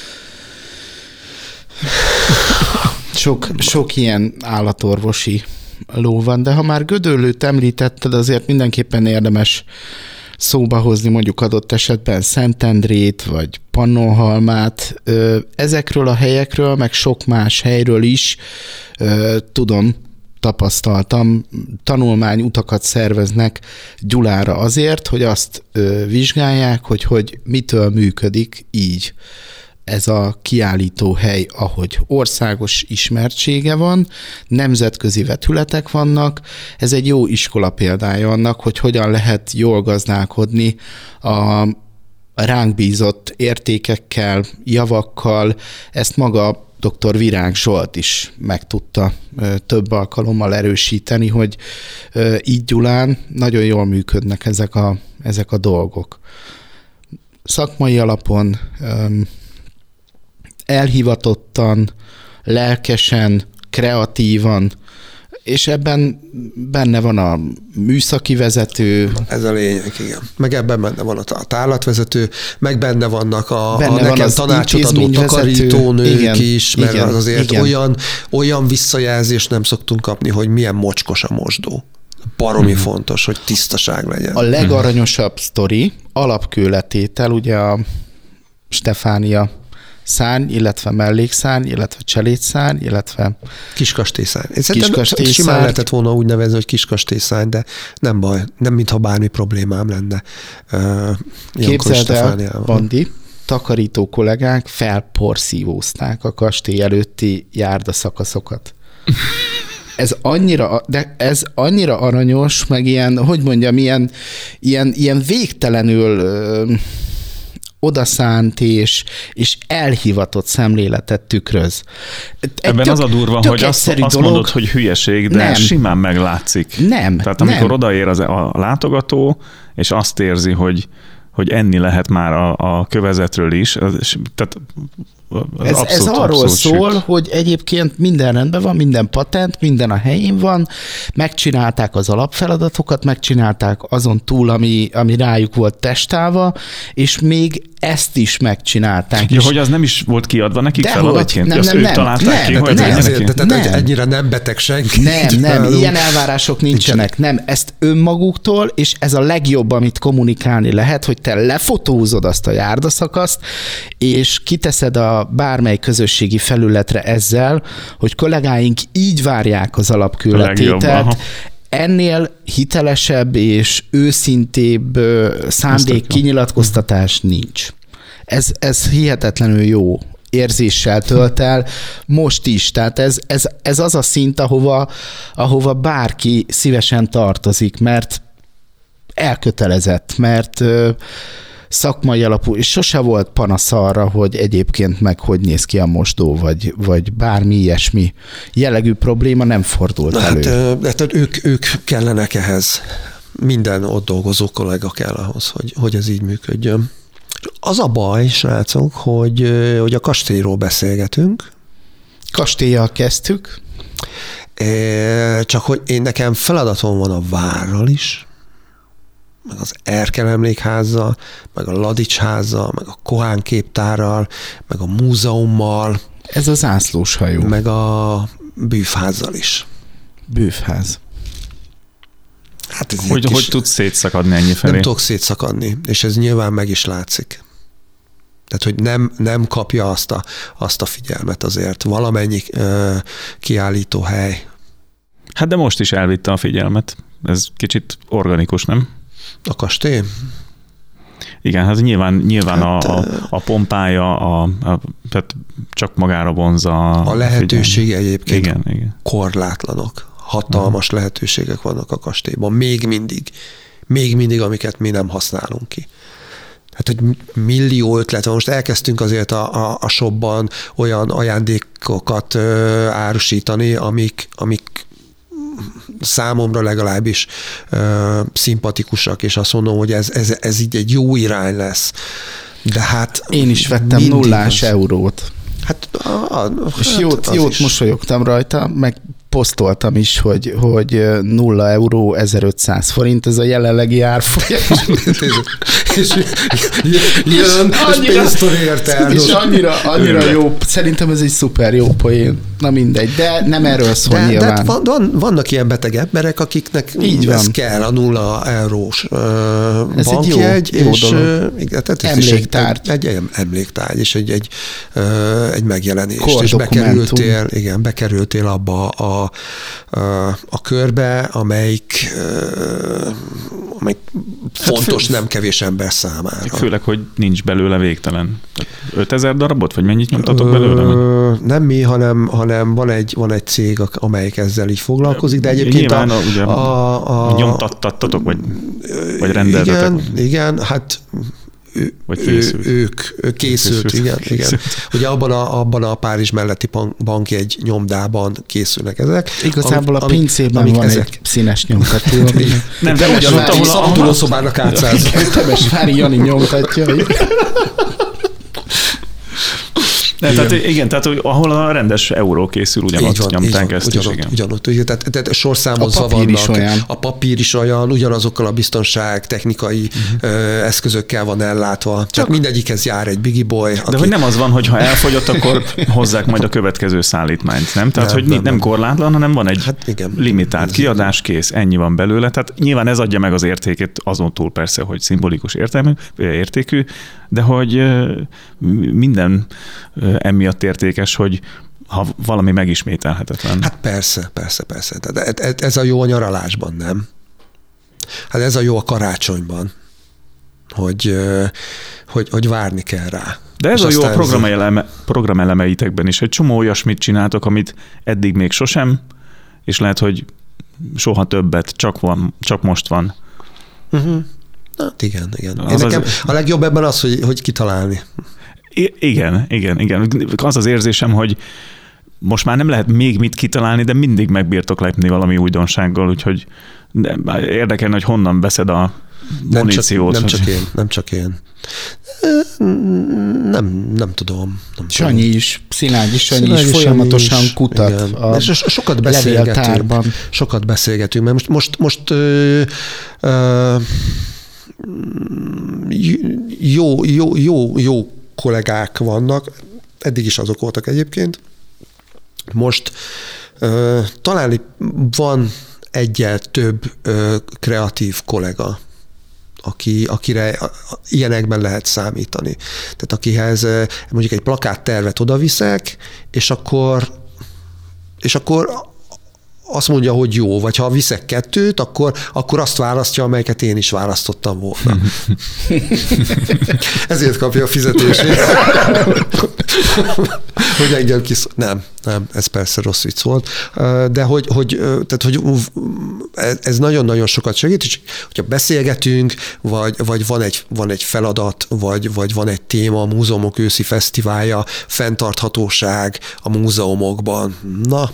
sok, sok ilyen állatorvosi ló van, de ha már Gödöllőt említetted, azért mindenképpen érdemes szóba hozni mondjuk adott esetben Szentendrét, vagy Pannonhalmát. Ezekről a helyekről, meg sok más helyről is tudom, tapasztaltam, tanulmányutakat szerveznek Gyulára azért, hogy azt vizsgálják, hogy, hogy mitől működik így ez a kiállító hely, ahogy országos ismertsége van, nemzetközi vetületek vannak, ez egy jó iskola példája annak, hogy hogyan lehet jól gazdálkodni a ránk bízott értékekkel, javakkal, ezt maga dr. Virág Zsolt is meg tudta több alkalommal erősíteni, hogy így Gyulán nagyon jól működnek ezek a, ezek a dolgok. Szakmai alapon elhivatottan, lelkesen, kreatívan, és ebben benne van a műszaki vezető. Ez a lényeg, igen. Meg ebben benne van a tárlatvezető, meg benne vannak a, benne a nekem van tanácsot adó takarítónők igen, is, mert igen, azért igen. Olyan, olyan visszajelzést nem szoktunk kapni, hogy milyen mocskos a mosdó. Baromi hmm. fontos, hogy tisztaság legyen. A legaranyosabb hmm. sztori, alapkőletétel, ugye a Stefánia szárny, illetve mellékszárny, illetve cselédszárny, illetve kiskastélyszárny. Kiskastélyszárny. Simán lehetett volna úgy nevezni, hogy kiskastélyszárny, de nem baj, nem mintha bármi problémám lenne. Uh, Képzeld el, Bandi, takarító kollégák felporszívózták a kastély előtti járdaszakaszokat. Ez annyira, de ez annyira aranyos, meg ilyen, hogy mondjam, ilyen, ilyen, ilyen végtelenül uh, odaszánt és, és elhivatott szemléletet tükröz. Egy Ebben tök, az a durva, hogy azt, azt dolog, mondod, hogy hülyeség, de nem. simán meglátszik. Nem. Tehát amikor nem. odaér az, a látogató, és azt érzi, hogy, hogy enni lehet már a, a kövezetről is, az, tehát az ez, abszolút, ez arról abszolút szól, süt. hogy egyébként minden rendben van, minden patent, minden a helyén van, megcsinálták az alapfeladatokat, megcsinálták azon túl, ami, ami rájuk volt testálva, és még ezt is megcsinálták. Ja, hogy az nem is volt kiadva nekik de feladatként? Nem, azt nem, ők nem, találták nem, ki, hogy nem, azért, de, nem. Ennyire nem beteg senki. Nem, nem, ilyen elvárások nincsenek. Nem, ezt önmaguktól, és ez a legjobb, amit kommunikálni lehet, hogy te lefotózod azt a járdaszakaszt, és kiteszed a bármely közösségi felületre ezzel, hogy kollégáink így várják az alapkőletételt. Ennél hitelesebb és őszintébb szándék kinyilatkoztatás nincs. Ez, ez hihetetlenül jó érzéssel tölt el most is. Tehát ez, ez, ez az a szint, ahova, ahova bárki szívesen tartozik, mert elkötelezett, mert szakmai alapú, és sose volt panasz arra, hogy egyébként meg hogy néz ki a mosdó, vagy, vagy bármi ilyesmi jellegű probléma nem fordult Na elő. Hát, hát ők, ők kellenek ehhez. Minden ott dolgozó kollega kell ahhoz, hogy, hogy ez így működjön. Az a baj, srácok, hogy, hogy a kastélyról beszélgetünk. Kastélyjal kezdtük. Csak hogy én nekem feladatom van a várral is, meg az Erkel emlékházzal, meg a Ladics házzal, meg a Kohán képtárral, meg a múzeummal. Ez a zászlós hajó. Meg a bűvházzal is. Bűvház. Hát ez hogy, hogy tudsz szétszakadni ennyi felé? Nem tudok szétszakadni, és ez nyilván meg is látszik. Tehát, hogy nem, nem kapja azt a, azt a figyelmet azért. Valamennyi uh, kiállító hely. Hát de most is elvitte a figyelmet. Ez kicsit organikus, nem? A kastély? Igen, hát nyilván, nyilván hát, a, a, a pompája, a, a, tehát csak magára vonza. A lehetősége egyébként igen, igen. korlátlanok. Hatalmas uh-huh. lehetőségek vannak a kastélyban. Még mindig. még mindig, amiket mi nem használunk ki. Hát, hogy millió ötlet van. Most elkezdtünk azért a, a, a shopban olyan ajándékokat ö, árusítani, amik, amik számomra legalábbis ö, szimpatikusak, és azt mondom, hogy ez, ez, ez így egy jó irány lesz. De hát én is vettem nullás az... eurót. Hát, a, a, és hát jót, jót is. mosolyogtam rajta, meg posztoltam is, hogy, hogy nulla euró ezerötszáz forint, ez a jelenlegi árfolyam. és jön, és pénztől ért el. És annyira, annyira jó, szerintem ez egy szuper jó poén. Na mindegy, de nem erről szól de, nyilván. De van, van, vannak ilyen beteg emberek, akiknek így ez van. Kell a nulla eurós uh, bankjegy, jó, jó és dolog. Uh, tehát ez emléktárgy. Is egy, egy, egy emléktárgy, és egy, egy, uh, egy megjelenést. És bekerültél, igen, bekerültél abba a, a, a körbe, amelyik, uh, amelyik hát fontos, fő, nem kevés ember számára. Főleg, hogy nincs belőle végtelen. ötezer darabot, vagy mennyit nyomtatok belőle? Uh, nem mi, hanem, hanem van egy, van egy cég, amelyik ezzel így foglalkozik, de egyébként nyilván, a, ugye, a, a... nyomtattatok, vagy, vagy rendeltetek? Igen, igen, hát ő, ő, ők, ők készült, készült, igen, készült. igen. Ugye abban a, abban a Párizs melletti bankjegy nyomdában készülnek ezek. Igazából amik, a pincében amik, van ezek. Egy színes nyomtató. Nem, de ugyanott, ahol a szabadulószobának átszáz. Temesvári Jani nyomtatja. De, tehát, igen, tehát ahol a rendes euró készül, ugyanott van, nyomták ezt ugyanott, is, igen. Ugyanott, tehát, tehát sorszámozva a papír vannak. Is olyan. A papír is olyan, ugyanazokkal a biztonság, technikai uh-huh. eszközökkel van ellátva. Csak, Csak mindegyikhez jár egy Biggie Boy. De aki... hogy nem az van, hogy ha elfogyott, akkor hozzák majd a következő szállítmányt, nem? Tehát, nem, hogy nem, nem korlátlan, hanem van egy hát igen, limitált kiadás, kész, ennyi van belőle. Tehát nyilván ez adja meg az értékét, azon túl persze, hogy szimbolikus értelmű, értékű, de hogy minden emiatt értékes, hogy ha valami megismételhetetlen. Hát persze, persze, persze. De ez a jó a nyaralásban, nem? Hát ez a jó a karácsonyban, hogy, hogy, hogy várni kell rá. De ez a jó a programeleme, programelemeitekben is. Egy csomó olyasmit csináltok, amit eddig még sosem, és lehet, hogy soha többet, csak, van, csak most van. Uh-huh. Hát igen, igen. Én nekem az... a legjobb ebben az, hogy, hogy kitalálni. I- igen, igen, igen. Az az érzésem, hogy most már nem lehet még mit kitalálni, de mindig megbírtok lepni valami újdonsággal, úgyhogy érdekelne, hogy honnan veszed a muníciót. Nem csak, nem csak én, nem csak én. Nem, nem tudom. Nem Sanyi tudom. is, Szilágyi Sanyi, Szilágyi is folyamatosan is, kutat igen. a sokat beszélgetünk, sokat beszélgetünk, mert most, most, most ö, ö, jó, jó, jó, jó kollégák vannak, eddig is azok voltak egyébként. Most ö, talán van egyel több ö, kreatív kollega, aki, akire ilyenekben lehet számítani. Tehát akihez mondjuk egy plakáttervet odaviszek, és akkor, és akkor azt mondja, hogy jó, vagy ha viszek kettőt, akkor, akkor azt választja, amelyiket én is választottam volna. Ezért kapja a fizetését. hogy engem kisz... Nem, nem, ez persze rossz vicc volt. De hogy, hogy, tehát, hogy ez nagyon-nagyon sokat segít, és hogyha beszélgetünk, vagy, vagy van, egy, van egy feladat, vagy, vagy van egy téma, a múzeumok őszi fesztiválja, fenntarthatóság a múzeumokban. Na,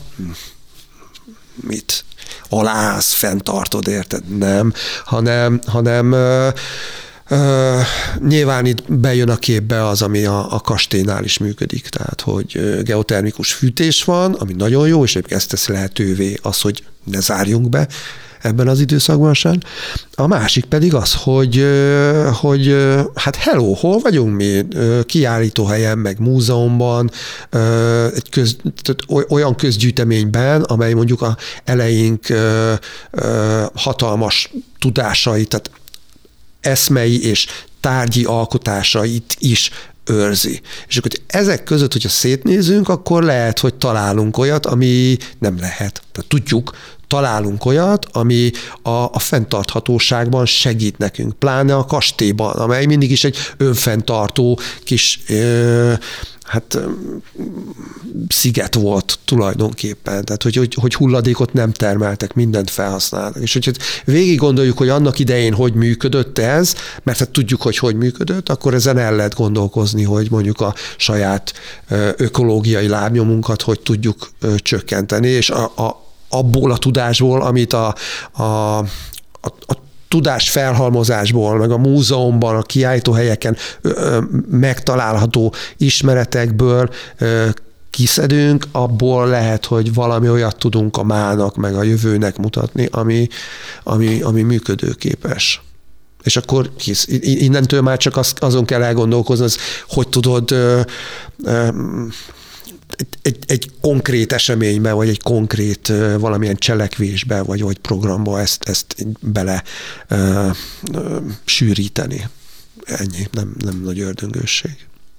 mit? Alász, fenntartod, érted? Nem, hanem, hanem ö, ö, nyilván itt bejön a képbe az, ami a, a kastélynál is működik, tehát, hogy geotermikus fűtés van, ami nagyon jó, és egyébként ezt teszi lehetővé az, hogy ne zárjunk be ebben az időszakban sem. A másik pedig az, hogy, hogy hát hello, hol vagyunk mi? Kiállítóhelyen, meg múzeumban, egy köz, olyan közgyűjteményben, amely mondjuk a eleink hatalmas tudásait, tehát eszmei és tárgyi alkotásait is őrzi. És akkor ezek között, hogyha szétnézünk, akkor lehet, hogy találunk olyat, ami nem lehet. Tehát tudjuk, találunk olyat, ami a, a fenntarthatóságban segít nekünk, pláne a kastélyban, amely mindig is egy önfenntartó kis ö, hát sziget volt tulajdonképpen, tehát hogy, hogy, hogy hulladékot nem termeltek, mindent felhasználtak. És hogyha végig gondoljuk, hogy annak idején hogy működött ez, mert hát tudjuk, hogy hogy működött, akkor ezen el lehet gondolkozni, hogy mondjuk a saját ökológiai lábnyomunkat hogy tudjuk csökkenteni, és a, a, abból a tudásból, amit a, a, a, a tudás felhalmozásból, meg a múzeumban, a kiállítóhelyeken megtalálható ismeretekből kiszedünk, abból lehet, hogy valami olyat tudunk a mának, meg a jövőnek mutatni, ami, ami, ami működőképes. És akkor kész. Innentől már csak az, azon kell elgondolkozni, az, hogy tudod ö, ö, egy, egy, egy konkrét eseménybe, vagy egy konkrét ö, valamilyen cselekvésbe, vagy, vagy programba ezt, ezt bele ö, ö, sűríteni. Ennyi, nem, nem nagy ördöngősség.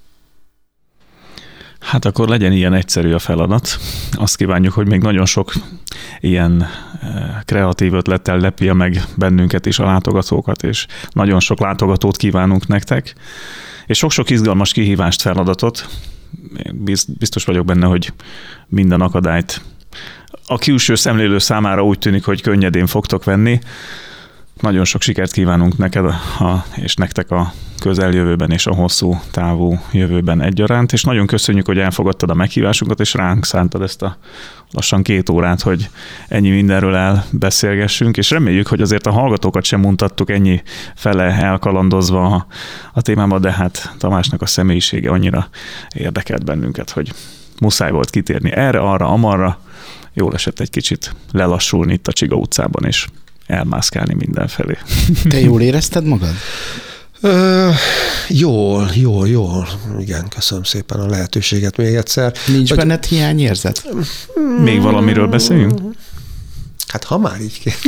Hát akkor legyen ilyen egyszerű a feladat. Azt kívánjuk, hogy még nagyon sok ilyen kreatív ötlettel lepje meg bennünket is, a látogatókat, és nagyon sok látogatót kívánunk nektek, és sok-sok izgalmas kihívást, feladatot. Biztos vagyok benne, hogy minden akadályt a külső szemlélő számára úgy tűnik, hogy könnyedén fogtok venni. Nagyon sok sikert kívánunk neked a, és nektek a közeljövőben és a hosszú távú jövőben egyaránt, és nagyon köszönjük, hogy elfogadtad a meghívásunkat, és ránk szántad ezt a lassan két órát, hogy ennyi mindenről elbeszélgessünk, és reméljük, hogy azért a hallgatókat sem mutattuk ennyi fele elkalandozva a, a témába, de hát Tamásnak a személyisége annyira érdekelt bennünket, hogy muszáj volt kitérni erre, arra, amarra. Jól esett egy kicsit lelassulni itt a Csiga utcában, és elmászkálni mindenfelé. Te jól érezted magad? Ö, jól, jól, jól. Igen, köszönöm szépen a lehetőséget még egyszer. Nincs Vagy... benned hiányérzet? Még valamiről beszéljünk? Hát ha már így kér.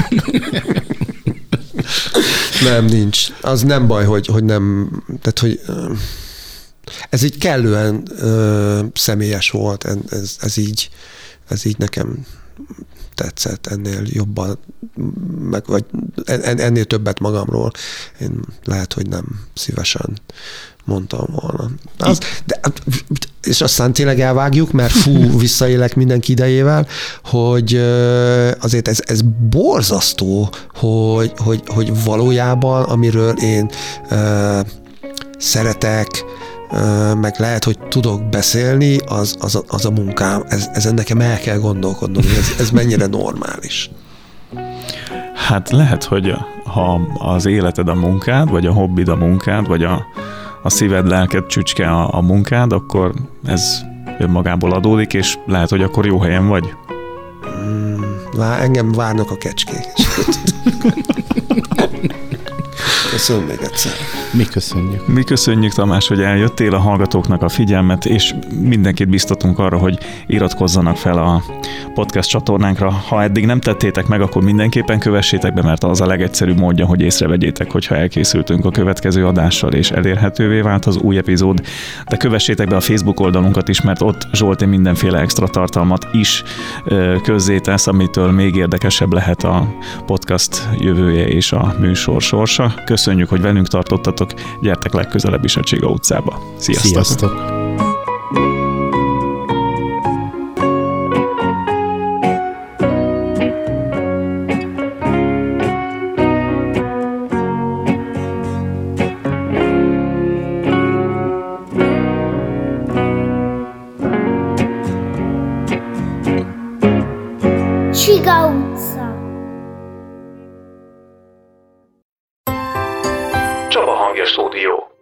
Nem, nincs. Az nem baj, hogy, hogy nem, tehát hogy ez így kellően ö, személyes volt, ez, ez így, ez így nekem tetszett, ennél jobban, meg, vagy ennél többet magamról. Én lehet, hogy nem szívesen mondtam volna. Az, de, és aztán tényleg elvágjuk, mert fú, visszaélek mindenki idejével, hogy azért ez, ez borzasztó, hogy, hogy, hogy valójában, amiről én uh, szeretek, meg lehet, hogy tudok beszélni, az, az, a, az a munkám. Ez, ezen nekem el kell gondolkodnom, hogy ez, ez mennyire normális. Hát lehet, hogy ha az életed a munkád, vagy a hobbid a munkád, vagy a, a szíved, lelked, csücske a, a munkád, akkor ez önmagából adódik, és lehet, hogy akkor jó helyen vagy. Hmm, vár, engem várnak a kecskék. Köszönöm még egyszer. Mi köszönjük. Mi köszönjük, Tamás, hogy eljöttél, a hallgatóknak a figyelmet, és mindenkit biztatunk arra, hogy iratkozzanak fel a podcast csatornánkra. Ha eddig nem tettétek meg, akkor mindenképpen kövessétek be, mert az a legegyszerűbb módja, hogy észrevegyétek, hogyha elkészültünk a következő adással, és elérhetővé vált az új epizód. De kövessétek be a Facebook oldalunkat is, mert ott Zsolti mindenféle extra tartalmat is közzétesz, amitől még érdekesebb lehet a podcast jövője és a műsor sorsa. Köszönjük, hogy velünk tartottatok, gyertek legközelebb is a Csiga utcába. Sziasztok! Sziasztok. Csiga utca. Csaba Hangja Stúdió.